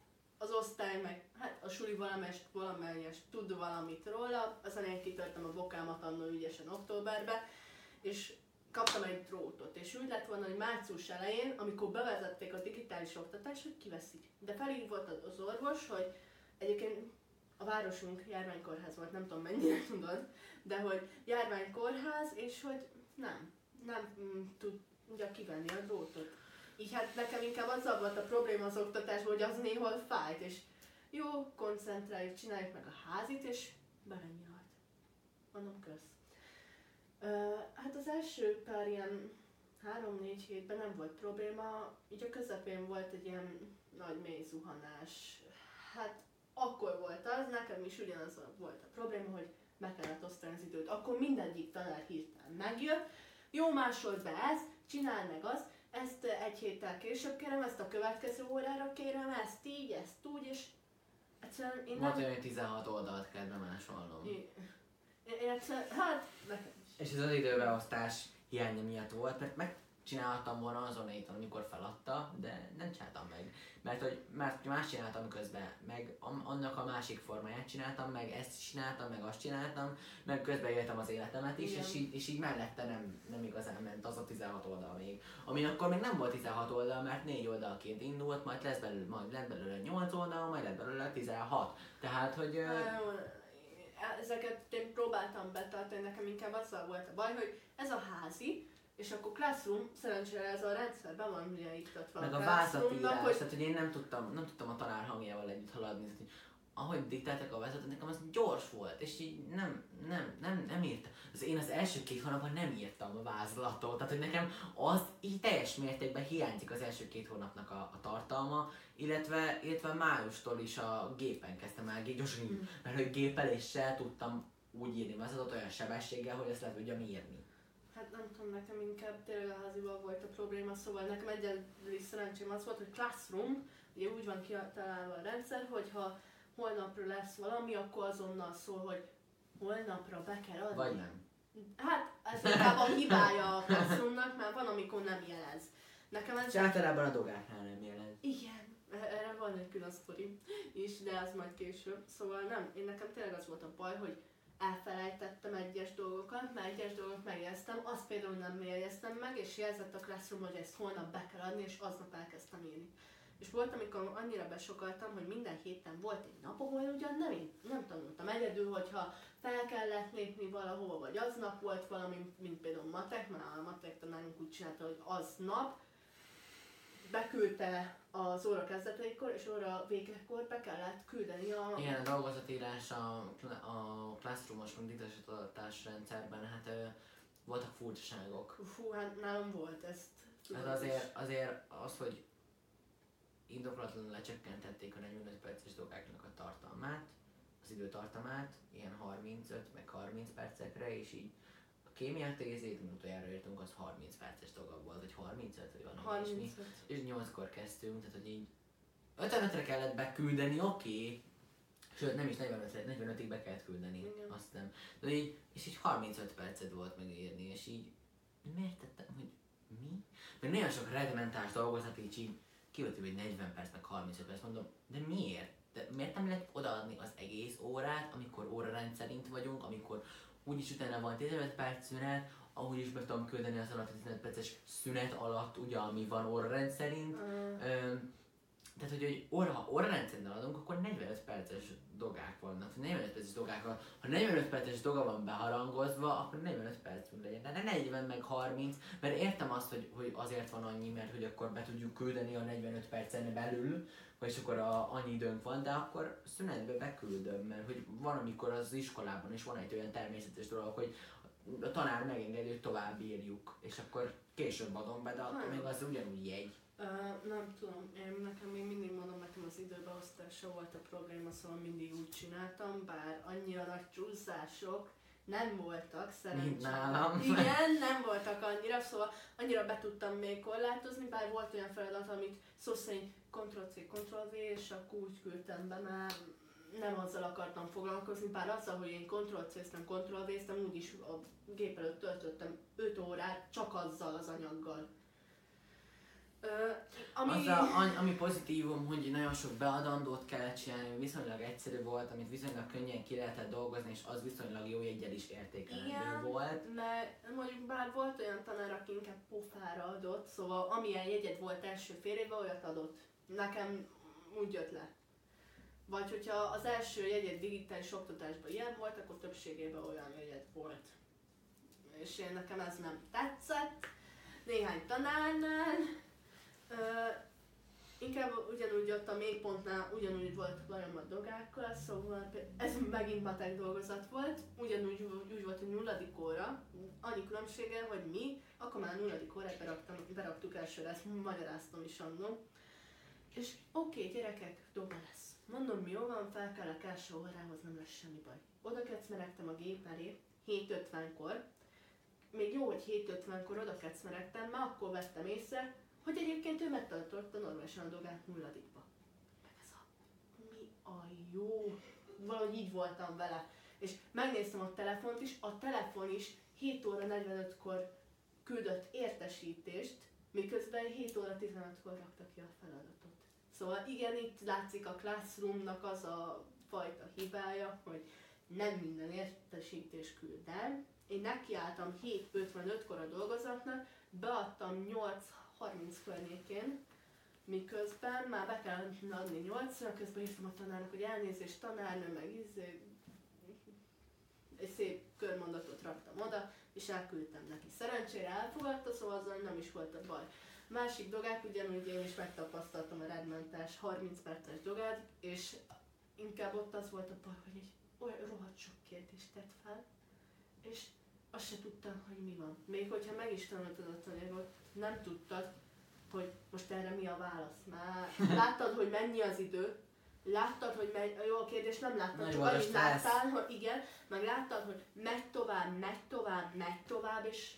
[SPEAKER 2] az osztály meg, hát a suli valamelyest, valamelyest tud valamit róla, az elején kitörtem a bokámat annól ügyesen októberbe, és kaptam egy drótot, és úgy lett volna, hogy március elején, amikor bevezették a digitális oktatást, hogy kiveszik. De felhívott az orvos, hogy egyébként a városunk járványkórház volt, nem tudom mennyire tudod, de hogy járványkórház, és hogy nem, nem mm, tudja kivenni a drótot. Így hát nekem inkább azzal volt a probléma az oktatásban, hogy az néhol fájt, és jó, koncentráljuk, csináljuk meg a házit, és belenyalt. Mondom, kösz. Uh, hát az első pár ilyen három-négy hétben nem volt probléma, így a közepén volt egy ilyen nagy mély zuhanás. Hát akkor volt az, nekem is ugyanaz volt a probléma, hogy be kellett osztani az időt. Akkor mindegyik tanár hirtelen megjött, jó másolt be ez, csinál meg azt, ezt egy héttel később kérem, ezt a következő órára kérem, ezt így, ezt úgy, és egyszerűen én nem...
[SPEAKER 3] Volt olyan, hogy tizenhat oldalt kell bemásolnom.
[SPEAKER 2] Én, én egyszerűen, hát nekem is.
[SPEAKER 3] És ez az időbeosztás hiánya miatt volt, mert megcsináltam volna azon a héten, amikor feladta, de nem csináltam meg. Mert hogy mert más csináltam közben, meg annak a másik formáját csináltam, meg ezt csináltam, meg azt csináltam, meg közben éltem az életemet is, és így, és így mellette nem, nem igazán ment az a tizenhat oldal még. Ami akkor még nem volt tizenhat oldal, mert négy oldalként indult, majd lesz belőle, majd lett belőle nyolc oldal, majd lett belőle tizenhat. Tehát, hogy...
[SPEAKER 2] Ezeket én próbáltam betartani, nekem inkább azzal volt a baj, hogy ez a házi, és akkor Classroom, szerencsére ez a rendszerben van ugye iktatva
[SPEAKER 3] meg a vázlatírás, hogy... tehát hogy én nem tudtam, nem tudtam a tanár hangjával együtt haladni, tehát, hogy ahogy diktáltak a vázatot, nekem az gyors volt, és így nem, nem, nem, nem írtam. Az én az első két hónapban nem írtam a vázlatot, tehát hogy nekem az így teljes mértékben hiányzik az első két hónapnak a, a tartalma, illetve, illetve májustól is a gépen kezdtem el gyorsan, mm. mert hogy gépeléssel tudtam úgy írni vázatot olyan sebességgel, hogy ezt le tudjam írni.
[SPEAKER 2] Hát nem tudom, nekem inkább tényleg a házival volt a probléma, szóval nekem egyedüli szerencsém az volt, hogy Classroom, ugye úgy van kitalálva a rendszer, hogyha holnapra lesz valami, akkor azonnal szól, hogy holnapra be kell adni.
[SPEAKER 3] Vagy nem.
[SPEAKER 2] Hát ez inkább a hibája a Classroomnak, mert van, amikor nem jelez. Nekem ez...
[SPEAKER 3] És általában a dogáknál nem jelez.
[SPEAKER 2] Igen, erre van egy külön sztori is, de az majd később. Szóval nem, én nekem tényleg az volt a baj, hogy elfelejtettem egyes dolgokat, mert egyes dolgokat megjegyeztem, azt például nem jegyeztem meg, és jelzett a Classroom, hogy ezt holnap be kell adni, és aznap elkezdtem írni. És volt, amikor annyira besokaltam, hogy minden héten volt egy nap, ahol ugyan nem, nem tanultam egyedül, hogyha fel kellett lépni valahol, vagy aznap volt valami, mint például matek, mert a matek tanárunk úgy csinálta, hogy aznap beküldte az óra kezdeteikor, és óra végekor be kellett küldeni a...
[SPEAKER 3] Igen, a dolgozatírás a, a Classroom-os diktatás rendszerben, hát ö, voltak furcsaságok.
[SPEAKER 2] Fú, hát nálam volt ezt.
[SPEAKER 3] Hát azért, azért az, hogy indokolatlanul lecsökkentették a negyvenöt perces dolgáknak a tartalmát, az az időtartamát, ilyen harmincöt meg harminc percekre, és így a kémia tézét, mint utoljára értünk, az harminc perces dolog volt, vagy harmincöt, vagy valami ilyesmi. És nyolckor kezdtünk, tehát hogy így ötvenötre kellett beküldeni, oké. Okay. Sőt, nem is negyvenötre, negyvenötig be kellett küldeni, igen. Azt nem. De így, és így harmincöt percet volt megírni, és így miért tettem, hogy mi? Meg nagyon sok reglementás dolgozat, így így kivettem, hogy negyven perc, meg harmincöt perc, mondom, de miért? De miért nem lehet odaadni az egész órát, amikor órarend szerint vagyunk, amikor úgyis utána van tizenöt perc szünet, ahogy is be tudom küldeni az alatt a tizenöt perces szünet alatt, ugye, ami van órarend szerint. Mm. Öm, tehát, hogy, hogy óra, ha órarendszerben adunk, akkor negyvenöt perces dogák vannak. negyvenöt perces dogák van. Ha negyvenöt perces doga van beharangozva, akkor negyvenöt percünk legyen. De negyven meg harminc, mert értem azt, hogy, hogy azért van annyi, mert hogy akkor be tudjuk küldeni a negyvenöt percen belül, és akkor a, annyi időnk van, de akkor szünetbe beküldöm, mert hogy van, amikor az iskolában is van egy olyan természetes dolog, hogy a tanár megengedi, hogy tovább írjuk, és akkor később adom be, de attól még az ugyanúgy jegy.
[SPEAKER 2] Uh, nem tudom, én nekem még mindig mondom, nekem az időbeosztása volt a probléma, szóval mindig úgy csináltam, bár annyira nagy csúszások nem voltak, szerencsére. Igen, nem voltak annyira, szóval annyira be tudtam még korlátozni, bár volt olyan feladat, amit szó szerint Ctrl-C, Ctrl-V, és akkor úgy küldtem be, mert nem azzal akartam foglalkozni, bár azzal, hogy én Ctrl-C-ztem, Ctrl-V-ztem, úgyis a gép előtt töltöttem öt órát csak azzal az anyaggal. Uh, ami...
[SPEAKER 3] Az a, ami pozitívum, hogy nagyon sok beadandót kellett csinálni, viszonylag egyszerű volt, amit viszonylag könnyen ki lehetett dolgozni, és az viszonylag jó jeggyel is értékelendő volt.
[SPEAKER 2] Mert mondjuk bár volt olyan tanár, aki inkább pofára adott, szóval amilyen jegyed volt első fél évben, olyat adott. Nekem úgy jött le. Vagy hogyha az első jegyed digitális oktatásban ilyen volt, akkor többségében olyan jegyed volt. És én nekem ez nem tetszett. Néhány tanárnál, Uh, inkább ugyanúgy ott a mélypontnál, ugyanúgy volt bajom a dogákkal, szóval ez megint matek dolgozat volt, ugyanúgy úgy volt, hogy nulladik óra, annyi különbséggel, hogy mi, akkor már nulladik órát beraktam, beraktuk elsőre, ezt magyaráztam is annól. És oké, okay, gyerekek, doga lesz. Mondom, mi jó van, felkelek első órához, nem lesz semmi baj. Oda kecmeregtem a gép elé, hét ötvenkor, még jó, hogy hét ötvenkor oda kecmeregtem, mert akkor vettem észre, hogy egyébként ő megtartotta normálisan a dogát nulladikba. Ez a mi a jó, valahogy így voltam vele. És megnéztem a telefont is, a telefon is hét óra negyvenötkor küldött értesítést, miközben hét óra tizenötkor rakta ki a feladatot. Szóval igen, itt látszik a Classroomnak az a fajta hibája, hogy nem minden értesítés küld el. Én nekiálltam hét ötvenötkor a dolgozatnak, beadtam nyolc harminc környékén, miközben már be kellett adni nyolcra, közben írtam a tanárnak, hogy elnézést tanárnő, meg izé, egy szép körmondatot raktam oda, és elküldtem neki. Szerencsére elfogadta, szóval azzal nem is volt a baj. Másik dogák, ugyanúgy én is megtapasztaltam a redmentás harminc perces dogát, és inkább ott az volt a baj, hogy egy olyan rohadt sok kérdést tett fel, és azt se tudtam, hogy mi van. Még hogyha meg is tanultad a tananyagot, nem tudtad, hogy most erre mi a válasz. Már láttad, hogy mennyi az idő, láttad, hogy megy, jó a kérdés, nem láttad,
[SPEAKER 3] Nagy
[SPEAKER 2] csak annyit láttál, hogy igen, meg láttad, hogy megy tovább, megy tovább, megy tovább, és...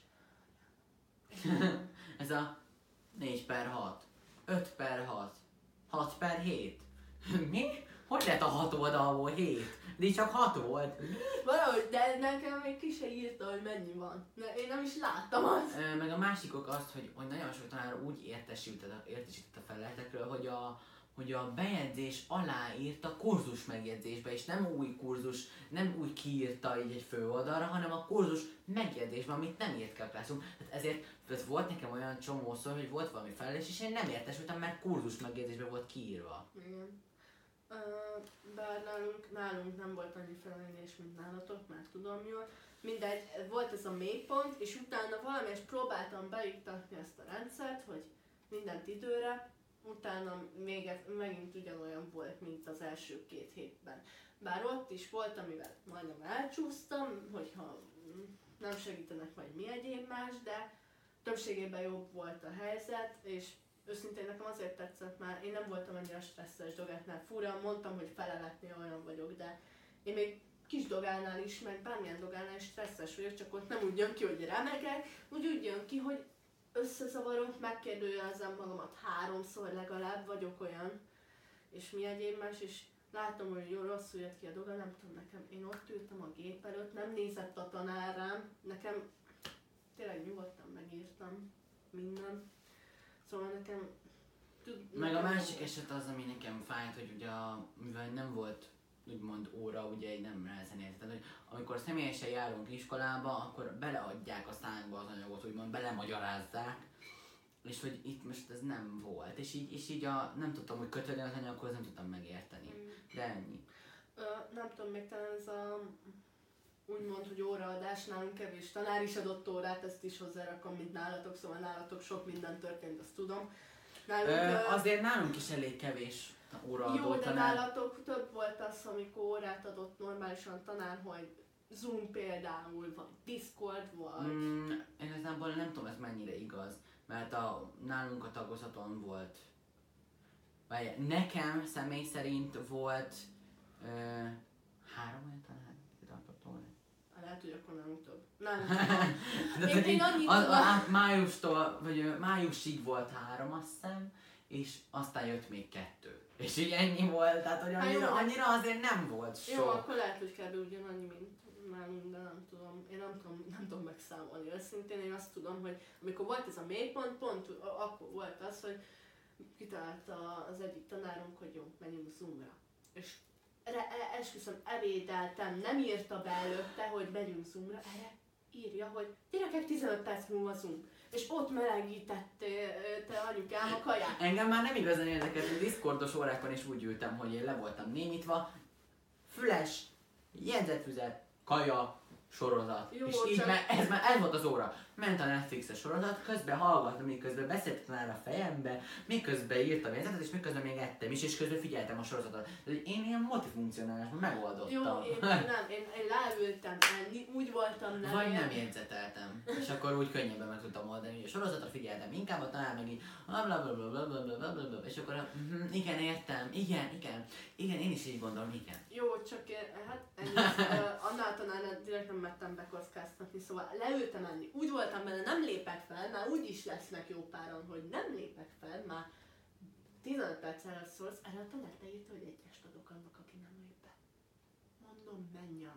[SPEAKER 3] Ez a négy per hat, öt per hat, hat per hét. Mi? Hogy lett a hat oldalból hét? De így csak hat volt.
[SPEAKER 2] Valahogy, de nekem még ki se írta, hogy mennyi van. Ne, én nem is láttam azt.
[SPEAKER 3] Ö, meg a másikok azt, hogy, hogy nagyon sok tanár úgy értesített, értesített a felületekről, hogy a, hogy a bejegyzés alá írt a kurzus megjegyzésbe, és nem új kurzus, nem úgy kiírta így egy főoldalra, hanem a kurzus megjegyzésben, amit nem írt ki a Classroom. Tehát ezért ez volt nekem olyan csomószor, hogy volt valami felelés, és én nem értesültem, mert kurzus megjegyzésben volt kiírva.
[SPEAKER 2] Igen. Uh, bár nálunk, nálunk nem volt annyi felelés, mint nálatok, már tudom jól. Mindegy, volt ez a mélypont, és utána valamelyest próbáltam beiktatni ezt a rendszert, hogy mindent időre, utána még ez, megint ugyanolyan volt, mint az első két hétben. Bár ott is volt, amivel majdnem elcsúsztam, hogyha nem segítenek vagy mi egyéb más, de többségében jobb volt a helyzet, és őszintén nekem azért tetszett, már én nem voltam annyira stresszes dogátnál. Fura, mondtam, hogy feleleknél olyan vagyok, de én még kis dogánál is, meg bármilyen dogánál is stresszes vagyok, csak ott nem úgy jön ki, hogy remegek, úgy úgy jön ki, hogy összezavarok, megkérdőjelezem magamat háromszor legalább, vagyok olyan, és mi egyéb más, és látom, hogy jó rosszul jött ki a dolga, nem tudom, nekem, én ott ültem a gép előtt, nem nézett a tanár rám, nekem tényleg nyugodtan megírtam minden, szóval nekem... Tud,
[SPEAKER 3] Meg
[SPEAKER 2] nekem
[SPEAKER 3] a másik eset az, ami nekem fájt, hogy ugye a, mivel nem volt úgymond óra, ugye nem nehezen érted, hogy amikor személyesen járunk iskolába, akkor beleadják a szánkba az anyagot, úgymond belemagyarázzák, és hogy itt most ez nem volt, és így, és így a, nem tudtam úgy kötődni az anyaghoz, nem tudtam megérteni, de ennyi.
[SPEAKER 2] Ö, nem tudom, még talán ez a úgymond, hogy óraadás, nálunk kevés tanár is adott órát, ezt is hozzárakom, mint nálatok, szóval nálatok sok minden történt, azt tudom. Nálunk,
[SPEAKER 3] Ö,
[SPEAKER 2] ö,
[SPEAKER 3] azért nálunk is elég kevés óraadó
[SPEAKER 2] jó, de
[SPEAKER 3] tanár.
[SPEAKER 2] nálatok több volt az, amikor órát adott normálisan tanár, hogy Zoom például, vagy Discord, vagy...
[SPEAKER 3] Mm, igazából nem tudom, ez mennyire igaz, mert a, nálunk a tagozaton volt, vagy nekem személy szerint volt ö, három olyan tanár, ki tartott volna.
[SPEAKER 2] Lehet, hogy akkor nálunk több. Nálunk
[SPEAKER 3] De
[SPEAKER 2] Én-
[SPEAKER 3] tehát
[SPEAKER 2] én
[SPEAKER 3] így
[SPEAKER 2] annyit
[SPEAKER 3] az,
[SPEAKER 2] tudom.
[SPEAKER 3] át májustól, vagy ö, májusig volt három, azt hiszem, és aztán jött még kettő. És így ennyi volt, tehát hogy
[SPEAKER 2] Hát
[SPEAKER 3] annyira,
[SPEAKER 2] jó, de-
[SPEAKER 3] annyira azért nem volt
[SPEAKER 2] Jó,
[SPEAKER 3] sok.
[SPEAKER 2] akkor lehet, hogy kb. Ugyanannyi, mint nálunk, de nem tudom. Én nem tudom, nem tudom megszámolni őszintén. Én azt tudom, hogy amikor volt ez a mélypont, pont a- akkor volt az, hogy kitalálta az egyik tanárunk, hogy jó, menjünk Zoomra. És erre e- esküszöm, ebédeltem, nem írta be előtte, hogy megyünk Zoomra, erre írja, hogy gyerekek tizenöt perc múlva Zoom. És ott melegítette te anyukám a kaját.
[SPEAKER 3] Engem már nem igazán érdekelt, hogy Discordos órákon is úgy ültem, hogy én le voltam némítva, füles, jegyzetfüzet, kaja, sorozat.
[SPEAKER 2] Jó,
[SPEAKER 3] és így
[SPEAKER 2] csak-
[SPEAKER 3] me- ez már ez volt az óra. Ment a Netflixes sorozat, közben hallgattam, miközben beszélt a tanár a fejembe, miközben írtam jegyzetet, és miközben még ettem is, és közben figyeltem a sorozatot. De én ilyen multifunkcionális, megoldottam.
[SPEAKER 2] Jó, én nem, én, én leültem enni, úgy voltam nem.
[SPEAKER 3] Vagy nem
[SPEAKER 2] ér-
[SPEAKER 3] jegyzeteltem, és akkor úgy könnyebben meg tudtam oldani, hogy a sorozatra figyeltem, inkább a tanár meg így blablabla, és akkor mhm, igen, értem, igen, igen, igen, én is így gondolom, igen.
[SPEAKER 2] Jó, csak én, hát ennyi, ö, annál tanárnál direkt nem mertem bekockáztatni, szóval leültem enni, úgy voltam benne, nem lépek fel, már úgy is lesznek jó páran, hogy nem lépek fel, már tizenöt perc előtt szólsz, erre a tanár leírta, hogy egyest adok annak, aki nem lép be. Mondom, menjen.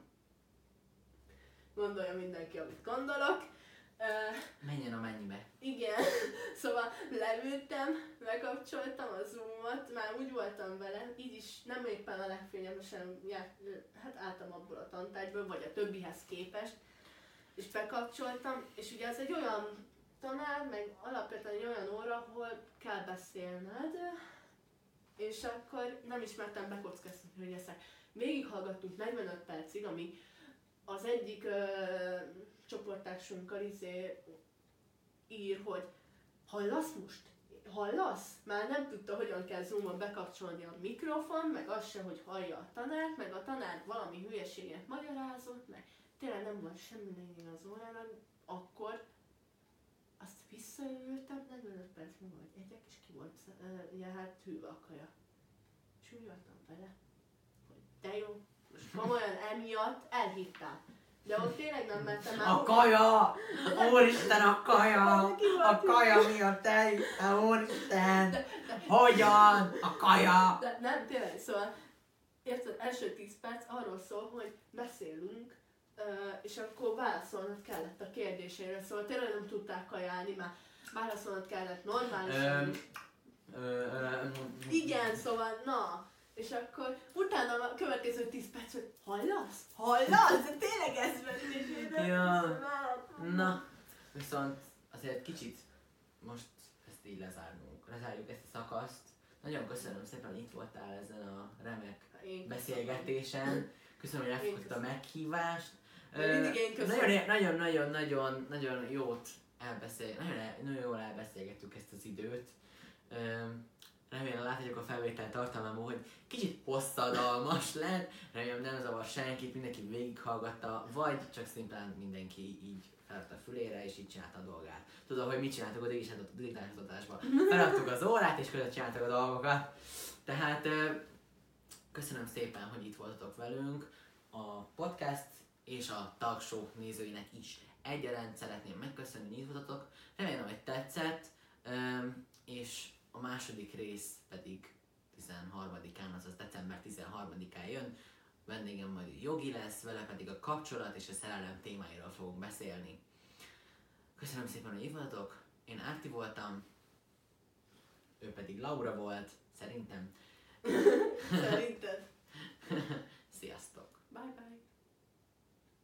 [SPEAKER 2] Gondolja mindenki, amit gondolok. Ö,
[SPEAKER 3] Menjen a mennyibe.
[SPEAKER 2] Igen, szóval leültem, megkapcsoltam a Zoom-ot, már úgy voltam vele, így is nem éppen a legfényesebben járt, hát álltam abból a tantárgyból, vagy a többihez képest, és bekapcsoltam, és ugye ez egy olyan tanár, meg alapvetően egy olyan óra, ahol kell beszélned, és akkor nem ismertem bekockáztatni, hogy eszek. Végighallgattunk negyvenöt percig, amíg az egyik ö, csoporttársunkkal izé ír, hogy hallasz most? Hallasz? Már nem tudta, hogyan kell Zoom-on bekapcsolni a mikrofon, meg az se, hogy hallja a tanárt, meg a tanár valami hülyeséget magyarázott, meg tényleg nem volt semmi lényeg az órán, akkor azt visszaültem, negyvenöt perc múlva, hogy egyek, és ki volt uh, ja, hát hűve a kaja. És úgy voltam vele, hogy de jó, most komolyan emiatt elhittem. De ott tényleg nem mentem el.
[SPEAKER 3] A kaja! Úristen, a kaja! A kaja miatt eljöttem, úristen!
[SPEAKER 2] De, de,
[SPEAKER 3] Hogyan? A kaja!
[SPEAKER 2] de nem, tényleg, szóval érted, első tíz perc arról szól, hogy beszélünk, ö, és akkor válaszolnod kellett a kérdésére, szóval tényleg nem tudták kajálni, már válaszolnod kellett normálisan.
[SPEAKER 3] Ö, ö, ö,
[SPEAKER 2] Igen, szóval na, és akkor utána a következő tíz perc, hogy hallasz? Hallasz? De tényleg ez van, és én nem
[SPEAKER 3] Ja.
[SPEAKER 2] hiszem el.
[SPEAKER 3] Na, viszont azért kicsit most ezt így lezárnunk, lezárjuk ezt a szakaszt. Nagyon köszönöm szépen, hogy itt voltál ezen a remek
[SPEAKER 2] Én
[SPEAKER 3] beszélgetésen. Köszönöm, hogy elfogadtad a meghívást.
[SPEAKER 2] Én mindig én köszönöm.
[SPEAKER 3] Nagyon, nagyon, nagyon, nagyon, nagyon jót elbeszél, nagyon, el- nagyon jól elbeszélgettük ezt az időt. Ö, Remélem láthatjuk a felvétel tartalmából, hogy kicsit hosszadalmas lett, remélem nem zavar senkit, mindenki végighallgatta, vagy csak szimplán mindenki így felett a fülére és így csinálta a dolgát. Tudod, hogy mit csináltuk a digitális oktatásban. Feladtuk az órát és között csináltak a dolgokat. Tehát ö, köszönöm szépen, hogy itt voltatok velünk. a podcast és a Talk Show nézőinek is egyaránt szeretném megköszönni, hogy itt voltatok. Remélem, hogy tetszett, Üm, és a második rész pedig tizenharmadikán, azaz december tizenharmadikán jön. Vendégem majd Jogi lesz, vele pedig a kapcsolat és a szerelem témáiról fogunk beszélni. Köszönöm szépen, hogy itt voltatok. Én Árti voltam, ő pedig Laura volt, szerintem.
[SPEAKER 2] Szerinted?
[SPEAKER 3] Sziasztok!
[SPEAKER 2] Bye bye!